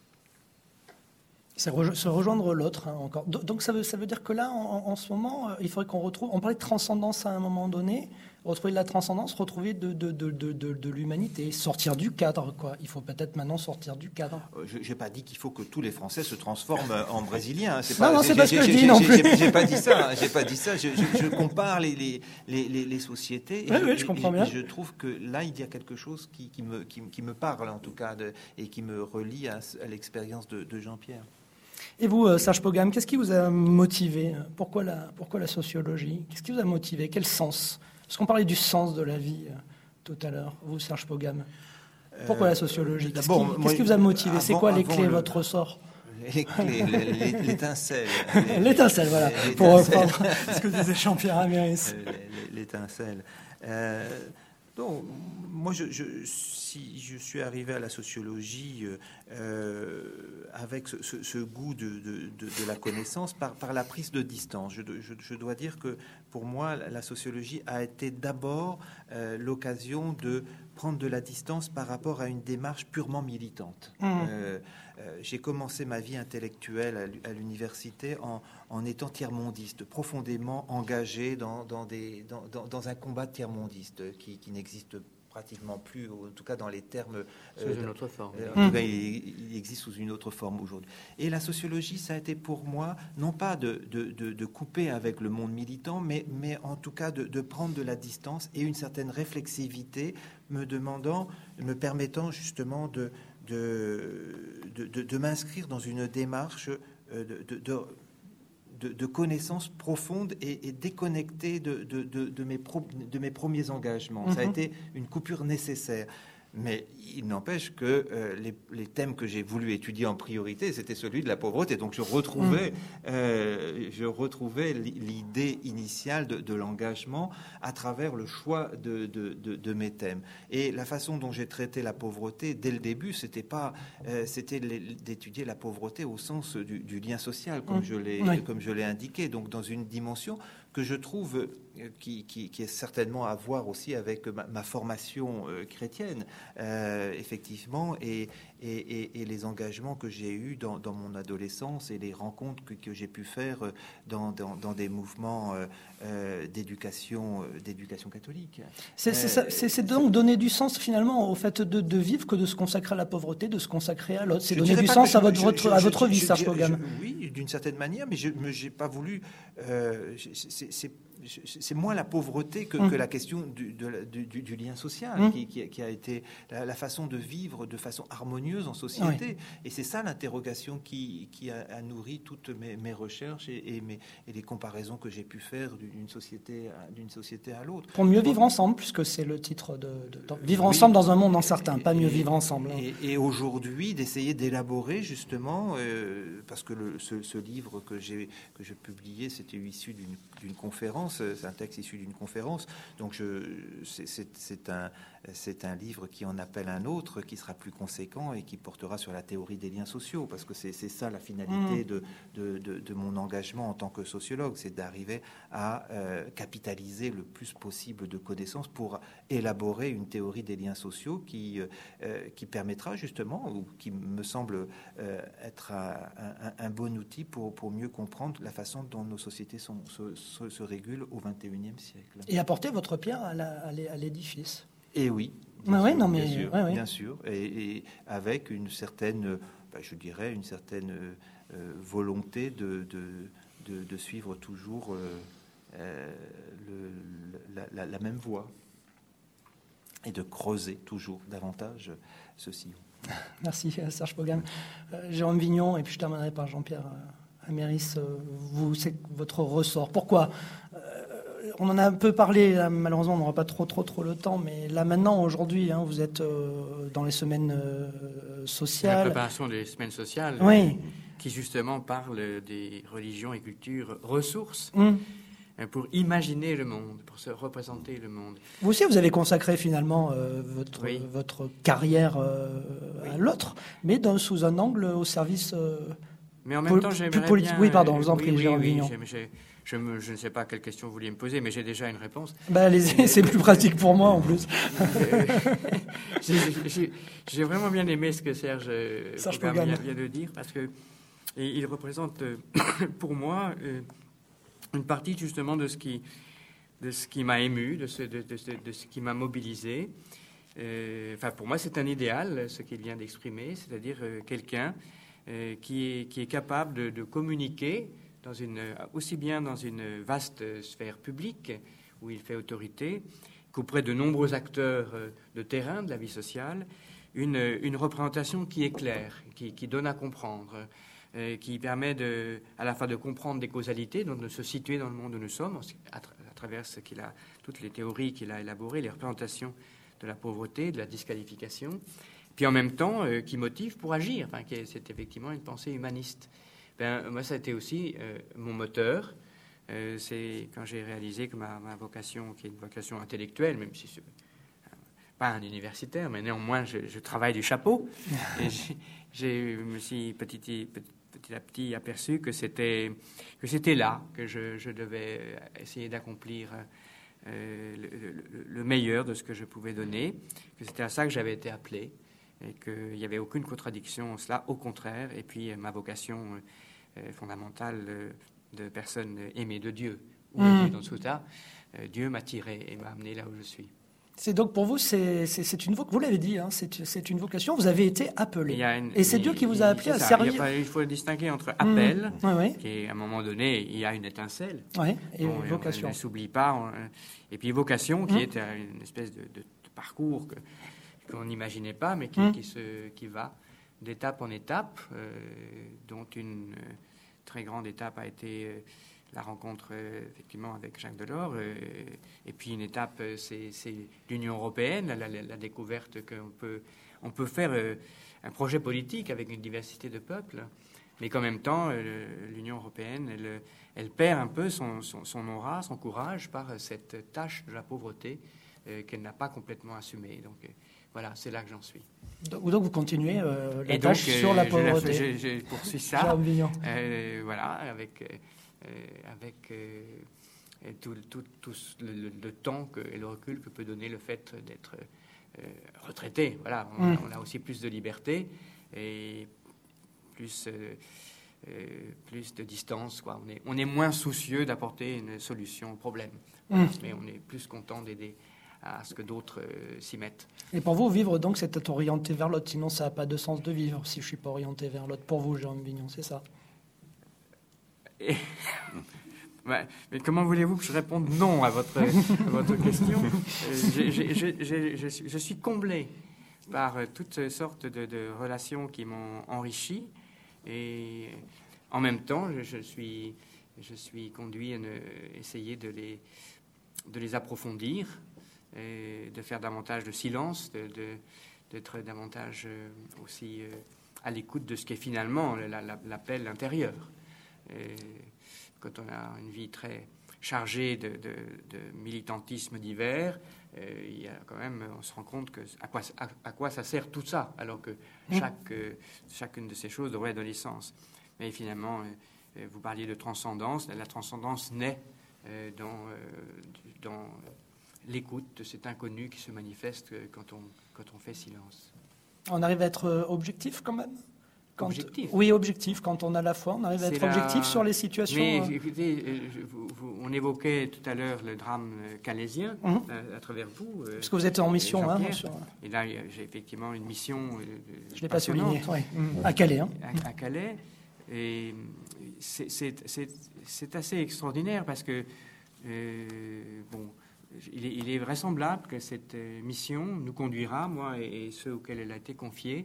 C'est re- se rejoindre l'autre, hein, encore. Donc ça veut, ça veut dire que là, en, en ce moment, il faudrait qu'on retrouve... On parlait de transcendance à un moment donné. Retrouver de la transcendance, retrouver de, de, de, de, de, de l'humanité, sortir du cadre, quoi. Il faut peut-être maintenant sortir du cadre. Je n'ai pas dit qu'il faut que tous les Français se transforment en Brésiliens. C'est pas, non, non, c'est pas ce que je dis non plus. J'ai pas dit ça. J'ai pas dit ça. Je, je, je compare les, les, les, les sociétés. Et oui, je, oui, je comprends et, bien. Et je trouve que là, il y a quelque chose qui, qui, me, qui, qui me parle, en tout cas, de, et qui me relie à, à l'expérience de, de Jean-Pierre. Et vous, Serge Pogam, qu'est-ce qui vous a motivé ? Pourquoi la, pourquoi la sociologie ? Qu'est-ce qui vous a motivé ? Quel sens ? Parce qu'on parlait du sens de la vie euh, tout à l'heure, vous, Serge Pogam. Pourquoi euh, la sociologie ? Qu'est-ce qui, qu'est-ce qui vous a motivé ? Avant, C'est quoi les clés, le... votre ressort ? Les clés, l'étincelle. L'étincelle, voilà, pour reprendre ce que disait Jean-Pierre Améris. L'étincelle. Euh, donc, moi, je, je, si je suis arrivé à la sociologie euh, avec ce, ce, ce goût de, de, de, de la connaissance par, par la prise de distance. Je, je, je dois dire que pour moi, la sociologie a été d'abord euh, l'occasion de prendre de la distance par rapport à une démarche purement militante. Mmh. Euh, euh, j'ai commencé ma vie intellectuelle à l'université en, en étant tiers-mondiste, profondément engagé dans, dans, des, dans, dans, dans un combat tiers-mondiste qui, qui n'existe pratiquement plus, en tout cas dans les termes... Sous euh, une autre forme. Euh, en mmh. tout cas, il, il existe sous une autre forme aujourd'hui. Et la sociologie, ça a été pour moi, non pas de, de, de, de couper avec le monde militant, mais, mais en tout cas de, de prendre de la distance et une certaine réflexivité me demandant, me permettant justement de, de, de, de, de m'inscrire dans une démarche de... de, de De, de connaissances profondes et, et déconnectées de, de, de, de, mes pro, de mes premiers engagements. Mm-hmm. Ça a été une coupure nécessaire. Mais il n'empêche que euh, les, les thèmes que j'ai voulu étudier en priorité, c'était celui de la pauvreté. Donc je retrouvais, mmh. euh, je retrouvais l'idée initiale de, de l'engagement à travers le choix de, de, de, de mes thèmes. Et la façon dont j'ai traité la pauvreté dès le début, c'était pas, euh, c'était d'étudier la pauvreté au sens du, du lien social, comme mmh. je l'ai, oui. comme je l'ai indiqué. Donc dans une dimension que je trouve qui, qui, qui est certainement à voir aussi avec ma, ma formation euh, chrétienne, euh, effectivement, et, et, et, et les engagements que j'ai eus dans, dans mon adolescence et les rencontres que, que j'ai pu faire dans, dans, dans des mouvements euh, euh, d'éducation, euh, d'éducation catholique. C'est, euh, c'est, c'est donc donner du sens finalement au fait de, de vivre que de se consacrer à la pauvreté, de se consacrer à l'autre. C'est donner du sens à votre, je, je, à votre je, vie, Serge Pogam. Oui, d'une certaine manière, mais je n'ai pas voulu... Euh, c'est, c'est c'est moins la pauvreté que, mmh. que la question du, de, du, du, du lien social mmh. qui, qui, qui a été la, la façon de vivre de façon harmonieuse en société. Oui. Et c'est ça l'interrogation qui, qui a, a nourri toutes mes, mes recherches et, et, mes, et les comparaisons que j'ai pu faire d'une société à, d'une société à l'autre. Pour mieux vivre ensemble, puisque c'est le titre de... de, de vivre oui. ensemble dans un monde incertain, pas mieux et, vivre ensemble. Et, et aujourd'hui, d'essayer d'élaborer justement, euh, parce que le, ce, ce livre que j'ai que j'ai publié, c'était issu d'une, d'une conférence. C'est un texte issu d'une conférence, donc je, c'est, c'est, c'est, un, c'est un livre qui en appelle un autre, qui sera plus conséquent et qui portera sur la théorie des liens sociaux, parce que c'est, c'est ça la finalité mmh. de, de, de, de mon engagement en tant que sociologue, c'est d'arriver à euh, capitaliser le plus possible de connaissances pour élaborer une théorie des liens sociaux qui, euh, qui permettra justement, ou qui me semble euh, être un, un, un bon outil pour, pour mieux comprendre la façon dont nos sociétés sont, se, se, se régulent au vingt et unième siècle. Et apporter votre pierre à, la, à l'édifice. Et oui, bien, ah sûr, ouais, non, mais, bien sûr, ouais, ouais. bien sûr. Et, et avec une certaine, bah, je dirais, une certaine euh, volonté de, de, de, de suivre toujours euh, euh, le, la, la, la même voie et de creuser toujours davantage ce sillon. Merci Serge Pogam. Euh, Jérôme Vignon, et puis je terminerai par Jean-Pierre Améris, vous, c'est votre ressort. Pourquoi ? euh, On en a un peu parlé, là, malheureusement on n'aura pas trop trop trop le temps, mais là maintenant, aujourd'hui, hein, vous êtes euh, dans les semaines euh, sociales. La préparation des semaines sociales, oui. euh, qui justement parle des religions et cultures ressources, mmh. euh, pour imaginer le monde, pour se représenter le monde. Vous aussi, vous avez consacré finalement euh, votre, oui. votre carrière euh, oui. à l'autre, mais dans, sous un angle au service... Euh, Mais en même temps, j'aimerais politique. bien... Oui, pardon, je vous en prie, oui, Jérôme oui, Vignon. oui, j'ai, je, me, je ne sais pas quelle question vous vouliez me poser, mais j'ai déjà une réponse. Bah, allez-y, c'est plus pratique pour moi, en plus. j'ai, j'ai, j'ai vraiment bien aimé ce que Serge, Serge Pogam vient, vient de dire, parce que et il représente, pour moi, une partie, justement, de ce qui de ce qui m'a ému, de ce, de, de, de ce qui m'a mobilisé. Euh, enfin, pour moi, c'est un idéal, ce qu'il vient d'exprimer, c'est-à-dire euh, quelqu'un euh, qui, est, qui est capable de, de communiquer dans une, aussi bien dans une vaste sphère publique où il fait autorité qu'auprès de nombreux acteurs euh, de terrain de la vie sociale, une, une représentation qui est claire, qui, qui donne à comprendre, euh, qui permet de, à la fois de comprendre des causalités, donc de se situer dans le monde où nous sommes, à, tra- à travers ce qu'il a, toutes les théories qu'il a élaborées, les représentations de la pauvreté, de la disqualification, puis en même temps euh, qui motive pour agir. Enfin, c'est effectivement une pensée humaniste. Ben, moi, ça a été aussi euh, mon moteur. Euh, c'est quand j'ai réalisé que ma, ma vocation, qui est une vocation intellectuelle, même si c'est euh, pas un universitaire, mais néanmoins, je, je travaille du chapeau. Et je me suis petit, petit, petit à petit aperçu que c'était que c'était là que je, je devais essayer d'accomplir Euh, le, le, le meilleur de ce que je pouvais donner, que c'était à ça que j'avais été appelé et qu'il n'y avait aucune contradiction en cela, au contraire. Et puis euh, ma vocation euh, fondamentale euh, de personne aimée de Dieu, ou de Dieu dans tout ça, euh, Dieu m'a tiré et m'a amené là où je suis. C'est donc pour vous, c'est, c'est, c'est une vocation, vous l'avez dit, hein, c'est, c'est une vocation, vous avez été appelé. Une, et c'est Dieu qui vous a appelé à ça, servir. Il, a pas, il faut distinguer entre appel, mmh, oui, oui. qui est à un moment donné, il y a une étincelle, oui, et bon, vocation. On ne s'oublie pas, on, et puis vocation, qui mmh. est une espèce de, de, de parcours que, qu'on n'imaginait pas, mais qui, mmh. qui, se, qui va d'étape en étape, euh, dont une euh, très grande étape a été... Euh, la rencontre euh, effectivement avec Jacques Delors, euh, et puis une étape, euh, c'est, c'est l'Union européenne, la, la, la découverte qu'on peut, on peut faire euh, un projet politique avec une diversité de peuples, mais qu'en même temps, euh, l'Union européenne, elle, elle perd un peu son, son, son aura, son courage par cette tâche de la pauvreté euh, qu'elle n'a pas complètement assumée. Donc euh, voilà, c'est là que j'en suis. Donc, donc vous continuez euh, la et tâche donc, sur euh, la pauvreté. Je, je, je poursuis ça. euh, voilà, avec... Euh, Euh, avec euh, tout, tout, tout le, le, le temps que, et le recul que peut donner le fait d'être euh, retraité. Voilà, on, mmh. on a aussi plus de liberté et plus, euh, euh, plus de distance. Quoi. On, est, on est moins soucieux d'apporter une solution au problème, mmh. mais on est plus content d'aider à ce que d'autres euh, s'y mettent. Et pour vous, vivre, donc, c'est être orienté vers l'autre. Sinon, ça n'a pas de sens de vivre si je ne suis pas orienté vers l'autre. Pour vous, Jérôme Vignon, c'est ça? Et, ouais, mais comment voulez-vous que je réponde non à votre, à votre question? j'ai, j'ai, j'ai, j'ai, je, suis, je suis comblé par toutes sortes de, de relations qui m'ont enrichi, et en même temps, je, je, suis, je suis conduit à ne, essayer de les, de les approfondir, et de faire davantage de silence, de, de, d'être davantage aussi à l'écoute de ce qu'est finalement la, la, l'appel intérieur. Et quand on a une vie très chargée de, de, de militantisme divers, euh, il y a quand même, on se rend compte que à quoi, à, à quoi ça sert tout ça, alors que chaque, euh, chacune de ces choses devrait donner sens. Mais finalement, euh, vous parliez de transcendance. La transcendance naît euh, dans, euh, dans l'écoute de cet inconnu qui se manifeste quand on, quand on fait silence. On arrive à être objectif quand même? Quand, objectif. Oui, objectif. Quand on a la foi, on arrive à être la... objectif sur les situations. Mais écoutez, je, vous, vous, on évoquait tout à l'heure le drame calaisien mmh. à, à travers vous. Parce que vous êtes en mission, hein, sur... Et là, j'ai effectivement une mission. Je ne l'ai pas souligné. Ouais. Mmh. À Calais. Hein. À, à Calais. Et c'est, c'est, c'est, c'est assez extraordinaire parce que euh, bon, il est, il est vraisemblable que cette mission nous conduira, moi et, et ceux auxquels elle a été confiée,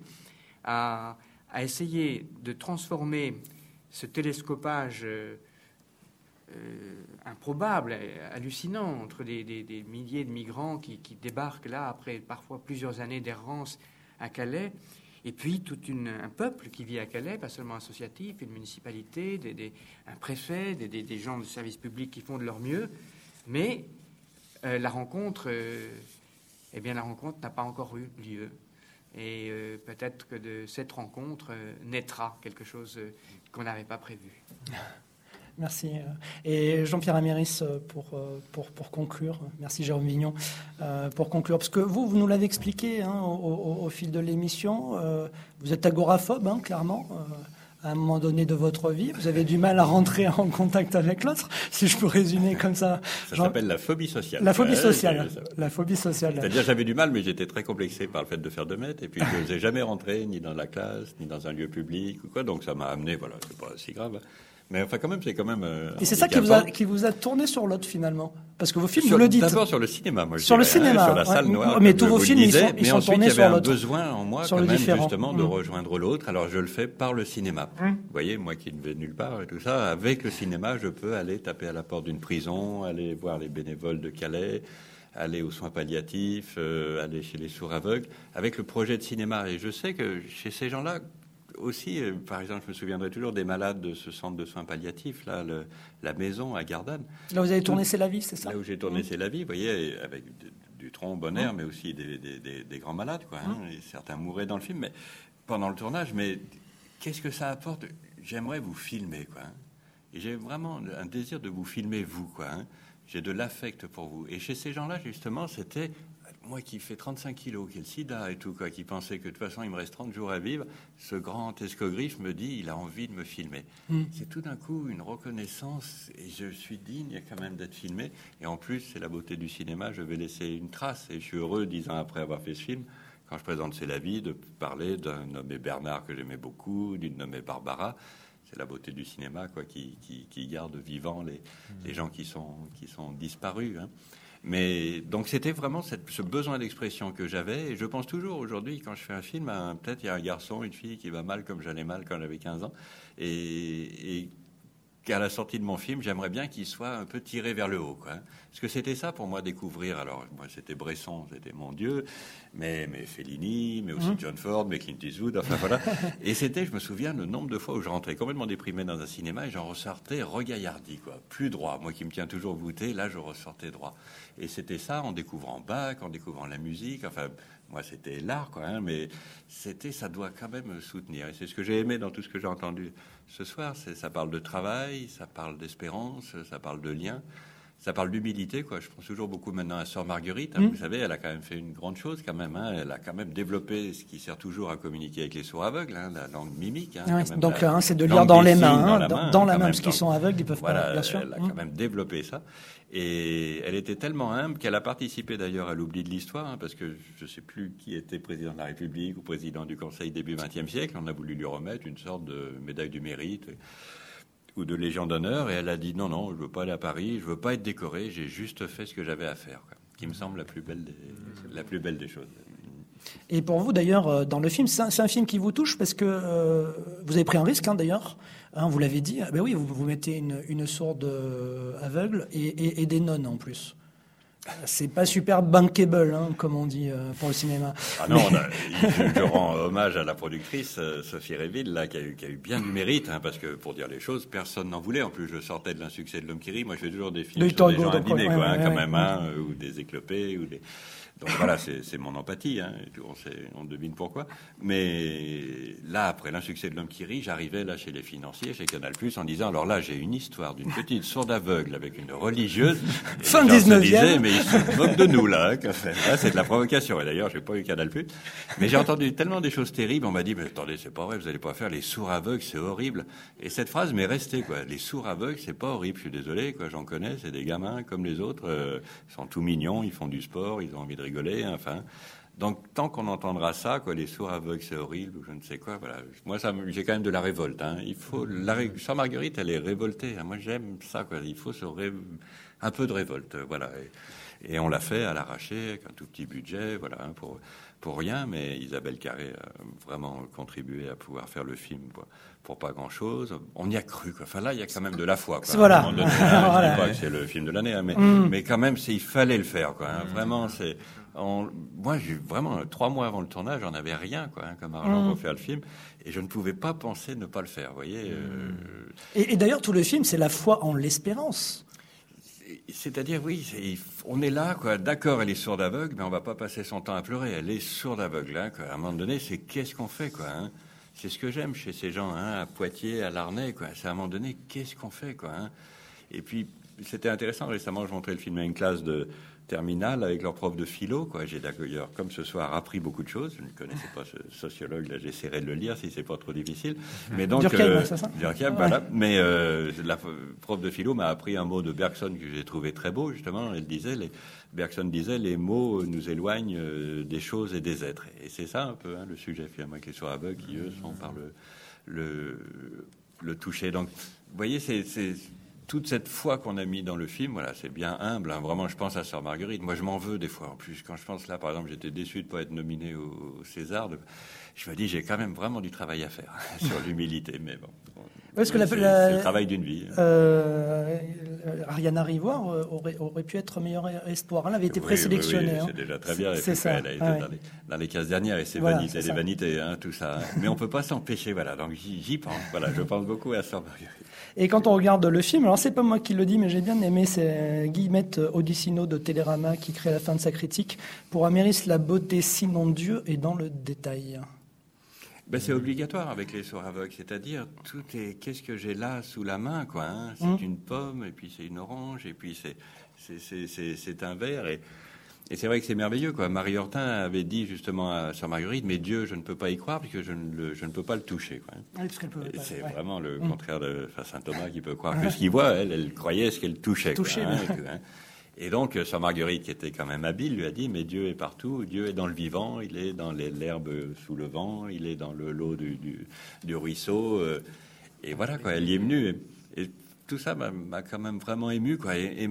à à essayer de transformer ce télescopage euh, euh, improbable, hallucinant, entre des, des, des milliers de migrants qui, qui débarquent là, après parfois plusieurs années d'errance à Calais, et puis tout une, un peuple qui vit à Calais, pas seulement associatif, une municipalité, des, des, un préfet, des, des, des gens de service public qui font de leur mieux, mais euh, la rencontre, euh, eh bien, la rencontre n'a pas encore eu lieu. Et euh, peut-être que de cette rencontre euh, naîtra quelque chose euh, qu'on n'avait pas prévu. Merci. Et Jean-Pierre Améris, pour, pour, pour conclure, merci Jérôme Vignon, euh, pour conclure, parce que vous, vous nous l'avez expliqué hein, au, au, au fil de l'émission, euh, vous êtes agoraphobe, hein, clairement, euh, à un moment donné de votre vie. Vous avez du mal à rentrer en contact avec l'autre, si je peux résumer comme ça. Ça Genre... s'appelle la phobie sociale. La phobie ouais, sociale. c'est, c'est, la phobie sociale. C'est-à-dire, j'avais du mal, mais j'étais très complexé par le fait de faire deux mètres, et puis je n'osais jamais rentrer, ni dans la classe, ni dans un lieu public, ou quoi, donc ça m'a amené, voilà, c'est pas si grave. Mais enfin, quand même, c'est quand même. Euh, et c'est ça qui vous, a, qui vous a tourné sur l'autre, finalement. Parce que vos films, sur, vous le dites. D'abord sur le cinéma, moi je Sur dirais, le cinéma. Hein, sur la salle ouais, noire. Mais tous vos films, disais, ils sont, ils mais sont ensuite, tournés sur l'autre. Il y avait un besoin en moi, sur quand le même, différent. justement, de mmh. rejoindre l'autre. Alors je le fais par le cinéma. Mmh. Vous voyez, moi qui ne vais nulle part et tout ça, avec le cinéma, je peux aller taper à la porte d'une prison, aller voir les bénévoles de Calais, aller aux soins palliatifs, euh, aller chez les sourds aveugles, avec le projet de cinéma. Et je sais que chez ces gens-là, aussi, euh, par exemple, je me souviendrai toujours des malades de ce centre de soins palliatifs, là, le, la maison à Gardanne. Là, vous avez tourné C'est la vie, c'est ça? Là où j'ai tourné mmh. C'est la vie, vous voyez, avec du, du tronc bonheur, mmh. mais aussi des, des, des, des grands malades, quoi. Hein, mmh. et certains mouraient dans le film, mais pendant le tournage. Mais qu'est-ce que ça apporte? J'aimerais vous filmer, quoi. Hein, et j'ai vraiment un désir de vous filmer, vous, quoi. Hein, j'ai de l'affect pour vous. Et chez ces gens-là, justement, c'était... Moi qui fais trente-cinq kilos, qui est le sida et tout, quoi, qui pensait que de toute façon il me reste trente jours à vivre, ce grand escogriffe me dit il a envie de me filmer. Mm. C'est tout d'un coup une reconnaissance et je suis digne quand même d'être filmé. Et en plus, c'est la beauté du cinéma, je vais laisser une trace. Et je suis heureux, dix ans après avoir fait ce film, quand je présente C'est la vie, de parler d'un nommé Bernard que j'aimais beaucoup, d'une nommée Barbara. C'est la beauté du cinéma, quoi, qui, qui, qui garde vivants les, mm. les gens qui sont, qui sont disparus. Hein. Mais donc c'était vraiment cette, ce besoin d'expression que j'avais, et je pense toujours aujourd'hui quand je fais un film, hein, peut-être il y a un garçon, une fille qui va mal comme j'allais mal quand j'avais quinze ans, et, et qu'à la sortie de mon film, j'aimerais bien qu'il soit un peu tiré vers le haut, quoi. Parce que c'était ça pour moi, découvrir. Alors moi c'était Bresson, c'était mon Dieu, mais, mais Fellini, mais aussi mmh. John Ford, mais Clint Eastwood, enfin voilà. Et c'était, je me souviens, le nombre de fois où je rentrais complètement déprimé dans un cinéma et j'en ressortais regaillardi, quoi, plus droit. Moi qui me tiens toujours voûté, là je ressortais droit. Et c'était ça en découvrant Bach, en découvrant la musique, enfin... Moi, c'était l'art, quoi, hein, mais c'était, ça doit quand même soutenir. Et c'est ce que j'ai aimé dans tout ce que j'ai entendu ce soir. C'est, ça parle de travail, ça parle d'espérance, ça parle de lien, ça parle d'humilité, quoi. Je pense toujours beaucoup maintenant à Sœur Marguerite. Hein, mmh. Vous savez, elle a quand même fait une grande chose, quand même. Hein, elle a quand même développé ce qui sert toujours à communiquer avec les sourds aveugles, hein, la langue mimique. Hein, ouais, donc, la, hein, c'est de lire dans les mains, dans hein, la main, dans la main, même, parce qu'ils sont aveugles, ils peuvent voilà, pas, bien sûr. Elle a mmh. quand même développé ça. Et elle était tellement humble qu'elle a participé d'ailleurs à l'oubli de l'histoire, hein, parce que je ne sais plus qui était président de la République ou président du Conseil début vingtième siècle. On a voulu lui remettre une sorte de médaille du mérite ou de Légion d'honneur, et elle a dit non, non, je ne veux pas aller à Paris, je ne veux pas être décorée, j'ai juste fait ce que j'avais à faire, quoi, qui me semble la plus belle des, la plus belle des choses. Et pour vous, d'ailleurs, dans le film, c'est un, c'est un film qui vous touche parce que euh, vous avez pris un risque, hein, d'ailleurs. Hein, vous l'avez dit. Ben oui, vous, vous mettez une, une sourde aveugle et, et, et des nonnes en plus. C'est pas super bankable, hein, comme on dit euh, pour le cinéma. Ah non, on a, je, je rends hommage à la productrice euh, Sophie Réville, là, qui a eu, qui a eu bien du mérite, hein, parce que pour dire les choses, personne n'en voulait. En plus, je sortais de l'insuccès de L'Homme qui rit. Moi, je fais toujours des films de sur des Hugo, gens abîmés, ouais, quoi, ouais, hein, ouais, quand ouais, même, ouais. hein, ou des éclopés, ou des. Donc voilà, c'est, c'est mon empathie, hein, et on, sait, on devine pourquoi. Mais là, après l'insuccès de L'Homme qui rit, j'arrivais là chez les financiers, chez Canal+, en disant, alors là, j'ai une histoire d'une petite sourde aveugle avec une religieuse. Fin dix-neuvième. Mais ils se moquent de nous, là, hein, là, c'est de la provocation. Et d'ailleurs, j'ai pas eu Canal+. Mais j'ai entendu tellement des choses terribles, on m'a dit, mais attendez, c'est pas vrai, vous allez pas faire les sourds aveugles, c'est horrible. Et cette phrase m'est restée, quoi. Les sourds aveugles, c'est pas horrible, je suis désolé, quoi, j'en connais, c'est des gamins comme les autres, euh, ils sont tout mignons, ils font du sport, ils ont envie de rigoler, enfin. Donc, tant qu'on entendra ça, quoi, les sourds aveugles, c'est horrible, ou je ne sais quoi, voilà. Moi, ça, j'ai quand même de la révolte, hein. Il faut, la, Sœur Marguerite, elle est révoltée, hein. Moi, j'aime ça, quoi. Il faut se ré... un peu de révolte, voilà. Et, et on l'a fait à l'arraché, avec un tout petit budget, voilà, hein, pour, pour rien, mais Isabelle Carré a vraiment contribué à pouvoir faire le film, quoi, pour pas grand-chose. On y a cru, quoi. Enfin, là, il y a quand même de la foi, quoi. Voilà. À un moment donné, hein, Voilà. je dis pas que c'est le film de l'année, hein, mais, mm. mais quand même, c'est, il fallait le faire, quoi, hein. Vraiment, c'est... On, moi, j'ai vraiment trois mois avant le tournage, j'en avais rien, quoi, hein, comme argent mmh. pour faire le film, et je ne pouvais pas penser ne pas le faire. Vous voyez. Euh... Et, et d'ailleurs, tout le film, c'est la foi en l'espérance. C'est-à-dire, oui, c'est, on est là, quoi. D'accord, elle est sourde aveugle, mais on va pas passer son temps à pleurer. Elle est sourde aveugle, hein, quoi. À un moment donné, c'est qu'est-ce qu'on fait, quoi, hein. C'est ce que j'aime chez ces gens, hein, à Poitiers, à Larnay, quoi. C'est à un moment donné, qu'est-ce qu'on fait, quoi, hein. Et puis, c'était intéressant. Récemment, je montrais le film à une classe de terminale avec leur prof de philo. Quoi. J'ai d'ailleurs, comme ce soir, appris beaucoup de choses. Je ne connaissais pas ce sociologue. Là, j'essaierai de le lire si c'est pas trop difficile. Mais donc, Durkheim, euh, c'est ça Durkheim, ouais. voilà. Mais euh, la prof de philo m'a appris un mot de Bergson que j'ai trouvé très beau. Justement, elle disait, les, Bergson disait, les mots nous éloignent euh, des choses et des êtres. Et c'est ça un peu hein, le sujet finalement avec les sourds aveugles qui eux sont par le le, le toucher. Donc, vous voyez, c'est, c'est toute cette foi qu'on a mis dans le film, voilà, c'est bien humble. Hein. Vraiment, je pense à Sœur Marguerite. Moi, je m'en veux des fois. En plus, quand je pense là, par exemple, j'étais déçu de ne pas être nominé au, au César. De... Je me dis, j'ai quand même vraiment du travail à faire sur l'humilité. Mais bon, bon Parce que la, c'est, la, c'est le travail d'une vie. Euh, Ariana Rivoire aurait, aurait pu être meilleur espoir. Elle avait été oui, présélectionnée. Oui, oui, hein. c'est déjà très bien. C'est, c'est ça. Elle a été ah, dans, ouais. les, dans les cases dernières et c'est voilà, vanité, c'est les vanités, hein, tout ça. Mais on peut pas s'empêcher. Voilà. Donc j'y, j'y pense. Voilà, je pense beaucoup à Sœur Marguerite. Et quand on regarde le film, alors c'est pas moi qui le dis, mais j'ai bien aimé, c'est Guillemette Odissino de Télérama qui crée à la fin de sa critique. Pour Améris, la beauté sinon Dieu est dans le détail. Ben, c'est obligatoire avec les sourds aveugles, c'est-à-dire tout est qu'est-ce que j'ai là sous la main, quoi. Hein, c'est mmh. une pomme, et puis c'est une orange, et puis c'est c'est c'est c'est, c'est un verre, et, et c'est vrai que c'est merveilleux, quoi. Marie Hortin avait dit justement à Sœur Marguerite, mais Dieu, je ne peux pas y croire puisque je ne le, je ne peux pas le toucher, quoi. Oui, parce qu'elle peut pas, c'est ouais. vraiment le mmh. contraire de enfin, saint Thomas qui peut croire que ce qu'il voit, elle, elle croyait ce qu'elle touchait, toucher, quoi, hein, et, que, hein. Et donc, Sœur Marguerite, qui était quand même habile, lui a dit, mais Dieu est partout, Dieu est dans le vivant, il est dans les, l'herbe sous le vent, il est dans le, l'eau du, du, du ruisseau. Euh, et voilà, quoi, elle y est venue. Et, et tout ça m'a, m'a quand même vraiment ému, quoi. Et, et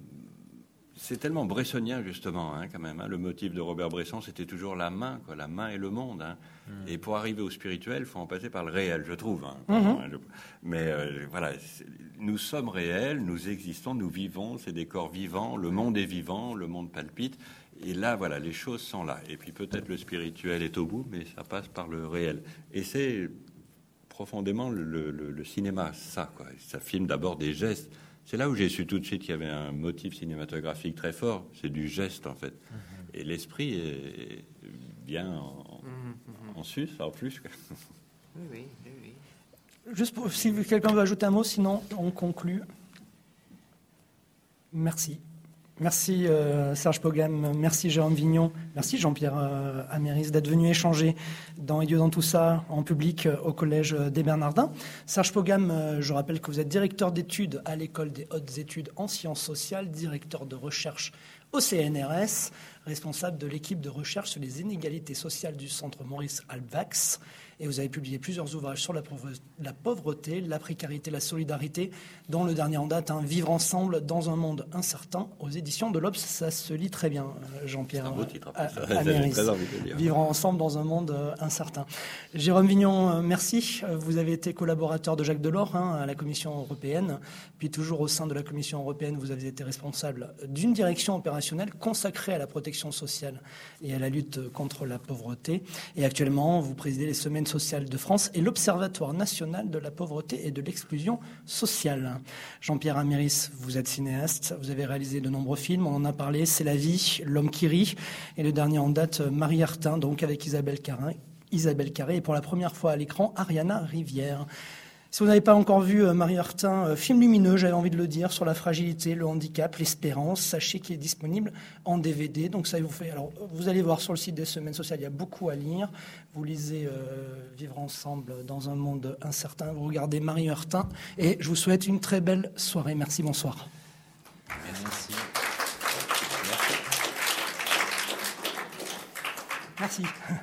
c'est tellement bressonien, justement, hein, quand même. Hein. Le motif de Robert Bresson, c'était toujours la main, quoi, la main et le monde. Hein. Mmh. Et pour arriver au spirituel, il faut en passer par le réel, je trouve. Hein, mmh. hein, je, mais euh, voilà, nous sommes réels, nous existons, nous vivons, c'est des corps vivants, le monde est vivant, le monde palpite. Et là, voilà, les choses sont là. Et puis peut-être le spirituel est au bout, mais ça passe par le réel. Et c'est profondément le, le, le cinéma, ça, quoi. Ça filme d'abord des gestes. C'est là où j'ai su tout de suite qu'il y avait un motif cinématographique très fort. C'est du geste, en fait. Mmh. Et l'esprit est bien en, mmh. en sus, en plus. Quoi. Oui, oui, oui, oui. Juste pour, si quelqu'un veut ajouter un mot, sinon on conclut. Merci. Merci euh, Serge Pogam, merci Jérôme Vignon, merci Jean-Pierre euh, Améris d'être venu échanger dans Idiot dans tout ça en public euh, au Collège des Bernardins. Serge Pogam, euh, je rappelle que vous êtes directeur d'études à l'École des hautes études en sciences sociales, directeur de recherche au C N R S, responsable de l'équipe de recherche sur les inégalités sociales du Centre Maurice Halbwachs. Et vous avez publié plusieurs ouvrages sur la pauvreté, la précarité, la solidarité, dont le dernier en date, hein, Vivre ensemble dans un monde incertain, aux éditions de l'Obs. Ça se lit très bien, Jean-Pierre. C'est un beau titre. À, à Améris. Très envie de lire. Vivre ensemble dans un monde incertain. Jérôme Vignon, merci. Vous avez été collaborateur de Jacques Delors hein, à la Commission européenne. Puis toujours au sein de la Commission européenne, vous avez été responsable d'une direction opérationnelle consacrée à la protection sociale et à la lutte contre la pauvreté. Et actuellement, vous présidez les semaines sociales de France et l'Observatoire national de la pauvreté et de l'exclusion sociale. Jean-Pierre Améris, vous êtes cinéaste, vous avez réalisé de nombreux films, on en a parlé, C'est la vie, L'homme qui rit, et le dernier en date, Marie Hortin, donc avec Isabelle Carré, Isabelle Carré, et pour la première fois à l'écran, Ariana Rivière. Si vous n'avez pas encore vu Marie Hortin, film lumineux, j'avais envie de le dire, sur la fragilité, le handicap, l'espérance, sachez qu'il est disponible en D V D. Donc ça vous fait. Alors vous allez voir sur le site des Semaines sociales, il y a beaucoup à lire. Vous lisez euh, Vivre ensemble dans un monde incertain. Vous regardez Marie Hortin et je vous souhaite une très belle soirée. Merci, bonsoir. Merci. Merci.